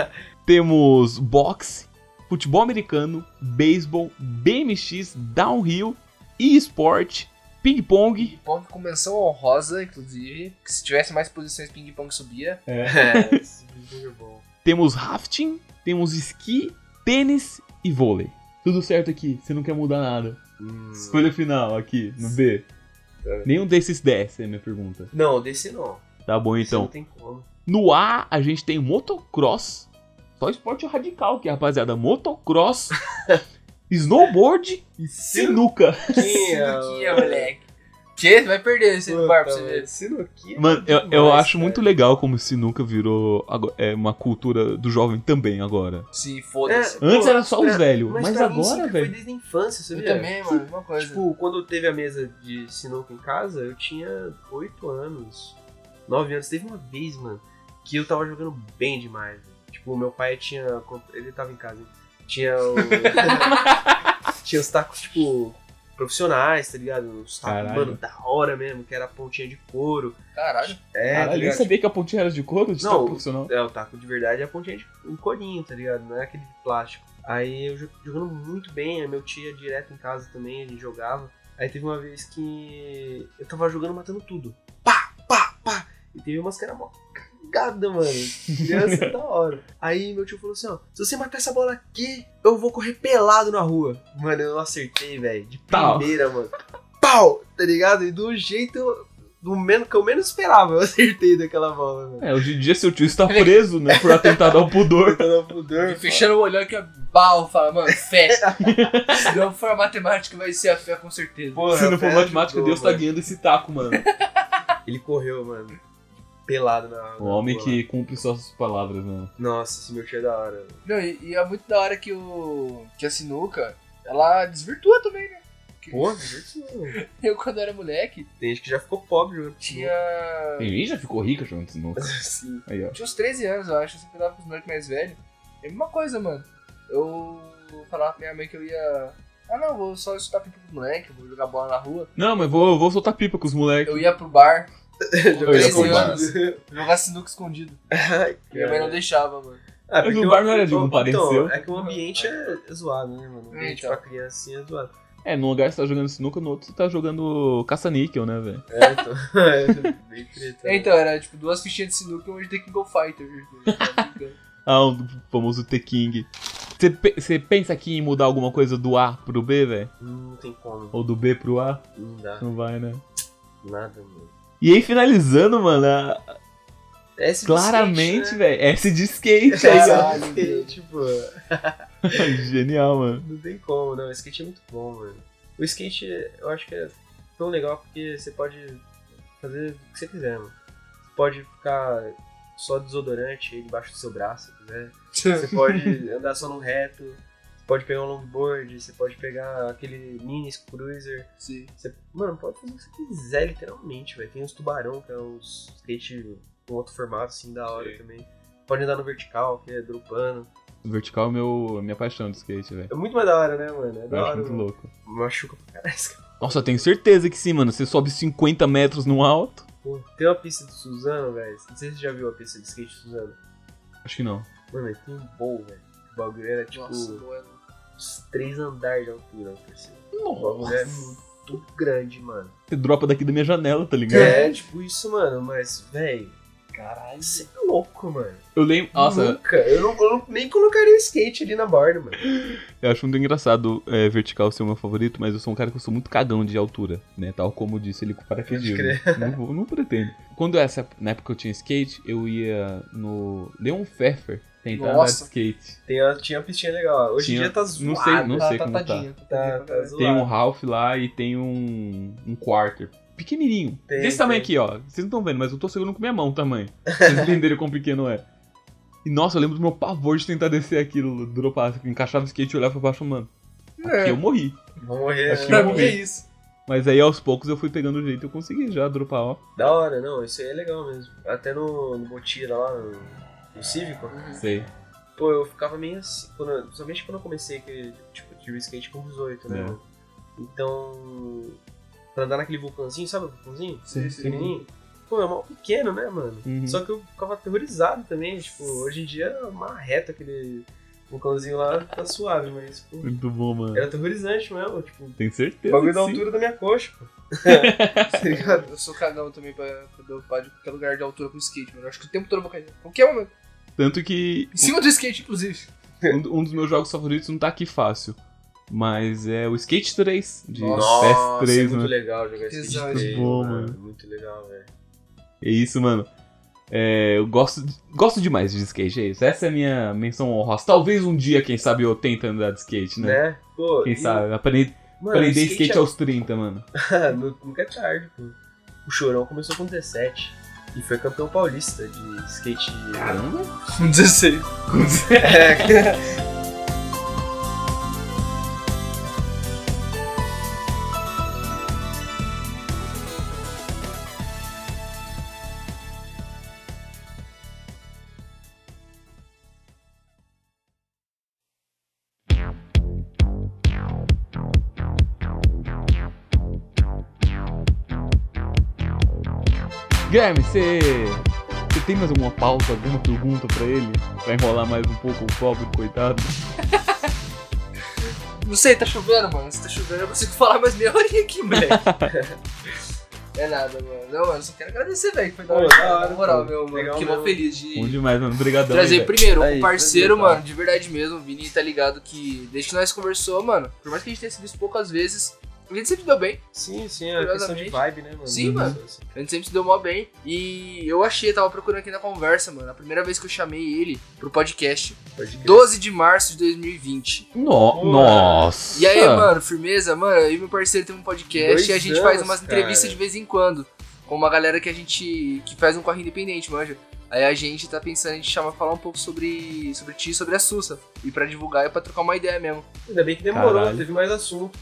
temos boxe, futebol americano, beisebol, BMX, downhill, e-sport, ping-pong. Ping-pong com menção honrosa, inclusive. Que se tivesse mais posições, ping-pong subia. É, esse vídeo é bom. Temos rafting, temos esqui, tênis e vôlei. Tudo certo aqui, você não quer mudar nada. Escolha final aqui, no B. Nenhum desses desce, é a minha pergunta. Não, desse não. Tá bom, Esse não então. tem como. No A, a gente tem motocross. Só esporte radical aqui, rapaziada. Motocross, snowboard e sinuca. Sinuquinha, moleque. Que? Vai perder esse bar pra você ver. Sinuquinha. Mano, eu demais, acho muito cara. legal como sinuca virou uma cultura do jovem também agora. Sim, foda-se. Antes Pô, era só os pra- velhos, mas pra mim agora, sempre velho. Foi desde a infância, Eu sabia? também, mano, uma coisa. Tipo, quando teve a mesa de sinuca em casa, eu tinha 8 anos, 9 anos. Teve uma vez, mano, que eu tava jogando bem demais. Velho. Tipo, meu pai tinha... Ele tava em casa, hein? Tinha o... tinha os tacos, tipo, profissionais, tá ligado? Os tacos, Caralho. mano, da hora mesmo, que era pontinha de couro. Caralho. É, Caralho, tá eu nem ligado? sabia que a pontinha era de couro, de Não, taco profissional. É, o taco de verdade é a pontinha de um corinho, tá ligado? Não é aquele de plástico. Aí eu jogando muito bem, aí meu tio ia direto em casa também, a gente jogava. Aí teve uma vez que eu tava jogando matando tudo. Pá, pá, pá. E teve umas que era mó cagada, mano. Criança da hora. Aí meu tio falou assim, ó, se você matar essa bola aqui, eu vou correr pelado na rua. Mano, eu não acertei, velho. De Pau. primeira, mano. Pau! Tá ligado? E do jeito... Do menos, que eu menos esperava, eu acertei daquela bola, mano. É, hoje em dia seu tio está preso, né, por atentado ao pudor. Tentando pudor. E fechando o olhão aqui, ó, bal, fala, mano, fé. Se não for a matemática, vai ser a fé, com certeza. Porra, Se não for fé matemática, ajudou, Deus tá mano. guiando esse taco, mano. Ele correu, mano. Pelado na O homem rua. que cumpre suas palavras, mano. Nossa, esse meu tio é da hora. Mano. Não, e é muito da hora que a sinuca, ela desvirtua também, né? Pô, divertido. Eu, quando era moleque, Tem gente que já ficou pobre jogando. tinha Ele já ficou rico jogando sinuca. Sim. Aí, ó. tinha uns 13 anos, eu acho. Eu sempre dava com os moleques mais velhos. É a mesma coisa, mano. Eu falava pra minha mãe que eu ia... Ah, não, vou só chutar pipa com os moleques, vou jogar bola na rua. Não, mas vou soltar pipa com os moleques. Eu ia pro bar, com ia 13 pro bar. anos, jogar sinuca escondido. Ai, Minha mãe não deixava, mano. Ah, Mas no bar não era de um parente então, seu? É que o ambiente é zoado, né, mano? O ambiente Então. pra criancinha é zoado. É, num lugar você tá jogando sinuca, no outro você tá jogando caça-níquel, né, velho? É, então. É, bem treta. É, então, era tipo 2 fichinhas de sinuca e uma de The King of Fighters. Ah, o famoso T-King. Você pensa aqui em mudar alguma coisa do A pro B, velho? Não tem como. Ou do B pro A? Não dá. Não vai, né? Nada, mano. E aí, finalizando, mano, Esse de claramente, skate, velho, S de skate né? aí, ó. Caralho, skate, pô. Genial, mano. Não tem como, não. O skate é muito bom, mano. O skate, eu acho que é tão legal porque você pode fazer o que você quiser, mano. Você pode ficar só desodorante aí debaixo do seu braço, se quiser. Você pode andar só no reto. Você pode pegar um longboard. Você pode pegar aquele mini cruiser. Sim. Você, mano, pode fazer o que você quiser, literalmente, velho. Tem os tubarão, que é uns skate com outro formato, assim, da hora Sim. também. Pode andar no vertical, que é dropando. O vertical é minha paixão de skate, velho. É muito mais da hora, né, mano? É da Eu acho hora. muito mano. louco. Machuca pra caralho. Nossa, eu tenho certeza que sim, mano. Você sobe 50 metros no alto. Pô, tem uma pista de Suzano, velho. Não sei se você já viu a pista de skate de Suzano. Acho que não. Mano, ele tem um bowl, velho. O bagulho era tipo Nossa, boa. uns 3 andares de altura, eu percebo. O bagulho é muito grande, mano. Você dropa daqui da minha janela, tá ligado? É, tipo isso, mano. Mas, velho, caralho, você é louco, mano. Eu lembro. Nossa, Nunca. Eu não nem colocaria o skate ali na borda, mano. eu acho muito engraçado vertical ser o meu favorito, mas eu sou um cara que eu sou muito cagão de altura, né? Tal como disse ele com o paraquedismo. Não pretendo. Quando na época que eu tinha skate, eu ia no Leon Pfeffer tentar andar de Nossa. skate. Tinha uma pistinha legal. Hoje em Tinha- dia tá não zoado. sei, não sei como tá. tadinho. Tá zoado. Tem um Ralph lá e tem um Quarter. Pequenininho. Tem, Desse tamanho tem. aqui, ó. Vocês não estão vendo, mas eu tô segurando com minha mão o tamanho. Pra vocês entenderem quão pequeno é. E nossa, eu lembro do meu pavor de tentar descer aquilo, dropar, encaixava o skate e olhava pra baixo, mano. Aqui eu morri. Vou morrer. Acho que né? Pra mim é isso. Mas aí aos poucos eu fui pegando o jeito e eu consegui já dropar, ó. Da hora, não. Isso aí é legal mesmo. Até no Botira lá, no Cívico. Sei. Pô, eu ficava meio assim, principalmente quando eu comecei, que tipo, tive skate com 18, né, É. mano? Então, pra andar naquele vulcãozinho, sabe o vulcãozinho? Sim, Pequenininho. Pô, é mal pequeno, né, mano? Uhum. Só que eu ficava aterrorizado também, tipo, hoje em dia é uma reta aquele vulcãozinho lá, tá suave, mas, pô, Muito bom, mano. era aterrorizante mesmo, tipo, Tenho o certeza. bagulho que da sim. altura da minha coxa, pô. Tá ligado? Eu sou cagão também pra dropar de qualquer lugar de altura com skate, mano. Eu acho que o tempo todo eu vou cair. Qualquer momento. Tanto que Em cima do skate, inclusive. um dos meus jogos favoritos não tá aqui fácil. Mas é o Skate 3 de Nossa, PS3, é muito né? legal jogar skate Tesão, 3, muito bom, mano. mano. Muito legal, velho. É isso, mano. Eu gosto demais de skate, é isso. Essa é a minha menção honrosa. Talvez um dia, quem sabe, eu tente andar de skate, né? Né? Pô, Quem e- sabe? Aprender Mano, skate aos 30, mano. Nunca é tarde, pô. O Chorão começou com 17 e foi campeão paulista de skate. Caramba! Com 16. É, Guilherme, você tem mais alguma pauta, alguma pergunta pra ele? Pra enrolar mais um pouco o pobre, coitado? Não sei, tá chovendo, mano. Se tá chovendo, eu consigo falar mais meia horinha aqui, moleque. É nada, mano. Não, mano, só quero agradecer, velho. Que foi da hora, na moral, meu, mano. Legal Fiquei mó mesmo. feliz de Bom demais, mano. Obrigadão. trazer velho. primeiro Aí, um parceiro, prazer, tá. mano, de verdade mesmo. O Vini tá ligado que desde que nós conversou, mano, por mais que a gente tenha se visto poucas vezes, a gente sempre deu bem. Sim, é questão de vibe, né, mano? Sim, mano. A gente sempre se deu mó bem. E eu tava procurando aqui na conversa, mano. A primeira vez que eu chamei ele pro podcast, Pode crer. 12 de março de 2020. Nossa. E aí, mano, firmeza? Mano, eu e meu parceiro tem um podcast 2 e a gente faz anos, umas entrevistas cara. de vez em quando. Com uma galera que que faz um corre independente, manja. Aí a gente tá pensando, a gente chama pra falar um pouco sobre ti e sobre a Sussa. E pra divulgar e pra trocar uma ideia mesmo. Ainda bem que demorou, Caralho. teve mais assunto.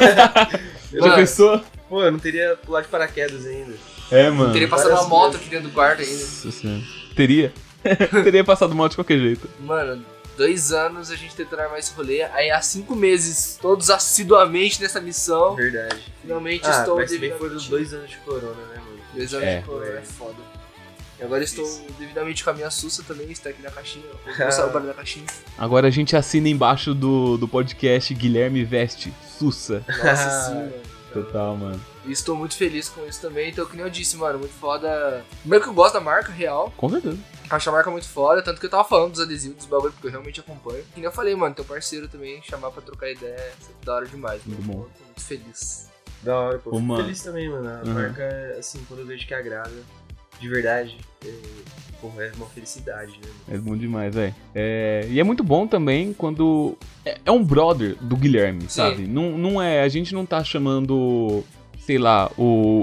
Já Mano, pensou? Pô, eu não teria pulado de paraquedas ainda. É, mano. Teria passado uma moto aqui dentro do quarto ainda. Nossa senhora. Teria? Teria passado mal de qualquer jeito. Mano, 2 anos a gente tentando armar esse rolê. Aí há 5 meses, todos assiduamente nessa missão. Verdade. Finalmente Ah, estou mas se bem que foi dos devidamente... 2 anos de corona, né, mano? 2 anos É. de corona, é foda. E agora estou devidamente com a minha Sussa também, está aqui na caixinha. Vou Ah. passar o barulho da caixinha. Agora a gente assina embaixo do podcast Guilherme Veste Sussa. Nossa, sim, mano. Total, mano. E estou muito feliz com isso também. Então, que nem eu disse, mano, muito foda. Primeiro que eu gosto da marca, real. Com certeza. Acho a marca muito foda. Tanto que eu tava falando dos adesivos, dos bagulho, porque eu realmente acompanho. Que nem eu falei, mano, teu parceiro também, chamar pra trocar ideia, é sempre da hora demais. Muito mano. bom. Tô muito feliz. Da hora, pô. Ô, Fico mano. feliz também, mano. A Uhum. marca, assim, quando eu vejo que agrada, de verdade, porra, é uma felicidade, né, mano? É bom demais, velho. E é muito bom também quando. É um brother do Guilherme, sabe? Não é. A gente não tá chamando, sei lá,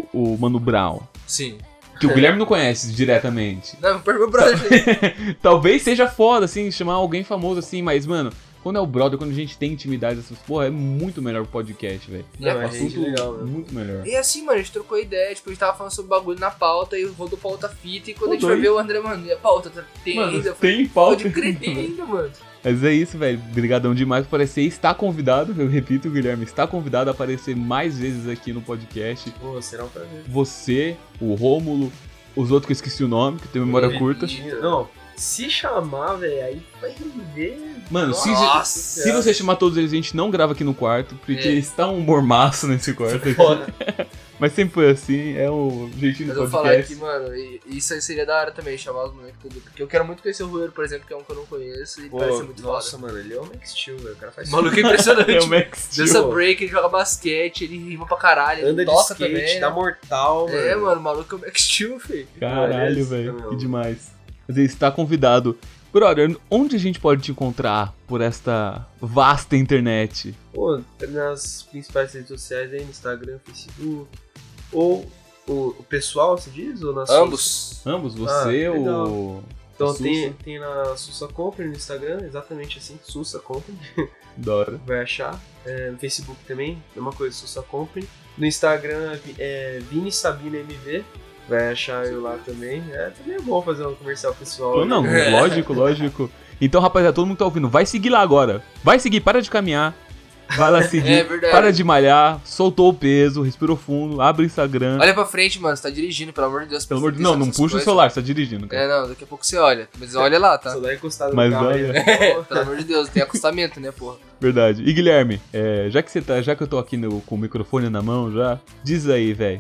o Mano Brown. Sim. Que o Guilherme não conhece diretamente. Não, por meu brother, gente. Talvez seja foda, assim, chamar alguém famoso assim, mas, mano, quando é o brother, quando a gente tem intimidade, essas porra, é muito melhor o podcast, velho. E é Não, é assunto gente legal, mano. Muito melhor. E assim, mano, a gente trocou ideia, tipo, a gente tava falando sobre bagulho na pauta e rodou pra outra fita. E quando a gente Rodou vai aí. ver o André, mano, e a pauta tem Mano, ainda. tem pauta. Pode crer, tem ainda, mano. Mas é isso, velho. Brigadão demais por aparecer. Está convidado, eu repito, Guilherme, está convidado a aparecer mais vezes aqui no podcast. Pô, será um prazer. Você, o Rômulo, os outros que eu esqueci o nome, que tem memória curta. Não, se chamar, velho, aí vai ver. Mano, se Nossa. você chamar todos eles, a gente não grava aqui no quarto, porque É. está um mormaço nesse quarto aqui. Foda. Mas sempre foi assim, é o jeitinho Mas do eu vou falar aqui, podcast. mano, e isso aí seria da hora também, chamar os moleques tudo. Porque eu quero muito conhecer o Rueiro, por exemplo, que é um que eu não conheço e parece ser muito Nossa, foda. mano, ele é o Max Steel, velho. O cara faz O maluco é impressionante. É o Max Steel. Dança break, ele joga basquete, ele rima pra caralho, ele anda de toca skate, também. dá né? mortal, É, mano, o maluco é o Max Steel, filho. Caralho, Parece, velho, meu. que demais. Mas ele está convidado. Brother, onde a gente pode te encontrar por esta vasta internet? Pô, nas principais redes sociais aí, no Instagram, Facebook. Ou o pessoal, se diz? Ou nas Ambos. Ambos, você, legal. o... Então Sussa. tem na Sussa Company no Instagram, exatamente assim, Sussa Company, Dora. vai achar. No Facebook também, mesma coisa, Sussa Company. No Instagram é Vini Sabina MV, vai achar eu lá também. Também é bom fazer um comercial pessoal. Não, né? lógico. Então, rapaziada, todo mundo tá ouvindo, vai seguir lá agora. Vai seguir, para de caminhar. Vai lá seguir, É verdade. para de malhar, soltou o peso, respirou fundo, abre o Instagram. Olha pra frente, mano, você tá dirigindo, pelo amor de Deus. Pelo amor de presta Deus, não atenção puxa o nessas celular, você tá dirigindo, cara. coisas. Não, daqui a pouco você olha. Mas olha lá, tá? Só dá encostado Mas no carro olha. aí. Pelo amor de Deus, tem acostamento, né, porra? Verdade. E Guilherme, já que eu tô aqui com o microfone na mão já, diz aí, velho.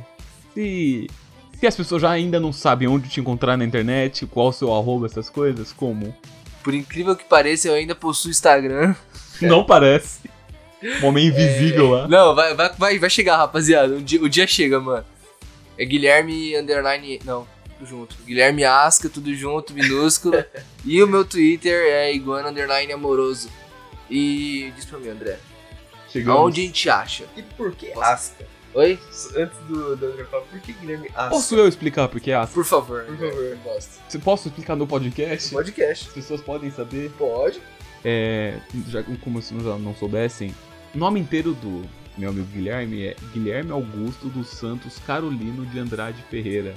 Se as pessoas já ainda não sabem onde te encontrar na internet, qual o seu arroba, essas coisas, como? Por incrível que pareça, eu ainda possuo Instagram. Não parece. Um homem invisível lá. Não, vai chegar, rapaziada. O dia chega, mano. É Guilherme _ Não, tudo junto. Guilherme Asca, tudo junto, minúsculo. E o meu Twitter é iguana _ amoroso. E diz pra mim, André, Chegamos. aonde a gente acha? E por que Asca? Oi? Antes do André falar, por que Guilherme Asca? Posso eu explicar porque é assim? Por favor. Por favor. Eu gosto. Posso explicar no podcast? Podcast. As pessoas podem saber. Pode. Já como se já não soubessem, o nome inteiro do meu amigo Guilherme é Guilherme Augusto dos Santos Carolino de Andrade Ferreira.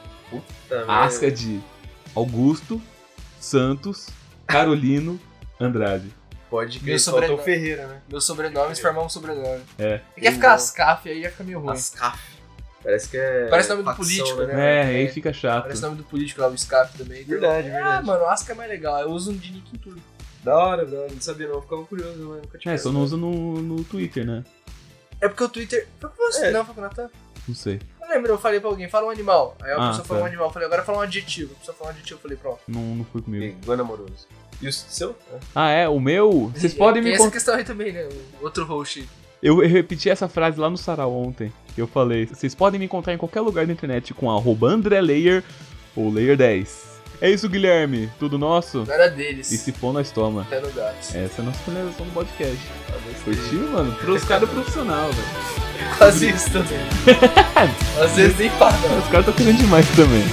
Tá, Asca de Augusto Santos Carolino Andrade. Pode Meu crer, faltou sobrenome. Ferreira, né? Meu sobrenome se formar um sobrenome. É. Quer ficar Ascaf aí já fica meio ruim. Ascaf. Parece que é. Parece nome do facção, político, É, aí fica chato. Parece o nome do político lá, o SCAF também. Verdade, Ah, verdade. mano, o Asuka é mais legal. Eu uso um de nick em tudo. Da hora, não sabia não. Eu ficava curioso, mano. Nunca tinha É, só não usa no Twitter, né? É porque o Twitter... Foi com você, É. não? Foi com o Natan? Não sei. Eu lembro, eu falei pra alguém, fala um animal. Aí a Ah, pessoa falou tá. um animal. Eu falei, agora fala um adjetivo. A pessoa falou um adjetivo, eu falei, pronto. Não fui comigo. Iguana amoroso. E o seu? Ah, é? O meu? Vocês podem Tem me essa contar. questão aí também, né? O outro host. Eu repeti essa frase lá no sarau ontem. Que eu falei. Vocês podem me encontrar em qualquer lugar da internet com @AndreLayer ou Layer10. É isso, Guilherme. Tudo nosso? Não era deles. E se for, nós toma. Até no gato. Essa é a nossa finalização do podcast. Curtiu, mano? Pros caras profissional, velho. Quase isso também. Às vezes nem para. Os caras tão querendo demais também.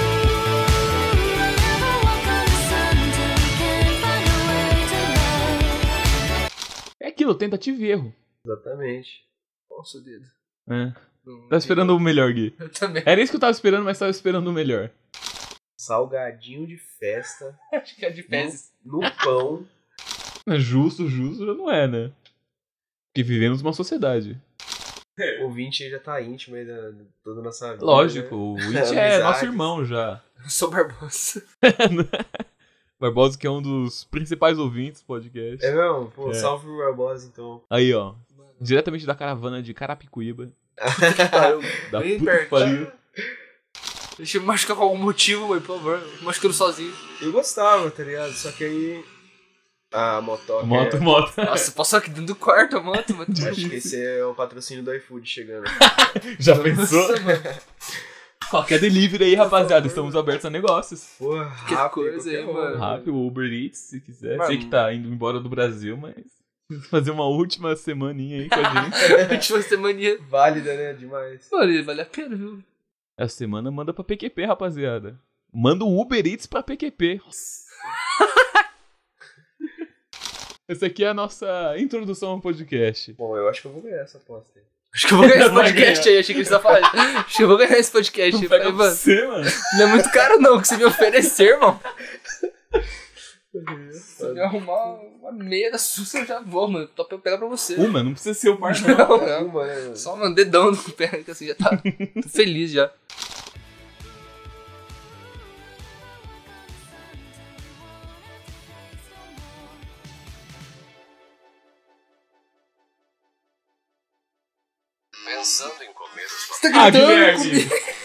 É aquilo, tentativa e erro. Exatamente. Nossa, o dedo. É. Tava esperando o melhor, Gui. Eu também. Era isso que eu tava esperando, mas tava esperando o melhor. Salgadinho de festa Acho que é de fezes. no pão. Justo já não é, né? Porque vivemos uma sociedade. O ouvinte aí já tá íntimo aí da toda a nossa vida. Lógico, né? o It é Amizades. nosso irmão já. Eu sou Barbosa. Barbosa, que é um dos principais ouvintes do podcast. É mesmo? Pô, É. salve pro Barbosa então. Aí, ó. Diretamente da caravana de Carapicuíba. Da Bem puta que perto. pariu. Deixa eu me machucar com algum motivo, mãe, por favor. Machucando sozinho. Eu gostava, tá ligado? Só que aí. A motoca. Moto. Nossa, passou aqui dentro do quarto a moto, mano. Acho que esse é o patrocínio do iFood chegando. Já pensou? Nossa, mano. Qualquer delivery aí, rapaziada. Estamos abertos a negócios. Porra, Que rápido, coisa aí, qualquer um. mano. Rápido, o Uber Eats, se quiser. Mano. Sei que tá indo embora do Brasil, mas... Fazer uma última semaninha aí com a gente. A gente vai ter mania. Válida, né? Demais. Mano, vale a pena, viu? Essa semana manda pra PQP, rapaziada. Manda o Uber Eats pra PQP. Essa aqui é a nossa introdução ao podcast. Bom, eu acho que eu vou ganhar essa aposta aí. Acho que eu vou ganhar esse Vai podcast ganhar. aí. Achei que eles estavam falando. Acho que eu vou ganhar esse podcast. Não Eu pega falei, mano, você, mano. não é muito caro não, que você me oferecer, irmão. Se eu me arrumar uma meia da Sussa, eu já vou, mano. Tô pra eu pegar pra você. Uma, não precisa ser o par, não. Não, não. Uma, né, mano? Só um dedão no pé, que assim já tá. Tô feliz já. Pensando em comer os Você tá Ah, gritando Guilherme. comigo?